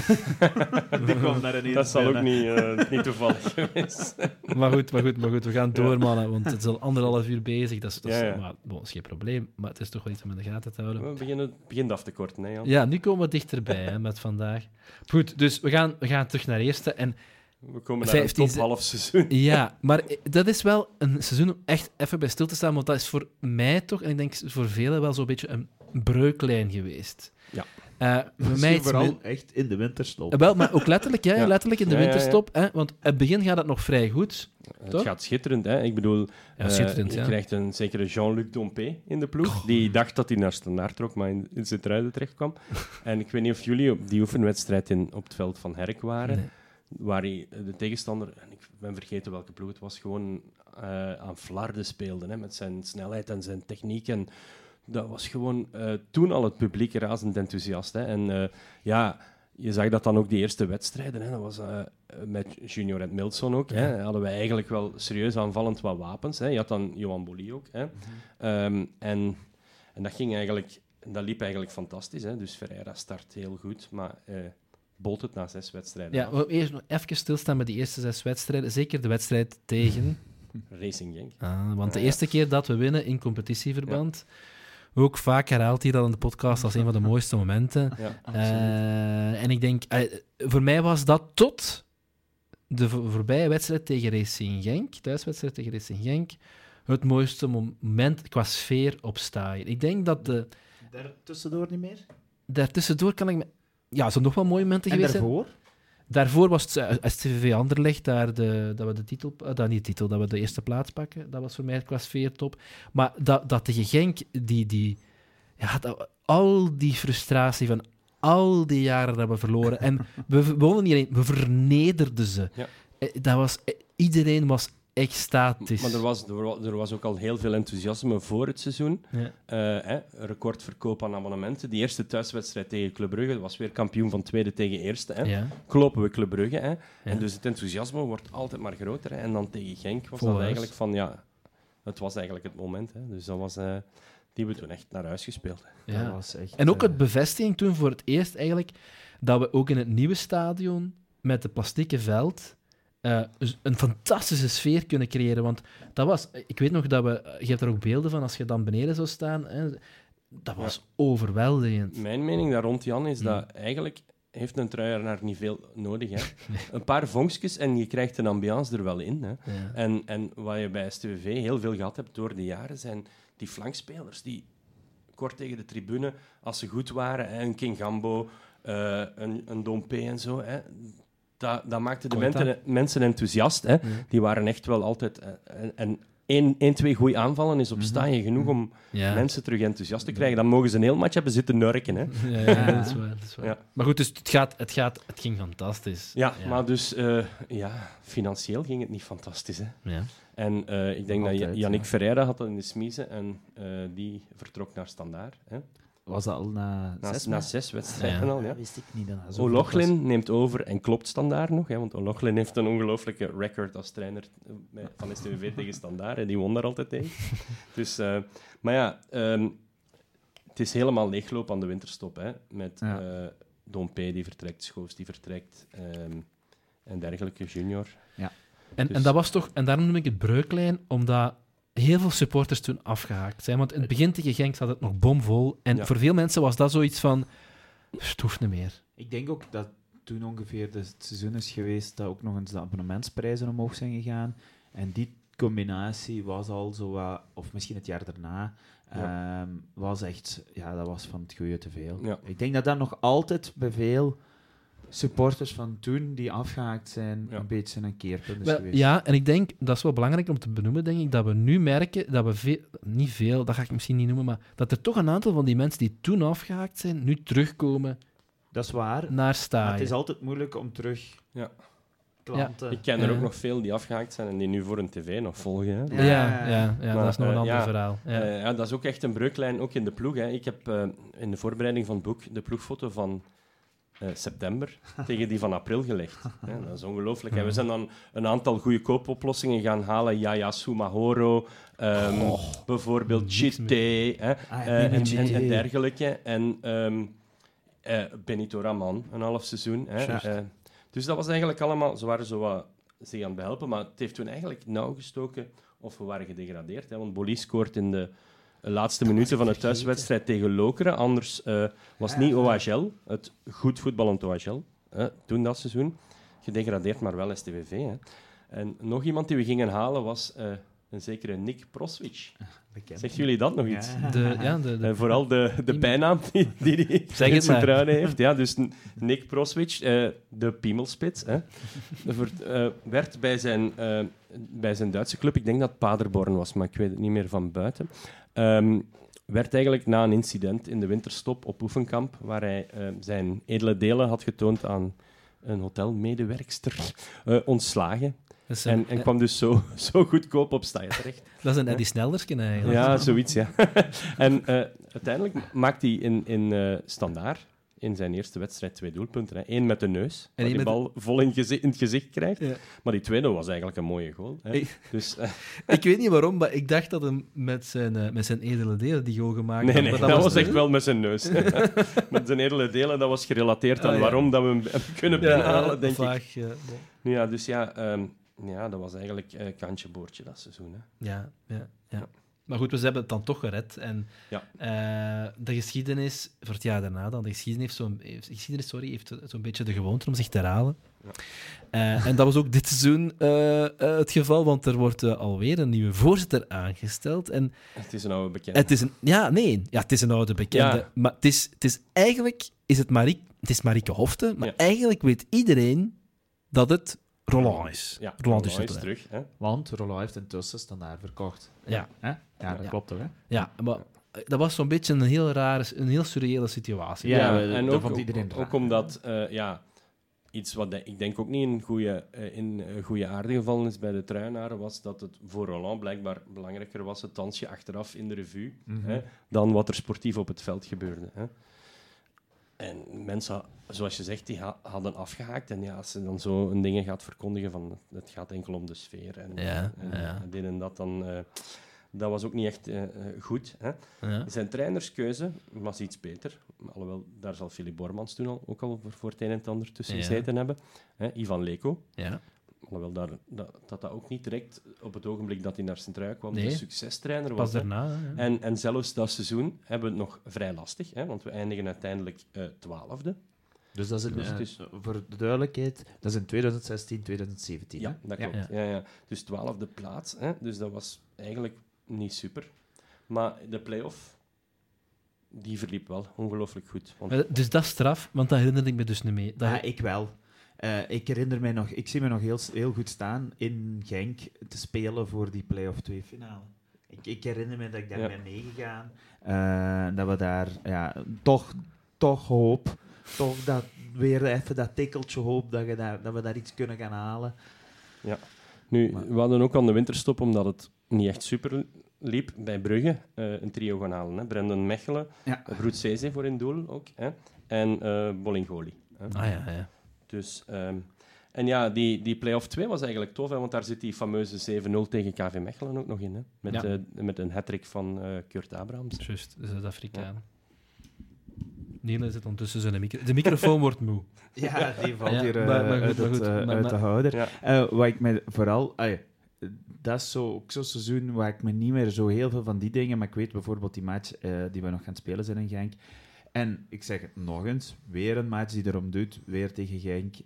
Die kwam daar ineens. Dat zal ook niet toevallig geweest zijn. Maar goed, we gaan door, mannen, want het is al 1,5 uur bezig. Dat is geen probleem, maar het is toch wel iets om in de gaten te houden. We beginnen af te korten, hè, Jan? Ja, nu komen we dichterbij met vandaag. Goed, dus we gaan terug naar eerste en... We komen naar een top-half seizoen. Ja, maar dat is wel een seizoen om echt even bij stil te staan, want dat is voor mij toch, en ik denk voor velen wel zo'n beetje een breuklijn geweest. Ja. Voor mij vooral echt in de winterstop. Wel, maar ook letterlijk, letterlijk in de winterstop. Hè, want in het begin gaat het nog vrij goed. Het gaat schitterend, hè. Ik bedoel, je krijgt een zekere Jean-Luc Dompé in de ploeg, die dacht dat hij naar Standaard trok, maar in Sint-Truiden terecht kwam. En ik weet niet of jullie op die oefenwedstrijd op het veld van Herk waren. Nee. Waar hij de tegenstander, en ik ben vergeten welke ploeg het was, gewoon aan flarde speelde, hè, met zijn snelheid en zijn techniek. En dat was gewoon toen al het publiek razend enthousiast. Hè. En je zag dat dan ook die eerste wedstrijden. Hè. Dat was met Junior en Milson ook. Hè. Hadden wij eigenlijk wel serieus aanvallend wat wapens. Hè. Je had dan Johan Bolly ook. Hè. En dat liep eigenlijk fantastisch. Hè. Dus Ferreira start heel goed, maar... bolt het na 6 wedstrijden. Ja, we eerst nog even stilstaan met die eerste 6 wedstrijden. Zeker de wedstrijd tegen Racing Genk. Want de eerste keer dat we winnen in competitieverband, ook vaak herhaalt hij dat in de podcast als een van de mooiste momenten. Ja, en ik denk, voor mij was dat tot de voorbije wedstrijd tegen Racing Genk, thuiswedstrijd tegen Racing Genk, het mooiste moment qua sfeer op stadion. Ik denk dat Daartussendoor niet meer? Daartussendoor kan ik me... Ja, er zijn nog wel mooie momenten En geweest. daarvoor? Daarvoor was het STVV Anderlecht, dat we de eerste plaats pakken. Dat was voor mij qua sfeer top. Maar dat tegen Genk, al die frustratie van al die jaren dat we verloren. En we wonnen niet alleen, we vernederden ze. Ja. Iedereen was extatisch. Maar er was ook al heel veel enthousiasme voor het seizoen. Ja. Recordverkoop aan abonnementen. Die eerste thuiswedstrijd tegen Club Brugge was weer kampioen van tweede tegen eerste. Ja. Kloppen we Club Brugge. Ja. En dus het enthousiasme wordt altijd maar groter. En dan tegen Genk was Vol dat huis. eigenlijk van... Ja, het was eigenlijk het moment. Dus dat was... die hebben we toen echt naar huis gespeeld. Ja. Dat was echt, En ook het bevestiging toen voor het eerst eigenlijk dat we ook in het nieuwe stadion met het plastieke veld een fantastische sfeer kunnen creëren. Want dat was... Ik weet nog dat je hebt er ook beelden van als je dan beneden zou staan. Hè, dat was overweldigend. Mijn mening daar rond, Jan, is dat eigenlijk heeft een truienaar niet veel nodig. Hè. Een paar vonkjes en je krijgt een ambiance er wel in. Hè. Ja. En wat je bij STVV heel veel gehad hebt door de jaren, zijn die flankspelers die kort tegen de tribune, als ze goed waren, hè, een King Gambo, een Dompe en zo, hè, dat maakte de mensen enthousiast. Hè. Die waren echt wel altijd... en 1-2 goede aanvallen is op staaien genoeg om mensen terug enthousiast te krijgen. Dan mogen ze een heel match hebben zitten nurken. Hè. Ja, dat is waar. Dat is waar. Ja. Maar goed, dus het ging fantastisch. Ja, maar dus financieel ging het niet fantastisch. Hè. Ja. En ik denk dat Yannick Ferreira had dat in de smiezen en die vertrok naar Standaard. Hè. Was dat al na 6 wedstrijden al, ja. Dat wist ik niet. O'Loughlin neemt over en klopt Standaard nog, hè, want O'Loughlin heeft een ongelooflijke record als trainer van STVV tegen Standaard en die won daar altijd tegen. Dus, maar ja, het is helemaal leegloop aan de winterstop, hè, met Dompe die vertrekt, Schoofs die vertrekt en dergelijke junior. Ja. En dat was toch, en daarom noem ik het breuklijn, omdat heel veel supporters toen afgehaakt zijn. Want in het begin tegen Genk zat het nog bomvol. En voor veel mensen was dat zoiets van... Het hoeft niet meer. Ik denk ook dat toen ongeveer het seizoen is geweest dat ook nog eens de abonnementsprijzen omhoog zijn gegaan. En die combinatie was al zo wat... Of misschien het jaar daarna... was echt... Ja, dat was van het goeie te veel. Ja. Ik denk dat dat nog altijd bij veel supporters van toen die afgehaakt zijn een beetje een keerpunt is geweest. Ja, en ik denk, dat is wel belangrijk om te benoemen, denk ik, dat we nu merken dat we niet veel, dat ga ik misschien niet noemen, maar dat er toch een aantal van die mensen die toen afgehaakt zijn, nu terugkomen. Dat is waar. Naar staaien. Het is altijd moeilijk om terug klanten... Ik ken er ook nog veel die afgehaakt zijn en die nu voor een tv nog volgen. Hè. Ja, maar, dat is nog een ander verhaal. Ja. Dat is ook echt een breuklijn, ook in de ploeg. Hè. Ik heb in de voorbereiding van het boek de ploegfoto van september tegen die van april gelegd. Ja, dat is ongelooflijk. We zijn dan een aantal goede koopoplossingen gaan halen. Yaya Sumahoro, bijvoorbeeld Chite en dergelijke. En Benito Raman, een half seizoen. Dus dat was eigenlijk allemaal... Ze waren zo wat zich aan het behelpen, maar het heeft toen eigenlijk nauw gestoken of we waren gedegradeerd. Hè, want Bolie scoort in de laatste minuten van de thuiswedstrijd tegen Lokeren. Anders was niet OHL, het goed voetballend OHL, toen dat seizoen, gedegradeerd, maar wel STVV. Hè. En nog iemand die we gingen halen was een zekere Nick Proswitch. Zegt jullie dat nog iets? Vooral de bijnaam die in zijn truinen heeft. Ja, dus Nick Proswitch, de Piemelspits, werd bij zijn Duitse club, ik denk dat het Paderborn was, maar ik weet het niet meer van buiten, werd eigenlijk na een incident in de winterstop op oefenkamp, waar hij zijn edele delen had getoond aan een hotelmedewerkster, ontslagen. En kwam dus zo goedkoop op staaien terecht. Dat is een Eddie Sneldersken eigenlijk. Ja, zoiets, ja. En uiteindelijk maakt hij in Standaard in zijn eerste wedstrijd 2 doelpunten. Hè. 1 met de neus, waar die bal vol in het gezicht krijgt. Ja. Maar die tweede was eigenlijk een mooie goal. Hè. Dus, ik weet niet waarom, maar ik dacht dat hij met zijn edele delen die goal gemaakt had. Nee, dat was echt wel met zijn neus. Met zijn edele delen, dat was gerelateerd aan waarom dat we hem kunnen binnenhalen, denk ik. Ja, dus ja... ja, dat was eigenlijk kantje boordje dat seizoen. Hè. Ja. Maar goed, we hebben het dan toch gered. En de geschiedenis, voor het jaar daarna dan, de geschiedenis heeft zo'n beetje de gewoonte om zich te herhalen. Ja. En dat was ook dit seizoen het geval, want er wordt alweer een nieuwe voorzitter aangesteld. En het is een oude bekende. Het is een oude bekende. Ja. Maar het is eigenlijk... Het is Marieke Hofte, maar eigenlijk weet iedereen dat het Roland is. Ja, Roland is terug. Hè? Want Roland heeft intussen Standaard verkocht. Ja. Ja, dat klopt toch, hè? Ja, maar dat was zo'n beetje een heel surreële situatie. Ja, en ook omdat... iets wat ik denk ook niet in goede aarde gevallen is bij de Truinaren, was dat het voor Roland blijkbaar belangrijker was het dansje achteraf in de revue, dan wat er sportief op het veld gebeurde. Hè. En mensen, zoals je zegt, die hadden afgehaakt. En als ze dan zo een dingen gaat verkondigen van het gaat enkel om de sfeer en dit en dat, dan... dat was ook niet echt goed. Hè. Ja. Zijn trainerskeuze was iets beter. Alhoewel, daar zal Philippe Bormans toen ook al voor het een en het ander tussen gezeten hebben. Ivan Leko. Ja. Alhoewel, dat ook niet direct op het ogenblik dat hij naar Sint-Truiden kwam de succestrainer was. Pas daarna. Ja. En zelfs dat seizoen hebben we het nog vrij lastig. Hè, want we eindigen uiteindelijk 12e. Dus dat is voor de duidelijkheid, dat is in 2016, 2017. Ja, dat klopt. Ja. Dus 12e plaats. Hè, dus dat was eigenlijk... niet super. Maar de play-off, die verliep wel ongelooflijk goed. Dus dat is straf, want dat herinner ik me dus niet mee. Ik wel. Ik herinner mij nog... Ik zie me nog heel goed staan in Genk te spelen voor die play-off 2-finale. Ik herinner me dat ik daar ben meegegaan. Dat we daar toch hoop... Toch weer even dat tikkeltje hoop dat we daar iets kunnen gaan halen. Ja. Nu, we hadden ook aan de winterstop, omdat het niet echt super liep, bij Brugge een trio gaan halen. Hè. Brendan Mechelen, Broed Ceze voor in doel ook, hè. En Bolingoli. Ja. Dus, en die play-off 2 was eigenlijk tof, hè, want daar zit die fameuze 7-0 tegen KV Mechelen ook nog in. Hè. Met een hat-trick van Kurt Abrahams. Juist, de Zuid-Afrikaan. Ja. Niels zit ondertussen zijn microfoon. De microfoon wordt moe. Ja, die valt hier uit de houder. Ja. Wat ik me vooral... dat is ook zo'n seizoen waar ik me niet meer zo heel veel van die dingen... Maar ik weet bijvoorbeeld die match die we nog gaan spelen zijn in Genk. En ik zeg het nog eens, weer een match die erom doet, weer tegen Genk.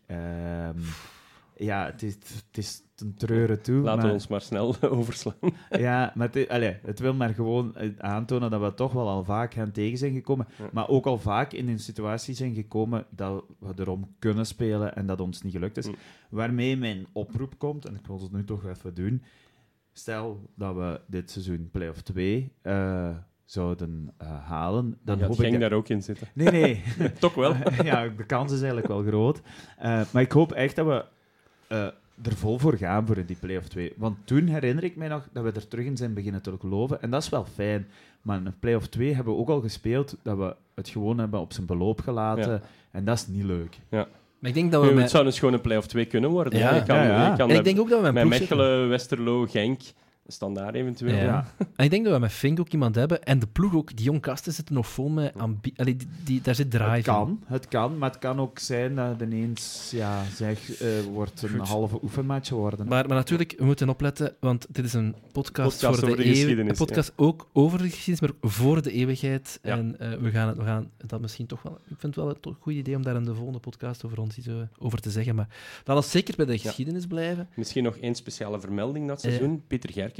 Het is ten treuren toe. Laten we ons maar snel overslaan. Ja, maar het wil maar gewoon aantonen dat we toch wel al vaak gaan tegen zijn gekomen. Ja. Maar ook al vaak in een situatie zijn gekomen dat we erom kunnen spelen en dat ons niet gelukt is. Waarmee mijn oproep komt, en ik wil het nu toch even doen. Stel dat we dit seizoen play-off 2 zouden halen. Dan hoop ik daar ook in zitten. Nee. Toch wel? Ja, de kans is eigenlijk wel groot. Maar ik hoop echt dat we er vol voor gaan voor in die play-off 2. Want toen herinner ik mij nog dat we er terug in zijn beginnen te geloven. En dat is wel fijn. Maar in een play-off 2 hebben we ook al gespeeld dat we het gewoon hebben op zijn beloop gelaten. Ja. En dat is niet leuk. Ja. Maar ik denk dat we het zou dus gewoon een play-off 2 kunnen worden. Ja. En ik denk ook dat we met Mechelen, Westerlo, Genk... Standaard eventueel. Ja. En ik denk dat we met Fink ook iemand hebben. En de ploeg ook. Die jong gasten zitten nog vol met daar zit drive Het kan, maar het kan ook zijn dat het ineens wordt een halve oefenmatch worden. Maar natuurlijk, we moeten opletten, want dit is een podcast voor de geschiedenis. Een podcast ook over de geschiedenis, maar ook voor de eeuwigheid. Ja. En we gaan dat misschien toch wel... Ik vind het wel een goed idee om daar in de volgende podcast over ons iets over te zeggen. Maar laat ons zeker bij de geschiedenis blijven. Misschien nog één speciale vermelding dat seizoen. Pieter Gerkens.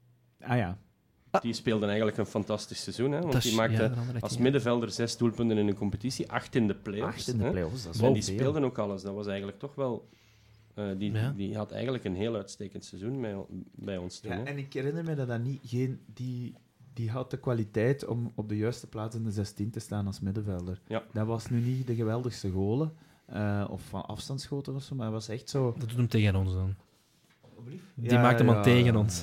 Die speelde eigenlijk een fantastisch seizoen. Hè, want die maakte als middenvelder 6 doelpunten in een competitie, 8 in de play-offs. 8 in de play-offs, dat is en die speelden ook alles. Dat was eigenlijk toch wel... Die had eigenlijk een heel uitstekend seizoen bij ons toen. Ja, en ik herinner me dat die had de kwaliteit om op de juiste plaats in de 16 te staan als middenvelder. Ja. Dat was nu niet de geweldigste golen of van afstandsschoten of zo, maar dat was echt zo... Dat doet hem tegen ons dan. Die maakt hem al tegen ons.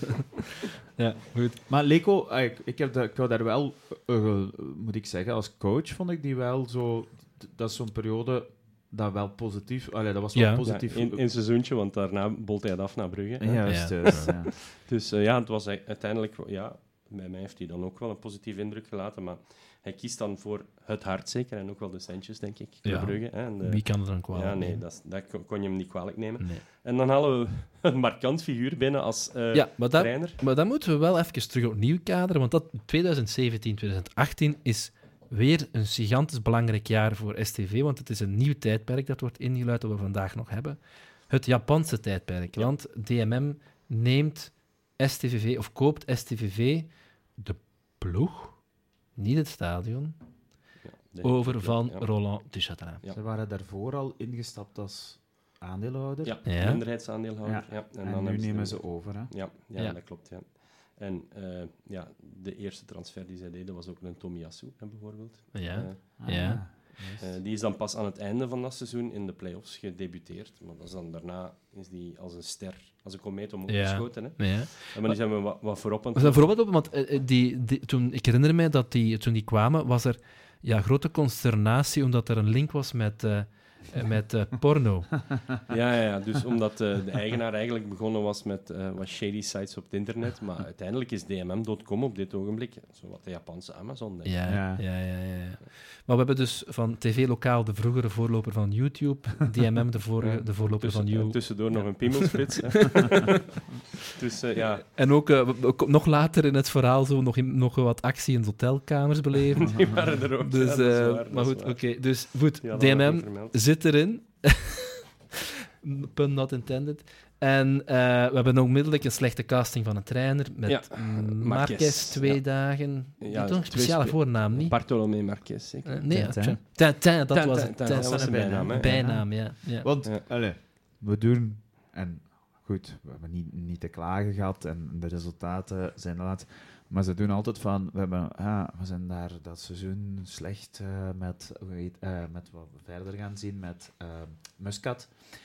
Ja, goed. Maar Leko, ik wou daar wel, moet ik zeggen, als coach vond ik die wel zo... Dat is zo'n periode dat wel positief... dat was wel positief. Ja, in seizoentje, want daarna bolt hij het af naar Brugge. Juist. Dus het was uiteindelijk bij mij heeft hij dan ook wel een positieve indruk gelaten, maar hij kiest dan voor het hart zeker, en ook wel de centjes, denk ik, Club Brugge. Hè, en wie kan er dan kwalijk ja, nee, nemen? dat kon je hem niet kwalijk nemen. Nee. En dan halen we een markant figuur binnen als trainer. Maar dat moeten we wel even terug opnieuw kaderen, want dat 2017, 2018 is weer een gigantisch belangrijk jaar voor STV, want het is een nieuw tijdperk dat wordt ingeluid dat we vandaag nog hebben. Het Japanse tijdperk, want DMM neemt STVV, of koopt STVV de ploeg, niet het stadion, over van Roland Duchâtelet. Ja. Ze waren daarvoor al ingestapt als aandeelhouder. Ja, Ja. minderheidsaandeelhouder. Ja. En nu nemen ze over. Hè? Ja, dat klopt. Ja. En de eerste transfer die zij deden was ook een Tomiyasu, bijvoorbeeld. Ja. Die is dan pas aan het einde van dat seizoen in de play-offs gedebuteerd. Maar dat is dan daarna is die als een ster, als een komeet omhoog geschoten. Hè. Ja. Maar nu zijn we wat voorop aan We zijn voorop aan het lopen, want toen, ik herinner mij dat toen die kwamen, was er grote consternatie omdat er een link was met porno. Ja, dus omdat de eigenaar eigenlijk begonnen was met wat shady sites op het internet, maar uiteindelijk is DMM.com op dit ogenblik zowat de Japanse Amazon. Denk ik. Ja. Maar we hebben dus van TV Lokaal de vroegere voorloper van YouTube, DMM de voorloper van You. Tussendoor nog een piemelsplits. Dus En ook nog later in het verhaal zo nog wat actie in de hotelkamers beleven. Die waren er ook. Dus, ja, dat is waar, maar dat goed, is waar. oké. Dus goed, Ja, dat DMM had ik vermeld. zit erin. Pun not intended. En we hebben onmiddellijk een slechte casting van een trainer met Marquez 2 dagen. Die had toch een speciale voornaam, niet? Bartolomé Marquez, zeker. Nee, Tintin. Tintin, dat was het. Dat was een bijnaam. Hè. Bijnaam, ja. Want, we doen... En goed, we hebben niet te klagen gehad en de resultaten zijn laat. Maar ze doen altijd van... We zijn daar dat seizoen slecht met wat we verder gaan zien, met Muscat.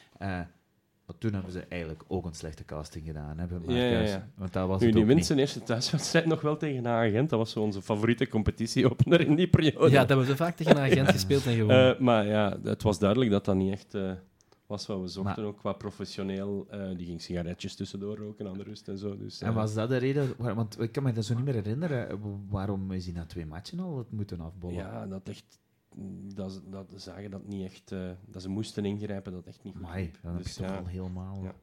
Maar toen hebben ze eigenlijk ook een slechte casting gedaan. Hè, bij Marquez. Ja. Want dat was Nu, het die ook wint niet. zijn eerste thuiswedstrijd nog wel tegen Agent. Dat was zo onze favoriete competitieopener in die periode. Ja, dat hebben we vaak tegen een agent gespeeld en gewonnen. Maar ja, het was duidelijk dat dat niet echt was wat we zochten. Ook qua professioneel. Die ging sigaretjes tussendoor roken aan de rust en zo. Dus, En was dat de reden? Want ik kan me dat zo niet meer herinneren. Waarom is hij na 2 matchen al het moeten afbollen? Ja, dat echt... Dat zagen dat niet echt... dat ze moesten ingrijpen, dat echt niet goed Amai, liep. dan heb je toch al helemaal... Ja.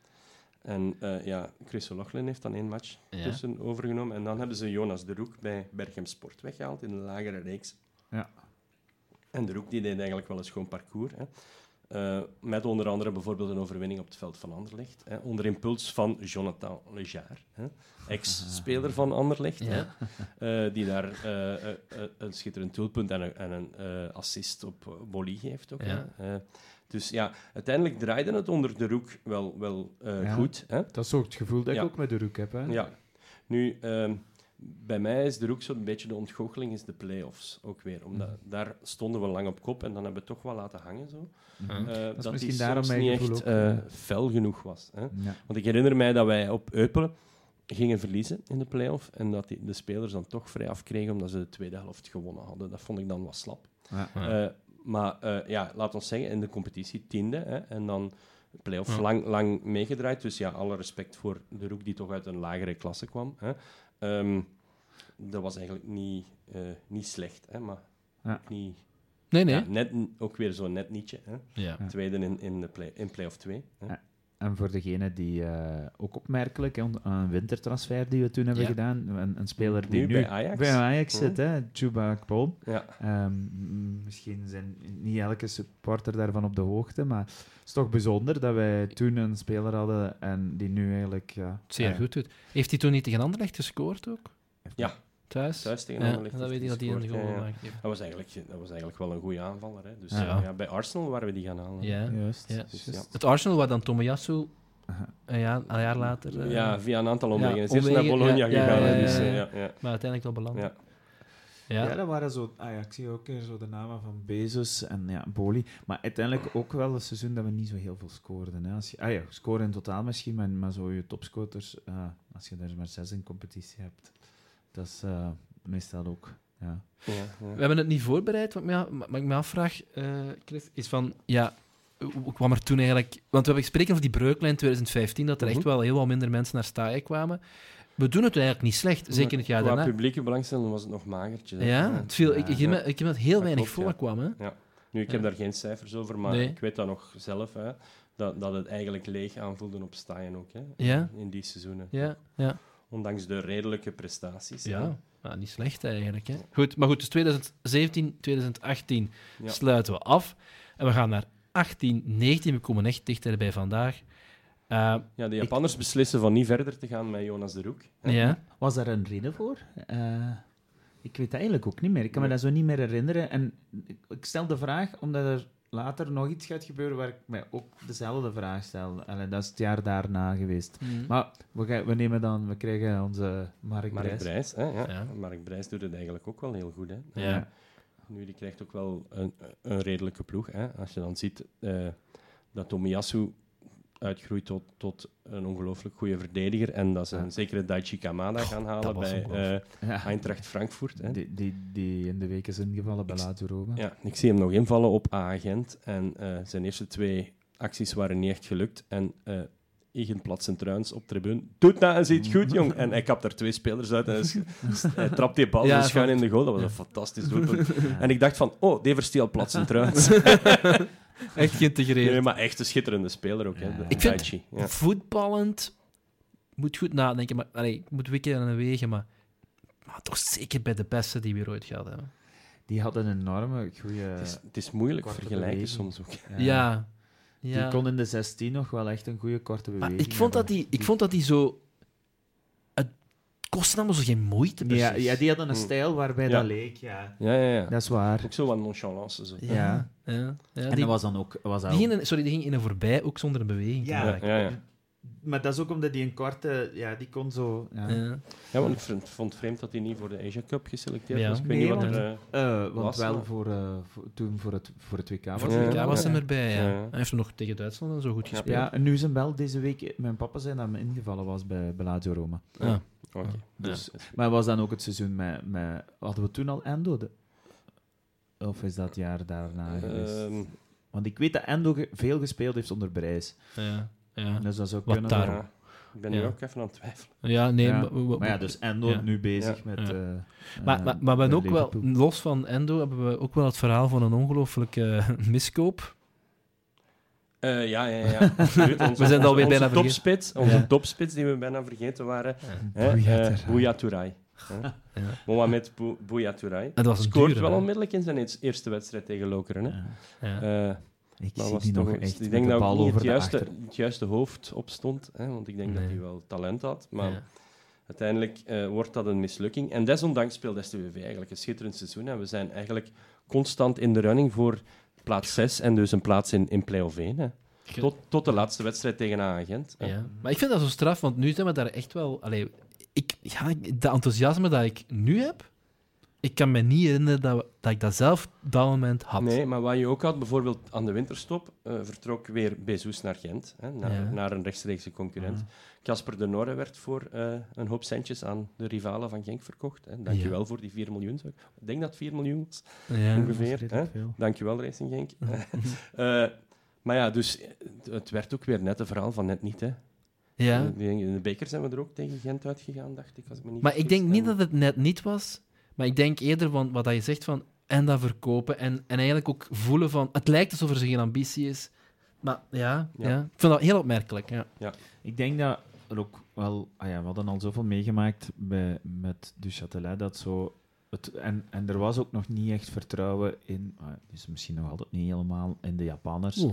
En Chris O'Loughlin heeft dan 1 match tussen overgenomen. En dan hebben ze Jonas de Roek bij Berchem Sport weggehaald in de lagere reeks. Ja. En de Roek die deed eigenlijk wel een schoon parcours. Hè. Met onder andere bijvoorbeeld een overwinning op het veld van Anderlecht. Hè, onder impuls van Jonathan Lejar, ex-speler van Anderlecht. Ja. Hè, die daar een schitterend doelpunt en een assist op Bolly geeft. Ook, Ja. hè. Dus ja, uiteindelijk draaide het onder de Roek wel goed. Hè. Dat is ook het gevoel dat ik Ja. ook met de Roek heb. Hè? Ja. Nu, bij mij is de Roek zo'n beetje de ontgoocheling, is de play-offs ook weer. Omdat daar stonden we lang op kop en dan hebben we het toch wel laten hangen. Zo. is Dat misschien die daarom soms mijn niet gevoel echt ook. fel genoeg was. Hè. Ja. Want ik herinner mij dat wij op Eupen gingen verliezen in de play-off en dat de spelers dan toch vrij afkregen omdat ze de tweede helft gewonnen hadden. Dat vond ik dan wat slap. Ja. Maar laat ons zeggen, in de competitie 10e hè, en dan play-off lang meegedraaid. Dus ja, alle respect voor de Roek die toch uit een lagere klasse kwam. Hè. Dat was eigenlijk niet slecht, hè, maar ook niet... Nee. Ja, ook weer zo'n net nietje. Hè. Ja. Tweede in play-off 2. Hè. Ja. En voor degene die ook opmerkelijk, een wintertransfer die we toen hebben gedaan, een speler die nu bij Ajax zit, Chuba Akpom. Ja. Misschien zijn niet elke supporter daarvan op de hoogte, maar het is toch bijzonder dat wij toen een speler hadden en die nu eigenlijk... Zeer goed doet. Heeft hij toen niet tegen Anderlecht gescoord ook? Ja. Thuis Tegen Anderlecht. dat weet ik dat hij een goal maakt. Dat was eigenlijk wel een goede aanvaller. Hè. Dus bij Arsenal waren we die gaan halen. Ja. Juist. Ja. Dus, Het Arsenal waar dan Tomiyasu een jaar later... via een aantal omwegen. Het is eerst omwegen, naar Bologna gegaan. Dus, maar uiteindelijk wel beland. Ja, dat waren zo... ik zie ook zo de namen van Bezos en Boli. Maar uiteindelijk ook wel een seizoen dat we niet zo heel veel scoorden. Hè. Als je, scoren in totaal misschien, maar zo je topscorers, als je daar maar 6 in competitie hebt, dat is meestal ook... Ja. We hebben het niet voorbereid. Wat ik me afvraag, Chris, is van... Ja, hoe kwam er toen eigenlijk... Want we hebben gesproken over die breuklijn 2015, dat er echt wel heel wat minder mensen naar Staaien kwamen. We doen het eigenlijk niet slecht, zeker in het jaar Qua daarna. publieke belangstelling was het nog magertje. Hè? Ja, het viel, ik heb dat heel Dat weinig klopt, voorkwam. Hè? Ja. Nu, ik heb daar geen cijfers over, maar Nee. ik weet dat nog zelf, hè, dat het eigenlijk leeg aanvoelde op Staaien ook, hè, Ja. in die seizoenen. Ja. Ondanks de redelijke prestaties. hè. Ja, nou, niet slecht eigenlijk. Hè. Goed, maar goed, dus 2017, 2018 Ja. sluiten we af. En we gaan naar 18, 19. We komen echt dichter bij vandaag. Ja, de Japanners beslissen van niet verder te gaan met Jonas de Roek. Hè. Ja. Was daar een reden voor? Ik weet het eigenlijk ook niet meer. Ik kan me dat zo niet meer herinneren. En ik stel de vraag omdat er later nog iets gaat gebeuren waar ik mij ook dezelfde vraag stel. Allee, dat is het jaar daarna geweest. Maar we krijgen onze Mark Mark Brijs. Brijs, hè, ja. Ja. Mark Brijs doet het eigenlijk ook wel heel goed. Hè. Ja. Nu, die krijgt ook wel een redelijke ploeg. Hè. Als je dan ziet dat Tomiyasu uitgroeit tot een ongelooflijk goede verdediger en dat ze een zekere Daichi Kamada gaan halen was bij Ja. Eintracht Frankfurt. Hè. Die in de week is ingevallen bij Lazio Roma. Ja, ik zie hem nog invallen op A-agent en zijn eerste 2 acties waren niet echt gelukt. En Igen Platsen-Truins op tribune. Doet dat en ziet goed, jong. En hij kapt er 2 spelers uit en hij trapt die bal Ja, zo schuin in de goal. Dat was een fantastisch doelpunt. En ik dacht van, oh, die versteelt Platsen-Truins. Echt geïntegreerd. Nee, maar echt een schitterende speler ook. Hè, de Ik vind- Daichi. Ja. Voetballend moet goed nadenken. Maar, ik moet wikken en wegen, maar toch zeker bij de beste die we hier ooit gehad hebben. Die had een enorme goede... Het is moeilijk korte vergelijken beweging. soms ook. Ja. Die kon in de 16 nog wel echt een goede korte Maar beweging ik vond dat die zo... Het kostte allemaal zo geen moeite, precies. Ja, die had een stijl waarbij Ja. dat leek. Ja. Ja. Dat is waar. Ook zo wat nonchalance. Zo. Ja. Ja. En Die, dat was dan ook... die ging in een voorbij, ook zonder een beweging te Ja. maken. Ja. Maar dat is ook omdat die een korte... Ja, die kon zo... Ja. Ja, want ik vond het vreemd dat hij niet voor de Asia Cup geselecteerd Ja. was. Ik weet Nee, niet wat want- er... Want was wel wel. toen voor het WK was. Voor Ja, het WK ja, was hem ja. erbij, ja. Ja. Hij heeft nog tegen Duitsland en zo goed gespeeld. Ja, en nu is hem wel deze week... Mijn papa zei dat hem ingevallen was bij Lazio Roma. Ja. Oké. Ja. Dus, Maar was dan ook het seizoen met... Hadden we toen al Endo? Of is dat het jaar daarna geweest? Want ik weet dat Endo veel gespeeld heeft onder Brijs. Ja. Dus dat zou Wat kunnen... daar- ja. Ik ben nu Ja. ook even aan het twijfelen. Ja, nee. Ja. Maar, Maar ja, dus Endo Ja. nu bezig Ja. met... Ja. Maar we hebben bij ook wel, Liverpool. los van Endo, hebben we ook wel het verhaal van een ongelooflijke miskoop. Ja. Absoluut. We zijn het alweer bijna vergeten. topspits, onze topspits die we bijna vergeten waren. Bouya Touray. Ja. Mohamed Bouya Touray. En dat was een Scoort dure, wel hè? onmiddellijk in zijn eerste wedstrijd tegen Lokeren. Hè. Ja. Ik Maar zie was die toch nog een- echt ik met denk de dat bal ook niet over het juiste hoofd op stond. Hè, want ik denk dat Nee. hij wel talent had. Maar Ja. uiteindelijk wordt dat een mislukking. En desondanks speelt STVV eigenlijk een schitterend seizoen. En we zijn eigenlijk constant in de running voor plaats 6 en dus een plaats in play-off 1. Hè. Tot de laatste wedstrijd tegen A-agent. Ja. Maar ik vind dat zo straf, want nu zijn we daar echt wel... Allee, dat enthousiasme dat ik nu heb, ik kan me niet herinneren dat ik dat zelf op dat moment had. Nee, maar wat je ook had, bijvoorbeeld aan de winterstop, vertrok weer Bezos naar Gent, hè, naar een rechtstreekse concurrent. Casper de Norre werd voor een hoop centjes aan de rivalen van Genk verkocht. Hè. Dankjewel voor die 4 miljoen. Ik denk dat het 4 miljoen was, Ja. ongeveer. Hè. Dankjewel, Racing Genk. Maar ja, dus het werd ook weer net een verhaal van net niet. Hè. Ja. In de beker zijn we er ook tegen Gent uitgegaan, dacht ik. Als ik me niet Maar ik vergis. denk niet En- dat het net niet was, maar ik denk eerder van wat je zegt van en dat verkopen en eigenlijk ook voelen van het lijkt alsof er geen ambitie is. Maar ja. Ik vind dat heel opmerkelijk. Ja. Ik denk dat er ook wel... we hadden al zoveel meegemaakt met Du Châtelet, dat zo... En er was ook nog niet echt vertrouwen in... dus misschien nog altijd niet helemaal in de Japanners.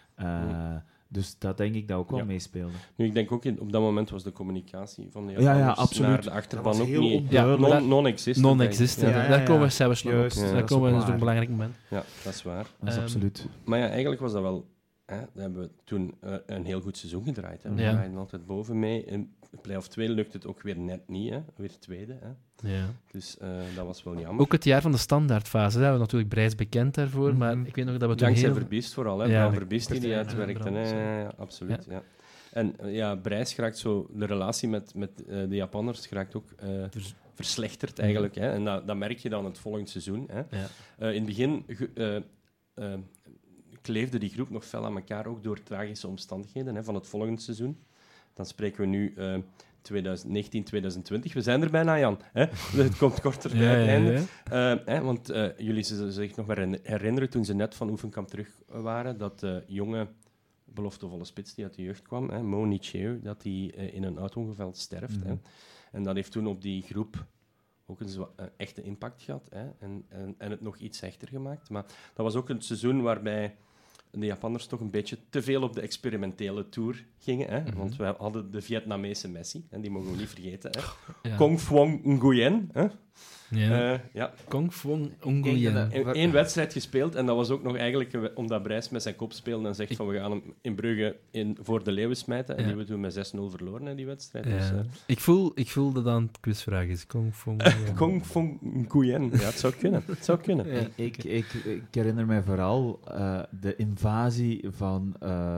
Dus dat denk ik dat ook wel meespeelde. Nu, ik denk ook, op dat moment was de communicatie van de Ja, Japanners absoluut. naar de achterban Dat was ook heel niet... onduidelijk. Non-existent. Non-existent. denk ik. Daar komen we zelfs nog op. Juist, Daar dat is komen we ook dus op een waar. belangrijk moment. Ja, dat is waar. Dat is absoluut. Maar ja, eigenlijk was dat wel... Hè, we hebben toen een heel goed seizoen gedraaid. Hè. We Ja. draaiden altijd boven mee. In play-off 2 lukt het ook weer net niet. Hè. Weer tweede. Hè. Ja. Dus dat was wel jammer. Ook het jaar van de standaardfase. Daar hebben we natuurlijk Brijs bekend daarvoor, maar ik weet nog dat we toen Dankzij heel... Verbiest vooral. Hè. Ja, Bram Verbiest die ja, uitwerkte. Bram, Hè. Ja, absoluut. Ja. En Brijs geraakt zo... De relatie met de Japanners geraakt ook... verslechterd eigenlijk. Hè. En dat merk je dan het volgende seizoen. Hè. Ja. In het begin kleefde die groep nog fel aan elkaar, ook door tragische omstandigheden van het volgende seizoen. Dan spreken we nu 2019, 2020. We zijn er bijna, Jan. Hè? Het komt korter bij het einde. Want jullie zullen zich nog maar herinneren, toen ze net van oefenkamp terug waren, dat de jonge, beloftevolle spits die uit de jeugd kwam, Mo Nicheu, dat hij in een auto-ongeval sterft. Mhm. En dat heeft toen op die groep ook een echte impact gehad en het nog iets hechter gemaakt. Maar dat was ook een seizoen waarbij de Japanners toch een beetje te veel op de experimentele tour gingen. Want wij hadden de Vietnamese Messi, en die mogen we niet vergeten. Ja. Kong Phuong Nguyen. Kong Phuong Nguyen. 1 wedstrijd gespeeld en dat was ook nog eigenlijk omdat Brijs met zijn kop speelde en zegt van we gaan hem in Brugge voor de leeuwen smijten. En die hebben toen met 6-0 verloren in die wedstrijd. Ja. Dus, Ik voelde dan het quizvraag is Kong Phuong Nguyen. Kong Phuong Nguyen. Ja, het zou kunnen. Ja. Ik herinner mij vooral de invasie van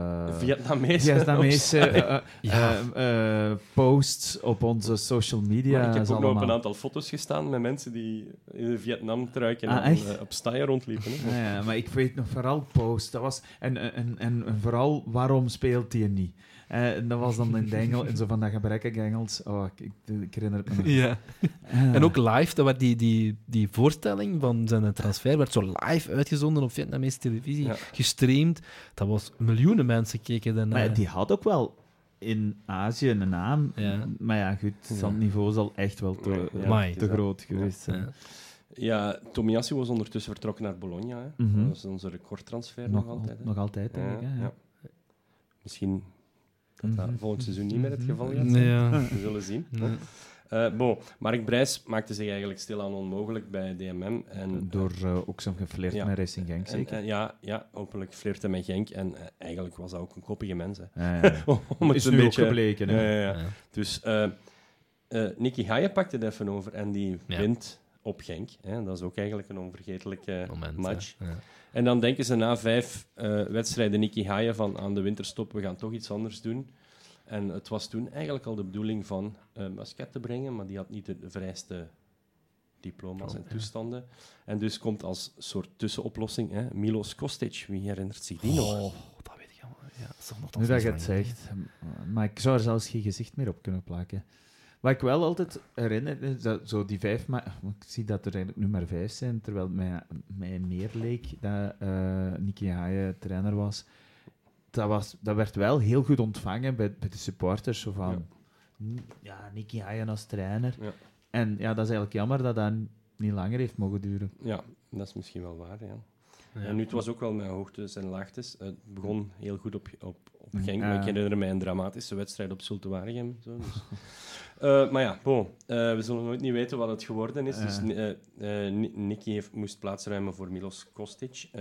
Vietnamese posts op onze social media. Maar ik heb ook nog op allemaal. een aantal foto's gestaan met mensen die in de Vietnam-truiken op Staya rondliepen. Hè. Ja, maar ik weet nog vooral posts. Dat was, en vooral, waarom speelt hij niet? Dat was dan in het Engels, in zo van dat gebrekkige Engels. Oh, ik herinner het me nog. Ja. En ook live, dat werd die voorstelling van zijn transfer werd zo live uitgezonden op Vietnamese televisie, gestreamd. Dat was miljoenen mensen keken daarna. Maar die had ook wel in Azië een naam. Ja. Maar ja, goed, dat niveau zal echt wel te groot geweest zijn. Ja, Tomiyasu was ondertussen vertrokken naar Bologna. Hè. Mhm. Dat is onze recordtransfer nog altijd. Hè. Nog altijd, denk ik. Hè? Ja. Misschien dat volgend seizoen niet meer het geval gaat zijn. Ja. We zullen zien. Mark Brijs maakte zich eigenlijk stilaan onmogelijk bij DMM. En, door ook zo'n geflirt met Racing Genk, zeker? Ja, openlijk flirten met Genk. En eigenlijk was dat ook een koppige mens. Hè. Om het nu ook gebleken. Ja. Dus Nicky Haye pakte het even over en die wint op Genk. Hè. Dat is ook eigenlijk een onvergetelijke match. Ja. En dan denken ze na 5 wedstrijden Nicky Haye van aan de winterstop, we gaan toch iets anders doen. En het was toen eigenlijk al de bedoeling van Muscat te brengen, maar die had niet de vereiste diploma's en toestanden. En dus komt als soort tussenoplossing Milos Kostic. Wie herinnert zich die nog? Oh, dat weet ik allemaal. Ja, dat is nog nu dat je het zegt. Maar ik zou er zelfs geen gezicht meer op kunnen plakken. Wat ik wel altijd herinner, is dat zo die 5... Maar ik zie dat er eigenlijk nu maar 5 zijn, terwijl het mij meer leek dat Nicky Haye trainer was. Dat werd wel heel goed ontvangen bij de supporters. Zo van, Nicky Haye als trainer. Ja. En ja, dat is eigenlijk jammer dat dat niet langer heeft mogen duren. Ja, dat is misschien wel waar, ja. En nu, het was ook wel met hoogtes en laagtes. Het begon heel goed op Genk, maar ik herinner mij een dramatische wedstrijd op Zulte Waregem. Zo, dus. Maar ja, we zullen nooit niet weten wat het geworden is. Dus Nicky moest plaatsruimen voor Milos Kostic.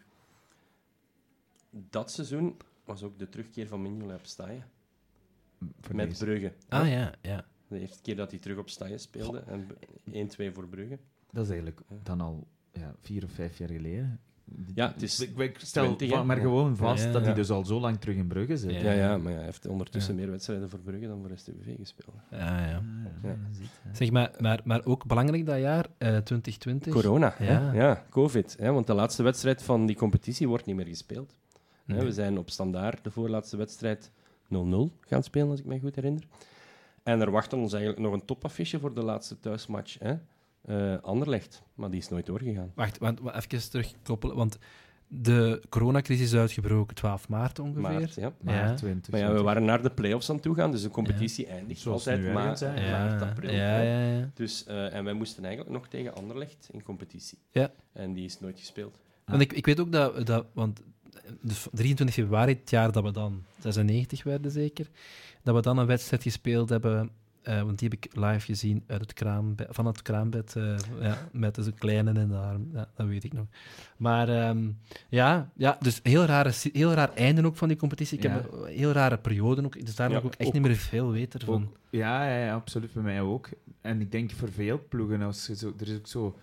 Dat seizoen was ook de terugkeer van Mignolet op Staya. Met Brugge. Ja. De eerste keer dat hij terug op Staya speelde. En 1-2 voor Brugge. Dat is eigenlijk dan al 4 of 5 jaar geleden. Ja, het is ik stel 20, maar gewoon vast dat hij dus al zo lang terug in Brugge zit. Ja, maar hij heeft ondertussen meer wedstrijden voor Brugge dan voor STVV gespeeld. Ja. Zeg, maar ook belangrijk dat jaar, 2020. Corona, ja, COVID. Want de laatste wedstrijd van die competitie wordt niet meer gespeeld. Nee. We zijn op Standaard de voorlaatste wedstrijd 0-0 gaan spelen, als ik me goed herinner. En er wachtte ons eigenlijk nog een topaffiche voor de laatste thuismatch. Anderlecht, maar die is nooit doorgegaan. Wacht, want even terugkoppelen, want de coronacrisis is uitgebroken 12 maart ongeveer. Maart 2020. Maar we waren naar de play-offs aan toe gaan, dus de competitie eindigt zoals altijd maart, april. Ja. Dus, en wij moesten eigenlijk nog tegen Anderlecht in competitie. Ja. En die is nooit gespeeld. Want ik weet ook dat want 23 februari, het jaar dat we dan 96 werden zeker, dat we dan een wedstrijd gespeeld hebben, want die heb ik live gezien van het kraambed, met zo'n kleine in de arm. Ja, dat weet ik nog. Maar dus heel raar einde ook van die competitie. Ik heb een heel rare periode ook, dus daar heb ik ook echt niet meer veel weten van. Ja, absoluut, bij mij ook. En ik denk voor veel ploegen, er is ook zo...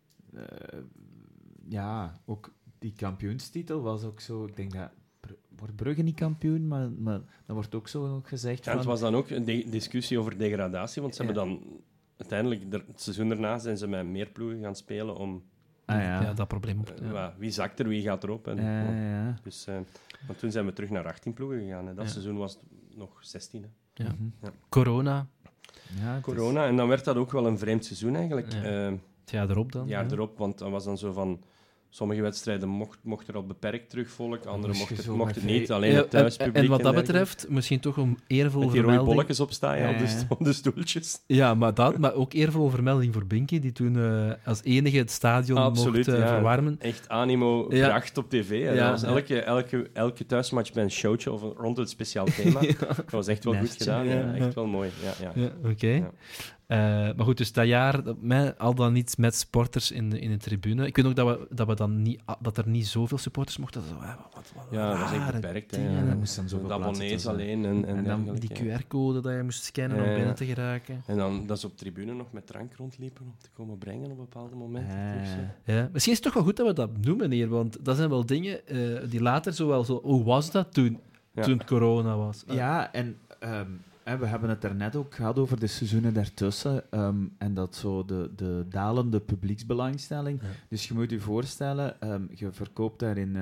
ook die kampioenstitel was ook zo... Ik denk dat... Wordt Brugge niet kampioen? Maar dat wordt ook zo gezegd van... Het was dan ook een discussie over degradatie, want ze hebben dan... Uiteindelijk, het seizoen daarna zijn ze met meer ploegen gaan spelen om dat probleem op. Wie zakt er, wie gaat erop? Dus, want toen zijn we terug naar 18 ploegen gegaan. Hè. Dat seizoen was het nog 16. Hè. Ja. Corona. Ja, Corona. En dan werd dat ook wel een vreemd seizoen eigenlijk. Ja. Het jaar erop dan. Het jaar erop, want dat was dan zo van... Sommige wedstrijden mocht er al beperkt terugvolk, andere mochten niet, alleen het thuispubliek. En wat dat betreft, misschien toch een eervol met die vermelding... rode bolletjes opstaan, op de stoeltjes. Ja, maar ook eervol vermelding voor Binky, die toen als enige het stadion mocht verwarmen. Echt animo bracht op tv. Hè. Dat was elke thuismatch bij een showtje of rond het speciaal thema. Dat was echt wel goed gedaan. Echt wel mooi. Oké. Maar goed, dus dat jaar, al dan niet met sporters in de tribune. Ik weet ook dat er niet zoveel supporters mochten. Dat was echt beperkt. Dat moest dan zoveel de abonnees alleen. En dan die QR-code dat je moest scannen om binnen te geraken. En dan dat ze op tribune nog met drank rondliepen om te komen brengen op bepaalde momenten. Misschien is het toch wel goed dat we dat noemen hier, want dat zijn wel dingen die later hoe was dat toen het corona was? Ja, en... we hebben het daarnet ook gehad over de seizoenen daartussen en dat zo de dalende publieksbelangstelling. Ja. Dus je moet je voorstellen, je verkoopt daar in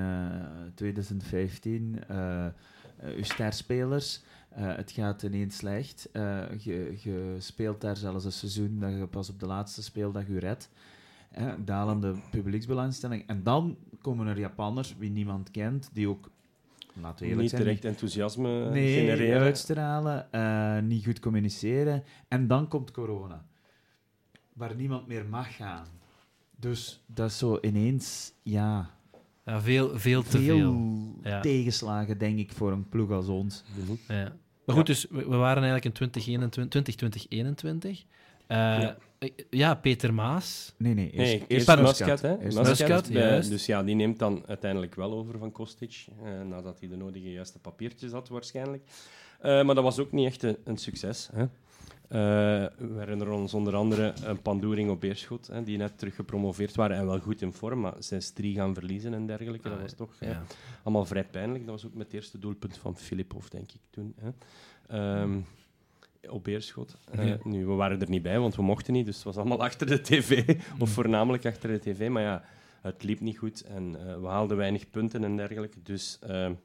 2015 je sterspelers. Het gaat ineens slecht. Je speelt daar zelfs een seizoen dat je pas op de laatste speeldag je redt. Dalende publieksbelangstelling. En dan komen er Japanners, wie niemand kent, die ook... Niet direct enthousiasme genereren. Uitstralen, niet goed communiceren. En dan komt corona. Waar niemand meer mag gaan. Dus dat is zo ineens, veel te veel. Tegenslagen, denk ik, voor een ploeg als ons. Ja. Maar goed, dus we waren eigenlijk in 2021. Peter Maas. Nee, eerst Muscat. Juist. Dus die neemt dan uiteindelijk wel over van Kostic, nadat hij de nodige juiste papiertjes had waarschijnlijk. Maar dat was ook niet echt een succes. Hè. We herinneren ons onder andere een Pandoering op Beerschot, die net terug gepromoveerd waren en wel goed in vorm, maar 6-3 gaan verliezen en dergelijke. Dat was toch allemaal vrij pijnlijk. Dat was ook met het eerste doelpunt van Filipov, denk ik, toen. Hè. Op Beerschot. Nu, we waren er niet bij, want we mochten niet, dus het was allemaal achter de tv, of voornamelijk achter de tv, maar het liep niet goed en we haalden weinig punten en dergelijke, dus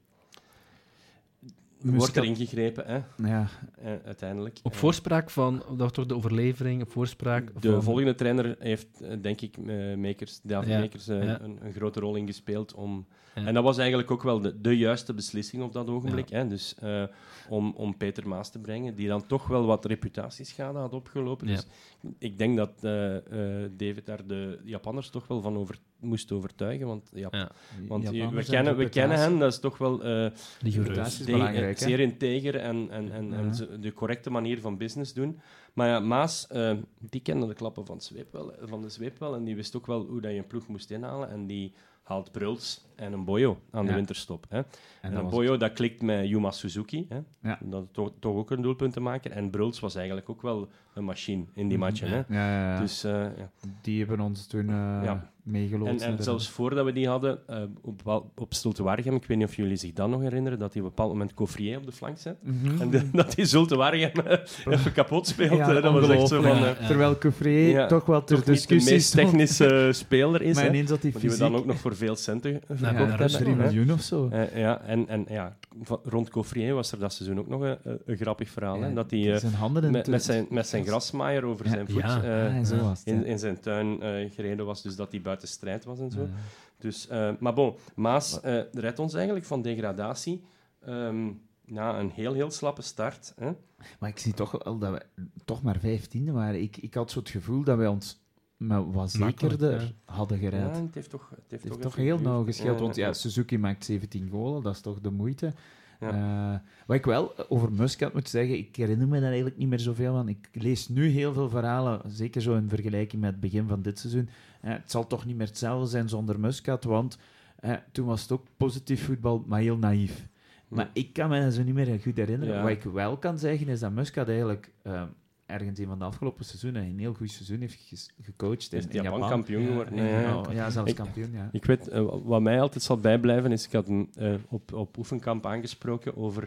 wordt er ingegrepen, hè? Uiteindelijk. Op voorspraak van, dat was toch de overlevering, op voorspraak de volgende trainer heeft, denk ik, David Makers, een grote rol in gespeeld om... Ja. En dat was eigenlijk ook wel de juiste beslissing op dat ogenblik. Ja. Hè? Dus om Peter Maas te brengen, die dan toch wel wat reputatieschade had opgelopen. Ja. Dus ik denk dat David daar de Japanners toch wel van moest overtuigen. Want, want we kennen hen, dat is toch wel zeer integer en de correcte manier van business doen. Maar Maas, die kende de klappen van de zweep wel. En die wist ook wel hoe dat je een ploeg moest inhalen. En die haalt Bruls en een Boyo aan de winterstop. Hè. En een Boyo, dat klikt met Yuma Suzuki. Hè. Ja. Dat toch ook een doelpunt te maken. En Bruls was eigenlijk ook wel een machine in die matchen. Hè. Ja. Dus, die hebben ons toen meegelopen. En zelfs voordat we die hadden, op Zulte Waregem, ik weet niet of jullie zich dan nog herinneren, dat hij op een bepaald moment Coffrier op de flank zet. En dat hij Zulte Waregem even kapot speelt. Ja, dat was echt zo van... Terwijl Coffrier toch wel ter discussie de meest technische speler is. Maar ineens dat die we dan ook nog voor veel centen verkocht hebben. 3 miljoen of zo. Rond Coffrier was er dat seizoen ook nog een grappig verhaal. Hè, dat hij met zijn grasmaaier over zijn voet in zijn tuin gereden was, dus dat hij buiten strijd was en zo. Dus, maar bon, Maas redt ons eigenlijk van degradatie na een heel slappe start. Hè. Maar ik zie toch wel dat we toch maar 15e waren. Ik had zo het gevoel dat wij ons wat zekerder hadden gered. Ja, het heeft toch heel nauw gescheeld, want Suzuki maakt 17 golen, dat is toch de moeite. Ja. Wat ik wel over Muscat moet zeggen, ik herinner me daar eigenlijk niet meer zoveel van. Ik lees nu heel veel verhalen, zeker zo in vergelijking met het begin van dit seizoen. Het zal toch niet meer hetzelfde zijn zonder Muscat, want toen was het ook positief voetbal, maar heel naïef. Maar ik kan me zo niet meer goed herinneren. Ja. Wat ik wel kan zeggen, is dat Muscat eigenlijk ergens een van de afgelopen seizoenen een heel goed seizoen heeft gecoacht. Is Japan kampioen geworden? Ja, zelfs kampioen, ja. Ik weet, wat mij altijd zal bijblijven, is ik had hem op oefenkamp aangesproken over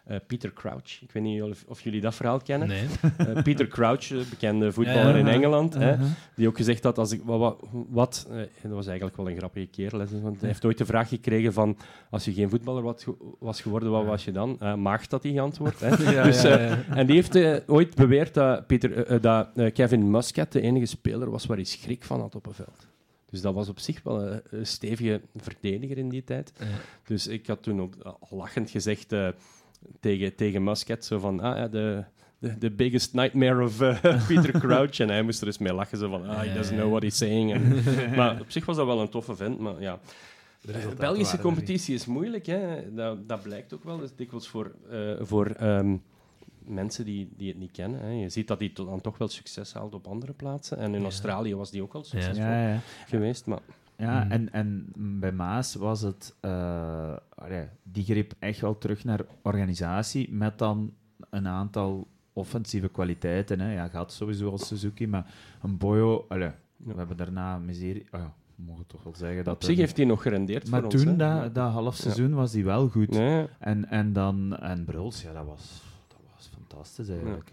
Peter Crouch. Ik weet niet of jullie dat verhaal kennen. Nee. Peter Crouch, bekende voetballer in Engeland, die ook gezegd had, als ik, dat was eigenlijk wel een grappige kerel, want hij heeft ooit de vraag gekregen van, als je geen voetballer was geworden, wat was je dan? Maagd, had hij geantwoord. En die heeft ooit beweerd dat Kevin Muscat de enige speler was waar hij schrik van had op een veld. Dus dat was op zich wel een stevige verdediger in die tijd. Ja. Dus ik had toen ook lachend gezegd tegen Muscat, zo van, the biggest nightmare of Peter Crouch. En hij moest er eens mee lachen, zo van, he doesn't know what he's saying. Maar op zich was dat wel een toffe vent, maar ja. De Belgische competitie is moeilijk, hè. Dat blijkt ook wel. Dat is dikwijls voor mensen die het niet kennen. Hè. Je ziet dat hij dan toch wel succes haalt op andere plaatsen. En in Australië was die ook al succesvol geweest. Maar... Ja, en bij Maas was het... die greep echt wel terug naar organisatie, met dan een aantal offensieve kwaliteiten. Hè. Ja, gaat sowieso als Suzuki, maar een Boyo... we hebben daarna miserie... we mogen toch wel zeggen dat... Op zich heeft hij nog gerendeerd maar voor toen, ons. Maar toen, dat half seizoen, was hij wel goed. Ja. En Bruls, dat was fantastisch eigenlijk.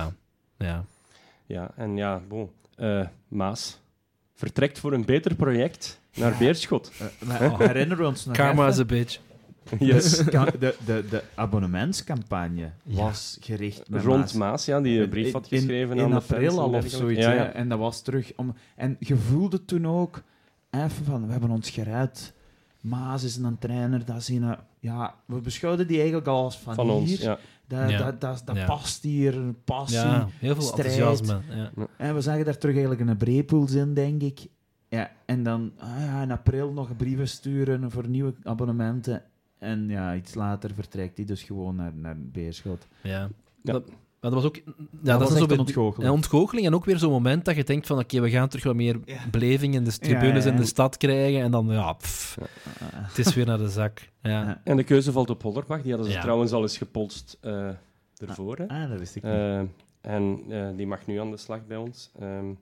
Ja, en ja, Maas vertrekt voor een beter project naar Beerschot. Herinneren we ons nog Karma even? is a bitch. Yes. De abonnementscampagne was gericht met rond Maas, die een brief had geschreven aan de fans. In april al of zoiets. Ja. En dat was terug... En je voelde toen ook even van, we hebben ons gered. Maas is een trainer, dat is een... Ja, we beschouwden die eigenlijk al als van hier. Ons, ja. Dat past hier, een passie, heel veel strijd. enthousiasme. Ja. En we zagen daar terug eigenlijk een Brepoels in, denk ik. Ja, en dan in april nog brieven sturen voor nieuwe abonnementen. En ja, iets later vertrekt hij dus gewoon naar Beerschot. Ja. Maar dat was ook... dat was echt een ontgoocheling. En ook weer zo'n moment dat je denkt van, oké, we gaan terug wat meer beleving in de tribunes in de stad krijgen. En dan, het is weer naar de zak. Ja. En de keuze valt op Hollerbach. Die hadden ze trouwens al eens gepolst ervoor. Dat wist ik niet. En die mag nu aan de slag bij ons.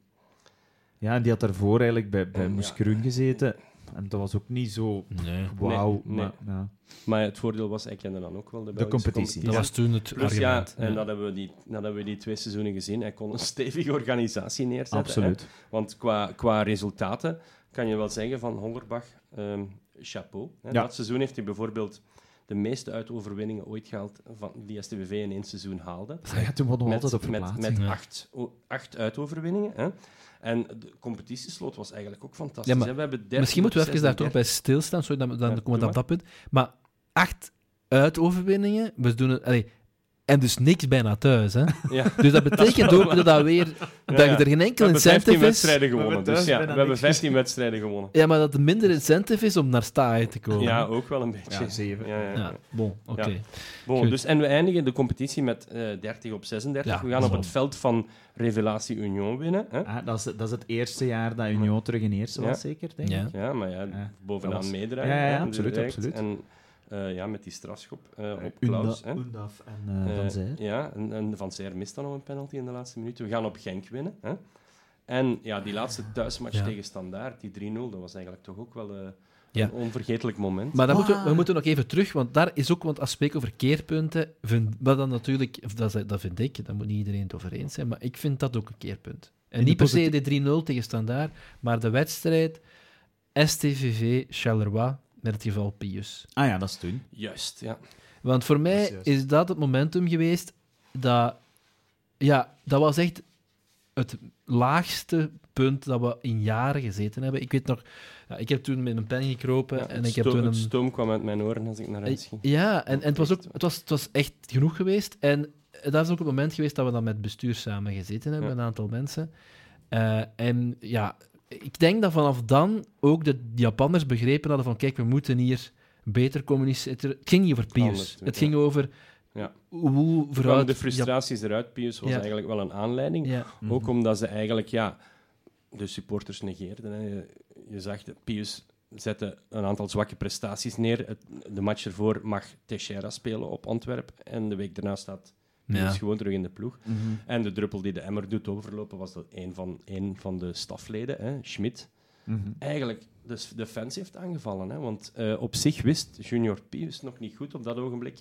Ja, die had daarvoor eigenlijk bij Moeskroen gezeten. En dat was ook niet zo wauw. Nee. Maar het voordeel was, ik kende dan ook wel de competitie. Dat was toen het argument. En dat hebben we die 2 seizoenen gezien. Hij kon een stevige organisatie neerzetten. Absoluut. Hè. Want qua resultaten kan je wel zeggen van Hollerbach, chapeau. Hè. Dat seizoen heeft hij bijvoorbeeld de meeste uitoverwinningen ooit gehaald van die STVV in 1 seizoen haalde. Ja, toen hadden we altijd op verplaatsing. Met 8 uitoverwinningen. Hè. En de competitiesloot was eigenlijk ook fantastisch. Ja, we hebben misschien moeten we even daar toch bij stilstaan. Sorry, dan komen we op dat punt. Maar 8 uitoverwinningen, we doen het... En dus niks bijna thuis, hè? Ja. Dus dat betekent ook dat weer... Dat je er geen enkel incentive is... We hebben 15 wedstrijden gewonnen. Dus we hebben 15 wedstrijden gewonnen. Ja, maar dat er minder incentive is om naar Staaien te komen. Ja, ook wel een beetje. Ja, 7. Ja, bon, oké. Dus, en we eindigen de competitie met 30 op 36. Ja, we gaan op het veld van Revelatie Union winnen. Hè? Dat is het eerste jaar dat Union terug in eerste was, zeker, denk ik. Ja, maar bovenaan meedraaien. Ja, absoluut. En met die strafschop op Klaus. Undaf en Van Zijr. Ja, en Van Zijr mist dan nog een penalty in de laatste minuut. We gaan op Genk winnen. Hè? En ja, die laatste thuismatch tegen Standaard, die 3-0, dat was eigenlijk toch ook wel een onvergetelijk moment. Maar we moeten nog even terug, want daar is ook... Want als we spreken over keerpunten, dan natuurlijk... Dat vind ik, daar moet niet iedereen het over eens zijn, maar ik vind dat ook een keerpunt. En niet per se de 3-0 tegen Standaard, maar de wedstrijd STVV Charleroi... met het geval Pius. Ja, dat is toen. Juist, ja. Want voor mij is dat het momentum geweest dat... Ja, dat was echt het laagste punt dat we in jaren gezeten hebben. Ik weet nog... Ja, ik heb toen met mijn pen gekropen en ik heb toen... Het stoom kwam uit mijn oren als ik naar huis ging. Ja, en het was echt genoeg geweest. En dat is ook het moment geweest dat we dan met het bestuur samen gezeten hebben, een aantal mensen. En ja... Ik denk dat vanaf dan ook de Japanners begrepen hadden van kijk, we moeten hier beter communiceren. Het ging niet over Pius. Het ging over hoe vooruit... De frustraties eruit, Pius was eigenlijk wel een aanleiding. Ja. Ook omdat ze eigenlijk de supporters negeerden. Hè. Je zag dat Pius zette een aantal zwakke prestaties neer. De match ervoor mag Teixeira spelen op Antwerpen. En de week daarna staat Pius gewoon terug in de ploeg. En de druppel die de emmer doet overlopen was dat een van de stafleden, Schmidt. eigenlijk de fans heeft aangevallen. Hè? Want op zich wist Junior Pius nog niet goed op dat ogenblik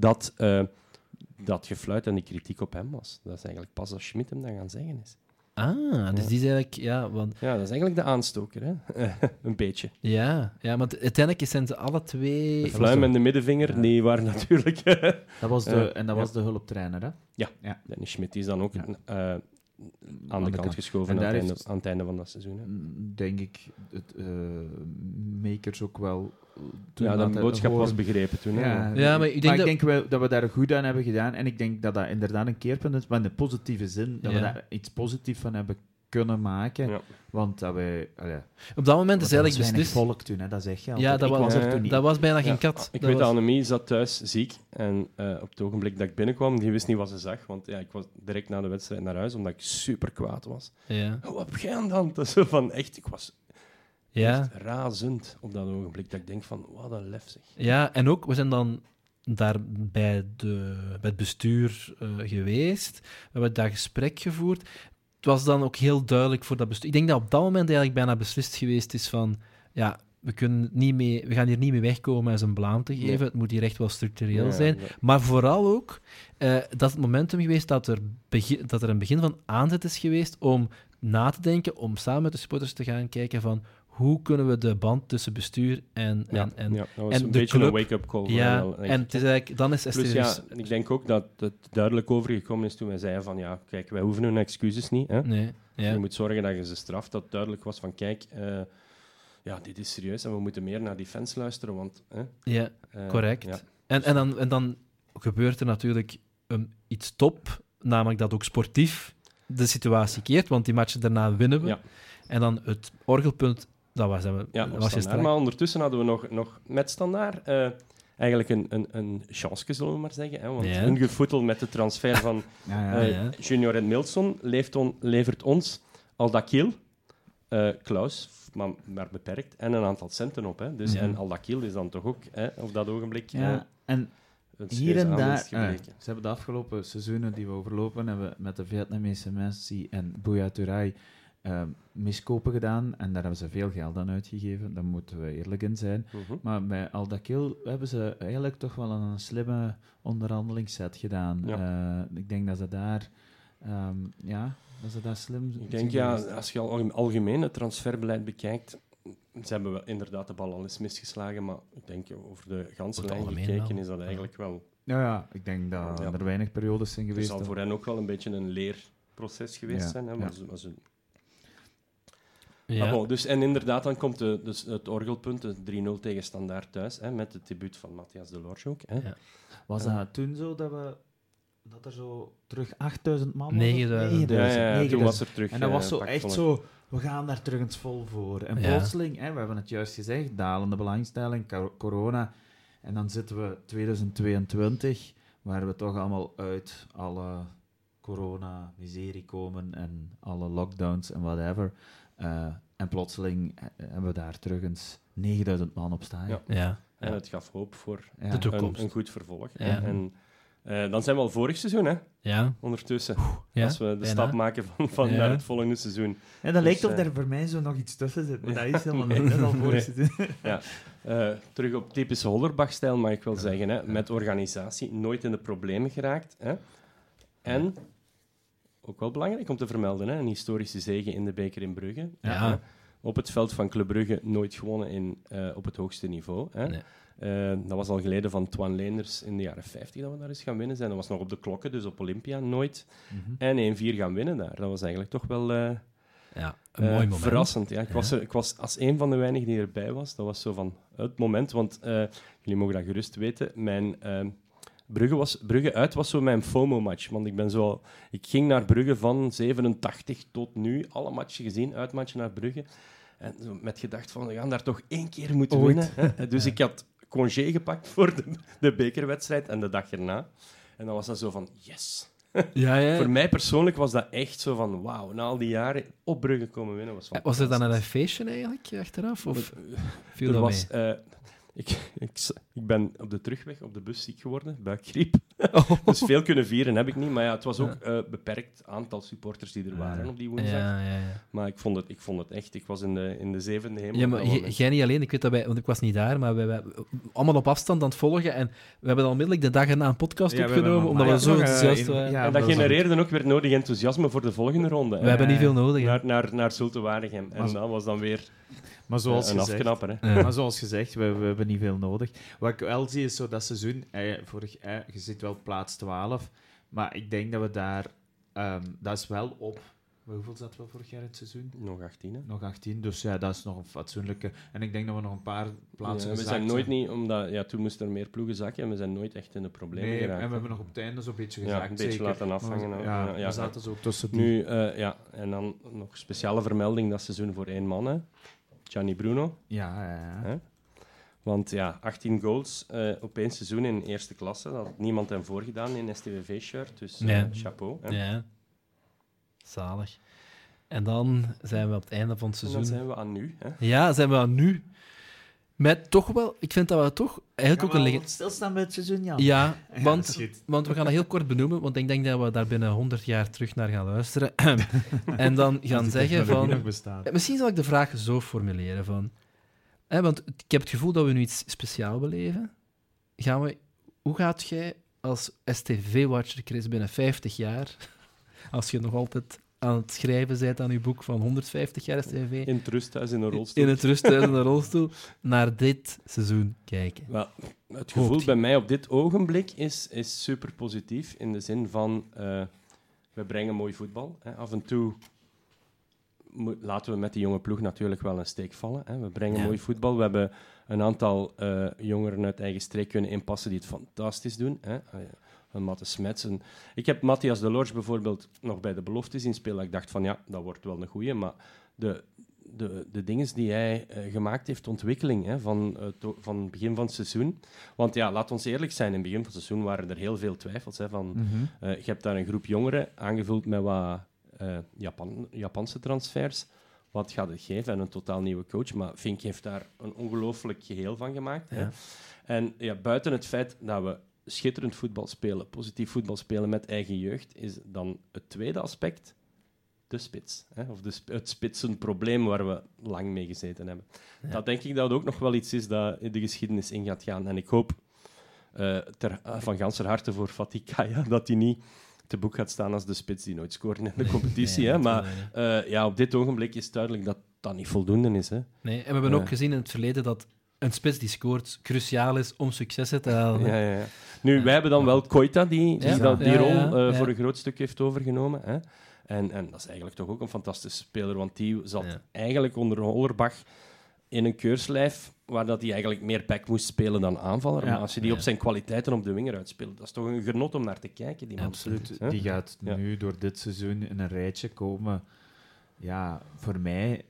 dat gefluit en die kritiek op hem was. Dat is eigenlijk pas als Schmidt hem dan gaan zeggen is. Dus die is eigenlijk... Ja, want... ja, dat is eigenlijk de aanstoker, hè? Een beetje. Ja, want uiteindelijk zijn ze alle twee... De fluim en de middenvinger, die waren natuurlijk... dat was de hulptrainer, hè? Ja. Dennis Schmidt is dan ook aan de kant geschoven aan het einde van dat seizoen. Hè. Denk ik, Makers ook wel... De boodschap was begrepen toen. Maar ik denk wel dat we daar goed aan hebben gedaan. En ik denk dat dat inderdaad een keerpunt is, maar in de positieve zin, dat we daar iets positiefs van hebben kunnen maken. Ja. Want dat wij... op dat moment is eigenlijk beslist... volk toen, hè, dat zeg je altijd. Ja, dat was bijna geen kat. Ik weet dat Annemie zat thuis ziek. En op het ogenblik dat ik binnenkwam, die wist niet wat ze zag. Want ik was direct na de wedstrijd naar huis, omdat ik super kwaad was. Ja. Wat heb jij aan de hand? Dat is zo van, echt, ik was... Ja. Echt razend op dat ogenblik. Dat ik denk van, wat een lef zeg. Ja, en ook, we zijn dan daar bij het bestuur geweest. We hebben dat gesprek gevoerd. Het was dan ook heel duidelijk voor dat bestuur. Ik denk dat op dat moment eigenlijk bijna beslist geweest is van... Ja, we gaan hier niet mee wegkomen als een blaam te geven. Nee. Het moet hier echt wel structureel zijn. Ja. Maar vooral ook, dat het momentum geweest dat er een begin van aanzet is geweest om na te denken, om samen met de supporters te gaan kijken van hoe kunnen we de band tussen bestuur en dat was en een de beetje club... een wake-up call. Ja, en het is eigenlijk, dan is Plus, ik denk ook dat het duidelijk overgekomen is toen wij zeiden van ja, kijk, wij hoeven hun excuses niet. Hè? Nee, ja. Je moet zorgen dat je ze straft. Dat het duidelijk was van kijk, dit is serieus en we moeten meer naar die fans luisteren. Want, ja, correct. Ja. En dan gebeurt er natuurlijk iets top, namelijk dat ook sportief de situatie keert, want die matchen daarna winnen we. Ja. En dan het orgelpunt, dat was Standaard, maar ondertussen hadden we nog met Standaard eigenlijk een chance, zullen we maar zeggen. Hè? Want hun gevoetel met de transfer van Junior en Milson levert ons Aldakil, Klaus, maar beperkt, en een aantal centen op. Hè? Dus, en Aldakil is dan toch ook op dat ogenblik... en hier en daar... ze hebben de afgelopen seizoenen die we overlopen hebben met de Vietnamese Messi en Buya Turay miskopen gedaan. En daar hebben ze veel geld aan uitgegeven. Daar moeten we eerlijk in zijn. Maar bij Aldakil hebben ze eigenlijk toch wel een slimme onderhandelingsset gedaan. Ja. Ik denk dat ze daar... dat ze daar slim... Ik denk, als je algemeen het transferbeleid bekijkt... Ze hebben wel inderdaad de bal al eens misgeslagen, maar ik denk over de ganse lijn gekeken is dat eigenlijk wel... Ja, ik denk dat er weinig periodes zijn geweest. Het zal voor hen ook wel een beetje een leerproces geweest zijn. Hè, maar dus, en inderdaad, dan komt het orgelpunt, de 3-0 tegen Standaard thuis, hè, met het debuut van Matthias Delorge ook. Hè. Ja. Was dat toen zo dat er zo terug 8000 man... 9000. Ja, toen was er terug... En dat was zo echt zo... We gaan daar terug eens vol voor. En plotseling, we hebben het juist gezegd, dalende belangstelling, corona. En dan zitten we 2022, waar we toch allemaal uit alle corona-miserie komen en alle lockdowns en whatever. En plotseling hebben we daar terug eens 9000 man op staan. Ja. En het gaf hoop voor de toekomst. Een goed vervolg. Ja. En dan zijn we al vorig seizoen, hè? Ja. Ondertussen. Als we de stap maken van naar het volgende seizoen. En dan lijkt of er voor mij zo nog iets tussen zit, maar dat is helemaal niet. Dat is al vorig seizoen. Terug op typische Hollerbach-stijl, mag ik wel zeggen. Hè? Met organisatie, nooit in de problemen geraakt. Hè? En, ook wel belangrijk om te vermelden, hè? Een historische zege in de beker in Brugge. Ja. Op het veld van Club Brugge nooit gewonnen op het hoogste niveau. Hè? Nee. Dat was al geleden van Twan Leenders in de jaren 50 dat we daar eens gaan winnen zijn. Dat was nog op de klokken, dus op Olympia nooit. En 1-4 gaan winnen daar. Dat was eigenlijk toch wel een mooi moment. Verrassend. Ja. Ik was als een van de weinigen die erbij was. Dat was zo van het moment, want jullie mogen dat gerust weten. Mijn Brugge uit was zo mijn FOMO-match. Want ik ging naar Brugge van 87 tot nu. Alle matchen gezien, uitmatchen naar Brugge. En zo met gedacht van, we gaan daar toch 1 keer moeten winnen. Hè? Dus ik had congé gepakt voor de bekerwedstrijd en de dag erna. En dan was dat zo van, yes. Ja. Voor mij persoonlijk was dat echt zo van, wauw, na al die jaren op Brugge komen winnen. Was er dan een feestje eigenlijk, achteraf? Of viel dat mee? Ik ben op de terugweg op de bus ziek geworden, buikgriep. Dus veel kunnen vieren heb ik niet. Maar ja, het was ook beperkt aantal supporters die er waren op die woensdag. Ja. Maar ik vond het echt... Ik was in de zevende hemel. Ja, maar jij niet alleen. Ik weet dat want ik was niet daar, maar wij allemaal op afstand aan het volgen. En we hebben dan onmiddellijk de dag erna een podcast opgenomen, omdat we zo enthousiast waren. En dat genereerde ook weer nodig enthousiasme voor de volgende ronde. We hebben niet veel nodig. Naar Zulte Waregem. En dat was dan weer... Maar zoals een gezegd, afknapper, maar zoals gezegd, we hebben niet veel nodig. Wat ik wel zie is zo dat seizoen, je zit wel op plaats 12, maar ik denk dat we daar, dat is wel op, hoeveel zaten we vorig jaar in het seizoen? Nog 18, hè? Nog 18, dus ja, dat is nog een fatsoenlijke. En ik denk dat we nog een paar plaatsen we zijn nooit niet, omdat toen moesten er meer ploegen zakken en we zijn nooit echt in de problemen geraakt. En we hebben nog op het einde zo'n beetje gezakt. Ja, een beetje zeker. laten afhangen. Maar we zaten zo tussen die. Nu, en dan nog speciale vermelding dat seizoen voor 1 man, hè. Gianni Bruno. Ja. Hè? Want 18 goals op 1 seizoen in eerste klasse. Dat had niemand hem voorgedaan in STVV-shirt. Dus chapeau. Hè? Ja, zalig. En dan zijn we op het einde van het seizoen. En dan zijn we aan nu. Hè? Ja, zijn we aan nu. Met toch wel... Ik vind dat we toch eigenlijk ook een... Stilstaan bij het seizoen, Jan. Ja, want we gaan dat heel kort benoemen, want ik denk dat we daar binnen 100 jaar terug naar gaan luisteren. En dan gaan zeggen van... Misschien zal ik de vraag zo formuleren van... want ik heb het gevoel dat we nu iets speciaals beleven. Hoe gaat jij als STV-watcher, Chris, binnen 50 jaar, als je nog altijd aan het schrijven bent aan je boek van 150 jaar STV... In het rusthuis in een rolstoel. In het rusthuis in een rolstoel, naar dit seizoen kijken. Wel, het gevoel bij mij op dit ogenblik is super positief, in de zin van... we brengen mooi voetbal. Hè. Af en toe laten we met die jonge ploeg natuurlijk wel een steek vallen. Hè. We brengen mooi voetbal. We hebben een aantal jongeren uit eigen streek kunnen inpassen die het fantastisch doen. Hè. Een Matte Smets. Ik heb Matthias Delorge bijvoorbeeld nog bij de belofte zien spelen. Ik dacht van dat wordt wel een goeie, maar de dingen die hij gemaakt heeft, ontwikkeling van het begin van het seizoen. Want laat ons eerlijk zijn, in het begin van het seizoen waren er heel veel twijfels. Hè, je hebt daar een groep jongeren, aangevuld met wat Japanse transfers. Wat gaat het geven? En een totaal nieuwe coach. Maar Fink heeft daar een ongelooflijk geheel van gemaakt. Ja. Hè. En buiten het feit dat we schitterend voetbal spelen, positief voetbal spelen met eigen jeugd, is dan het tweede aspect de spits. Hè? Of het spitsenprobleem waar we lang mee gezeten hebben. Ja. Dat denk ik dat het ook nog wel iets is dat in de geschiedenis in gaat gaan. En ik hoop van ganser harte voor Fatih Kaya dat hij niet te boek gaat staan als de spits die nooit scoort in de competitie. Hè? Maar op dit ogenblik is duidelijk dat dat niet voldoende is. Hè? Nee, en we hebben ook gezien in het verleden dat een spits die scoort cruciaal is om successen te halen. Ja. Nu, wij hebben dan wel Koita die rol voor een groot stuk heeft overgenomen. Hè? En dat is eigenlijk toch ook een fantastische speler, want die zat eigenlijk onder Hollerbach in een keurslijf waar dat hij eigenlijk meer back moest spelen dan aanvaller. Maar als je die op zijn kwaliteiten op de winger uitspeelt, dat is toch een genot om naar te kijken. Die man. Absoluut. Die gaat nu door dit seizoen in een rijtje komen. Ja, voor mij...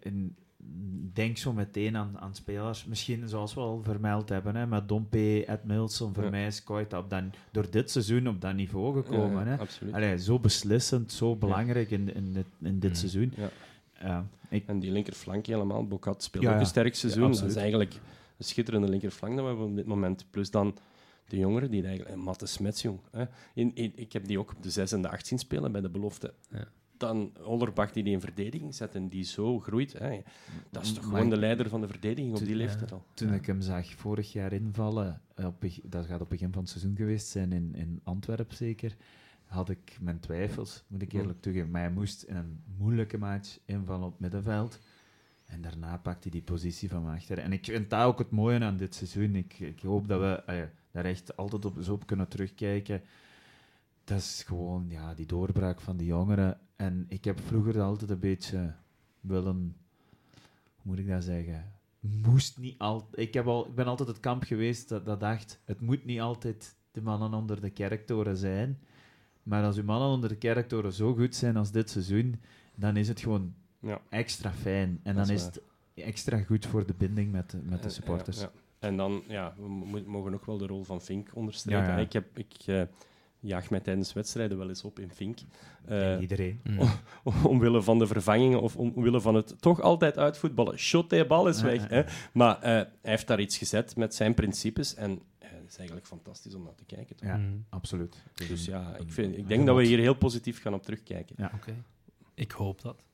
Denk zo meteen aan spelers, misschien zoals we al vermeld hebben, hè, met Dompe, Ed Milson, voor mij is Koita door dit seizoen op dat niveau gekomen. Hè. Allee, zo beslissend, zo belangrijk in dit seizoen. Ja. En die linkerflank helemaal, Bocat speelt ook een sterk seizoen. Dat is eigenlijk een schitterende linkerflank dat we hebben op dit moment. Plus dan de jongeren, die eigenlijk... Matte Smets, jong. Hè. Ik heb die ook op de 6 en de 8 zien spelen bij de belofte. Ja. Dan Hollerbach die in verdediging zet en die zo groeit. Hè. Dat is toch gewoon de leider van de verdediging op die leeftijd al. Toen ik hem zag vorig jaar invallen, dat gaat op het begin van het seizoen geweest zijn, in Antwerpen zeker, had ik mijn twijfels, moet ik eerlijk toegeven. Maar hij moest in een moeilijke match invallen op middenveld. En daarna pakt hij die positie van achter. En ik vind dat ook het mooie aan dit seizoen. Ik hoop dat we daar echt altijd op kunnen terugkijken. Dat is gewoon die doorbraak van die jongeren. En ik heb vroeger altijd een beetje willen... Hoe moet ik dat zeggen? Moest niet altijd... Ik ben altijd het kamp geweest dat dacht... Het moet niet altijd de mannen onder de kerktoren zijn. Maar als uw mannen onder de kerktoren zo goed zijn als dit seizoen, dan is het gewoon extra fijn. En dan is het extra goed voor de binding met de supporters. En dan, we mogen ook wel de rol van Fink onderstrepen. Ja. jaag mij tijdens wedstrijden wel eens op in Vink. Iedereen. Omwille van de vervangingen of omwille van het toch altijd uitvoetballen. Shot, de bal is weg. Hè? Maar hij heeft daar iets gezet met zijn principes en het is eigenlijk fantastisch om naar te kijken. Toch? Ja, absoluut. Dus ja, ik denk dat we hier heel positief gaan op terugkijken. Ja. Oké. Ik hoop dat.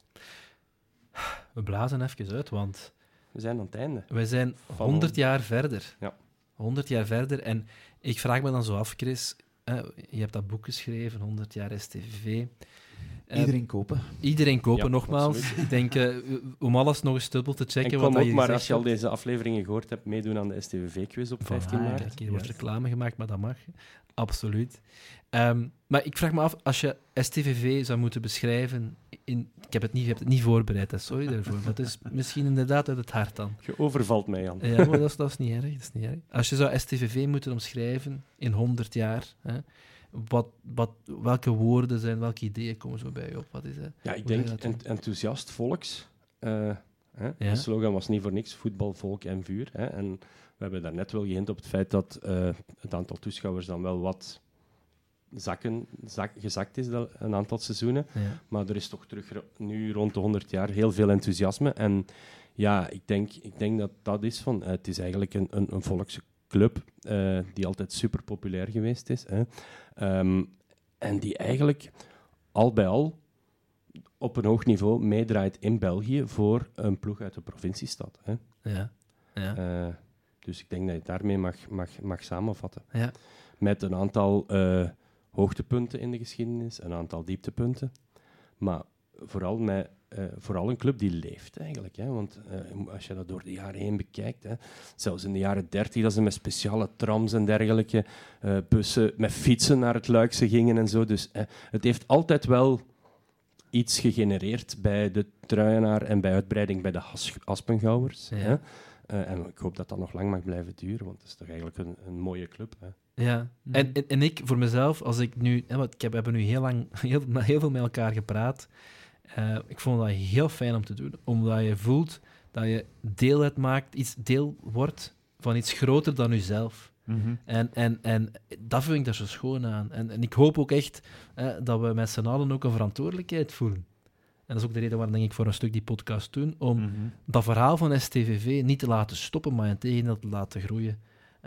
We blazen even uit, want We zijn aan het einde. wij zijn 100 jaar verder. Ja. 100 jaar verder. En ik vraag me dan zo af, Chris, je hebt dat boek geschreven, 100 jaar STVV. Iedereen kopen. Iedereen kopen, Ja, nogmaals. absoluut. Ik denk, om alles nog eens dubbel te checken. En wat kom dat ook je maar, gezegd als je al hebt. deze afleveringen gehoord hebt, meedoen aan de STVV-quiz op 15 maart. Kijk, hier wordt reclame gemaakt, maar dat mag. Absoluut. Maar ik vraag me af, als je STVV zou moeten beschrijven... Je hebt het niet voorbereid, hè, sorry daarvoor. Maar het is misschien inderdaad uit het hart dan. Je overvalt mij, Jan. Ja, maar dat is niet erg. Dat is niet erg. Als je zou STVV moeten omschrijven in 100 jaar... Hè, welke woorden zijn, welke ideeën komen zo bij je op? Wat is het? Ja, ik Hoe ga je denk dat doen? enthousiast volks. Ja. De slogan was niet voor niks, voetbal, volk en vuur. Hè. En we hebben daarnet wel gehint op het feit dat het aantal toeschouwers dan wel wat gezakt is, een aantal seizoenen. Ja. Maar er is toch terug nu rond de 100 jaar heel veel enthousiasme. En ja, ik denk dat dat is van... het is eigenlijk een volkse club die altijd super populair geweest is. Hè. En die eigenlijk al bij al op een hoog niveau meedraait in België voor een ploeg uit de provinciestad. Hè. Ja. Ja. Dus ik denk dat je het daarmee mag samenvatten. Ja. Met een aantal hoogtepunten in de geschiedenis, een aantal dieptepunten. Maar vooral een club die leeft eigenlijk. Hè. Want als je dat door de jaren heen bekijkt, hè, zelfs in de jaren 30, dat ze met speciale trams en dergelijke bussen met fietsen naar het Luikse gingen en zo. Dus het heeft altijd wel iets gegenereerd bij de Truienaar en bij uitbreiding bij de Aspengouwers. Ja. Hè. En ik hoop dat dat nog lang mag blijven duren, want het is toch eigenlijk een mooie club. Hè. Ja, en ik voor mezelf, als ik nu... Want we hebben nu heel lang heel veel met elkaar gepraat. Ik vond dat heel fijn om te doen, omdat je voelt dat je deel uitmaakt, deel wordt van iets groter dan jezelf. Mm-hmm. En dat vind ik daar zo schoon aan. En ik hoop ook echt dat we met z'n allen ook een verantwoordelijkheid voelen. En dat is ook de reden waarom denk ik voor een stuk die podcast doen, om dat verhaal van STVV niet te laten stoppen, maar integendeel te laten groeien.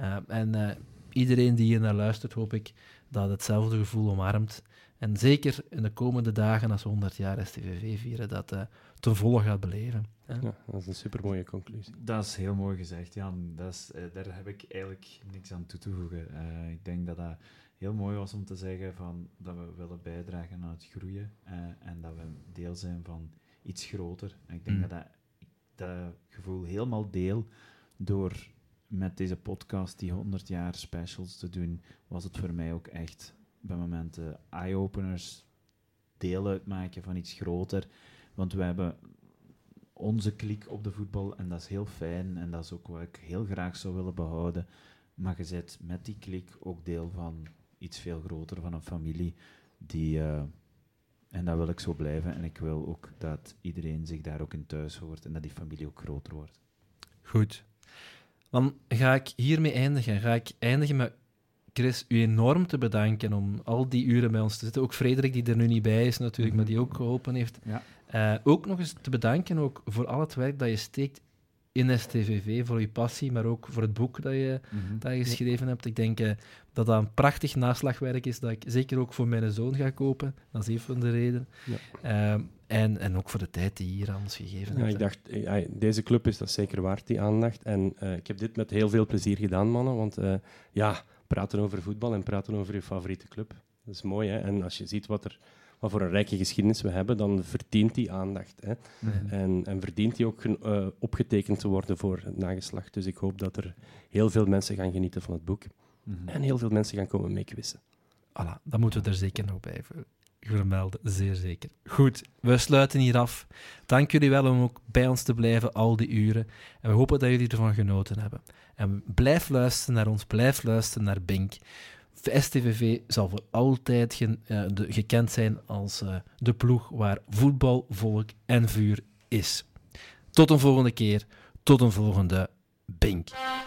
Iedereen die hier naar luistert, hoop ik dat hetzelfde gevoel omarmt. En zeker in de komende dagen, als we 100 jaar STVV vieren, dat ten volle gaat beleven. Hè? Ja, dat is een supermooie conclusie. Dat is heel mooi gezegd, Jan. Daar heb ik eigenlijk niks aan toe te voegen. Ik denk dat dat heel mooi was om te zeggen dat we willen bijdragen aan het groeien en dat we deel zijn van iets groter. En ik denk dat gevoel helemaal deel door met deze podcast die 100 jaar specials te doen, was het voor mij ook echt bij momenten eye-openers, deel uitmaken van iets groter. Want we hebben onze klik op de voetbal en dat is heel fijn en dat is ook wat ik heel graag zou willen behouden. Maar je bent met die klik ook deel van iets veel groter, van een familie en dat wil ik zo blijven. En ik wil ook dat iedereen zich daar ook in thuis hoort en dat die familie ook groter wordt. Goed. Dan ga ik hiermee eindigen. Ga ik eindigen met Chris, u enorm te bedanken om al die uren bij ons te zitten. Ook Frederik, die er nu niet bij is natuurlijk, maar die ook geholpen heeft. Ja. Ook nog eens te bedanken ook voor al het werk dat je steekt in STVV, voor je passie, maar ook voor het boek dat je geschreven hebt. Ik denk dat dat een prachtig naslagwerk is, dat ik zeker ook voor mijn zoon ga kopen. Dat is een van de redenen. Ja. En ook voor de tijd die je hier aan ons gegeven hebt. Ik dacht, deze club is dat zeker waard, die aandacht. En ik heb dit met heel veel plezier gedaan, mannen. Want praten over voetbal en praten over je favoriete club, dat is mooi. Hè? En als je ziet wat voor een rijke geschiedenis we hebben, dan verdient die aandacht. Hè? En verdient die ook opgetekend te worden voor het nageslacht. Dus ik hoop dat er heel veel mensen gaan genieten van het boek. En heel veel mensen gaan komen meequizzen. Voilà, dat moeten we er zeker nog bij vermelden, zeer zeker. Goed, we sluiten hier af. Dank jullie wel om ook bij ons te blijven al die uren. En we hopen dat jullie ervan genoten hebben. En blijf luisteren naar ons, blijf luisteren naar Bink. STVV zal voor altijd gekend zijn als de ploeg waar voetbal, volk en vuur is. Tot een volgende keer, tot een volgende Bink.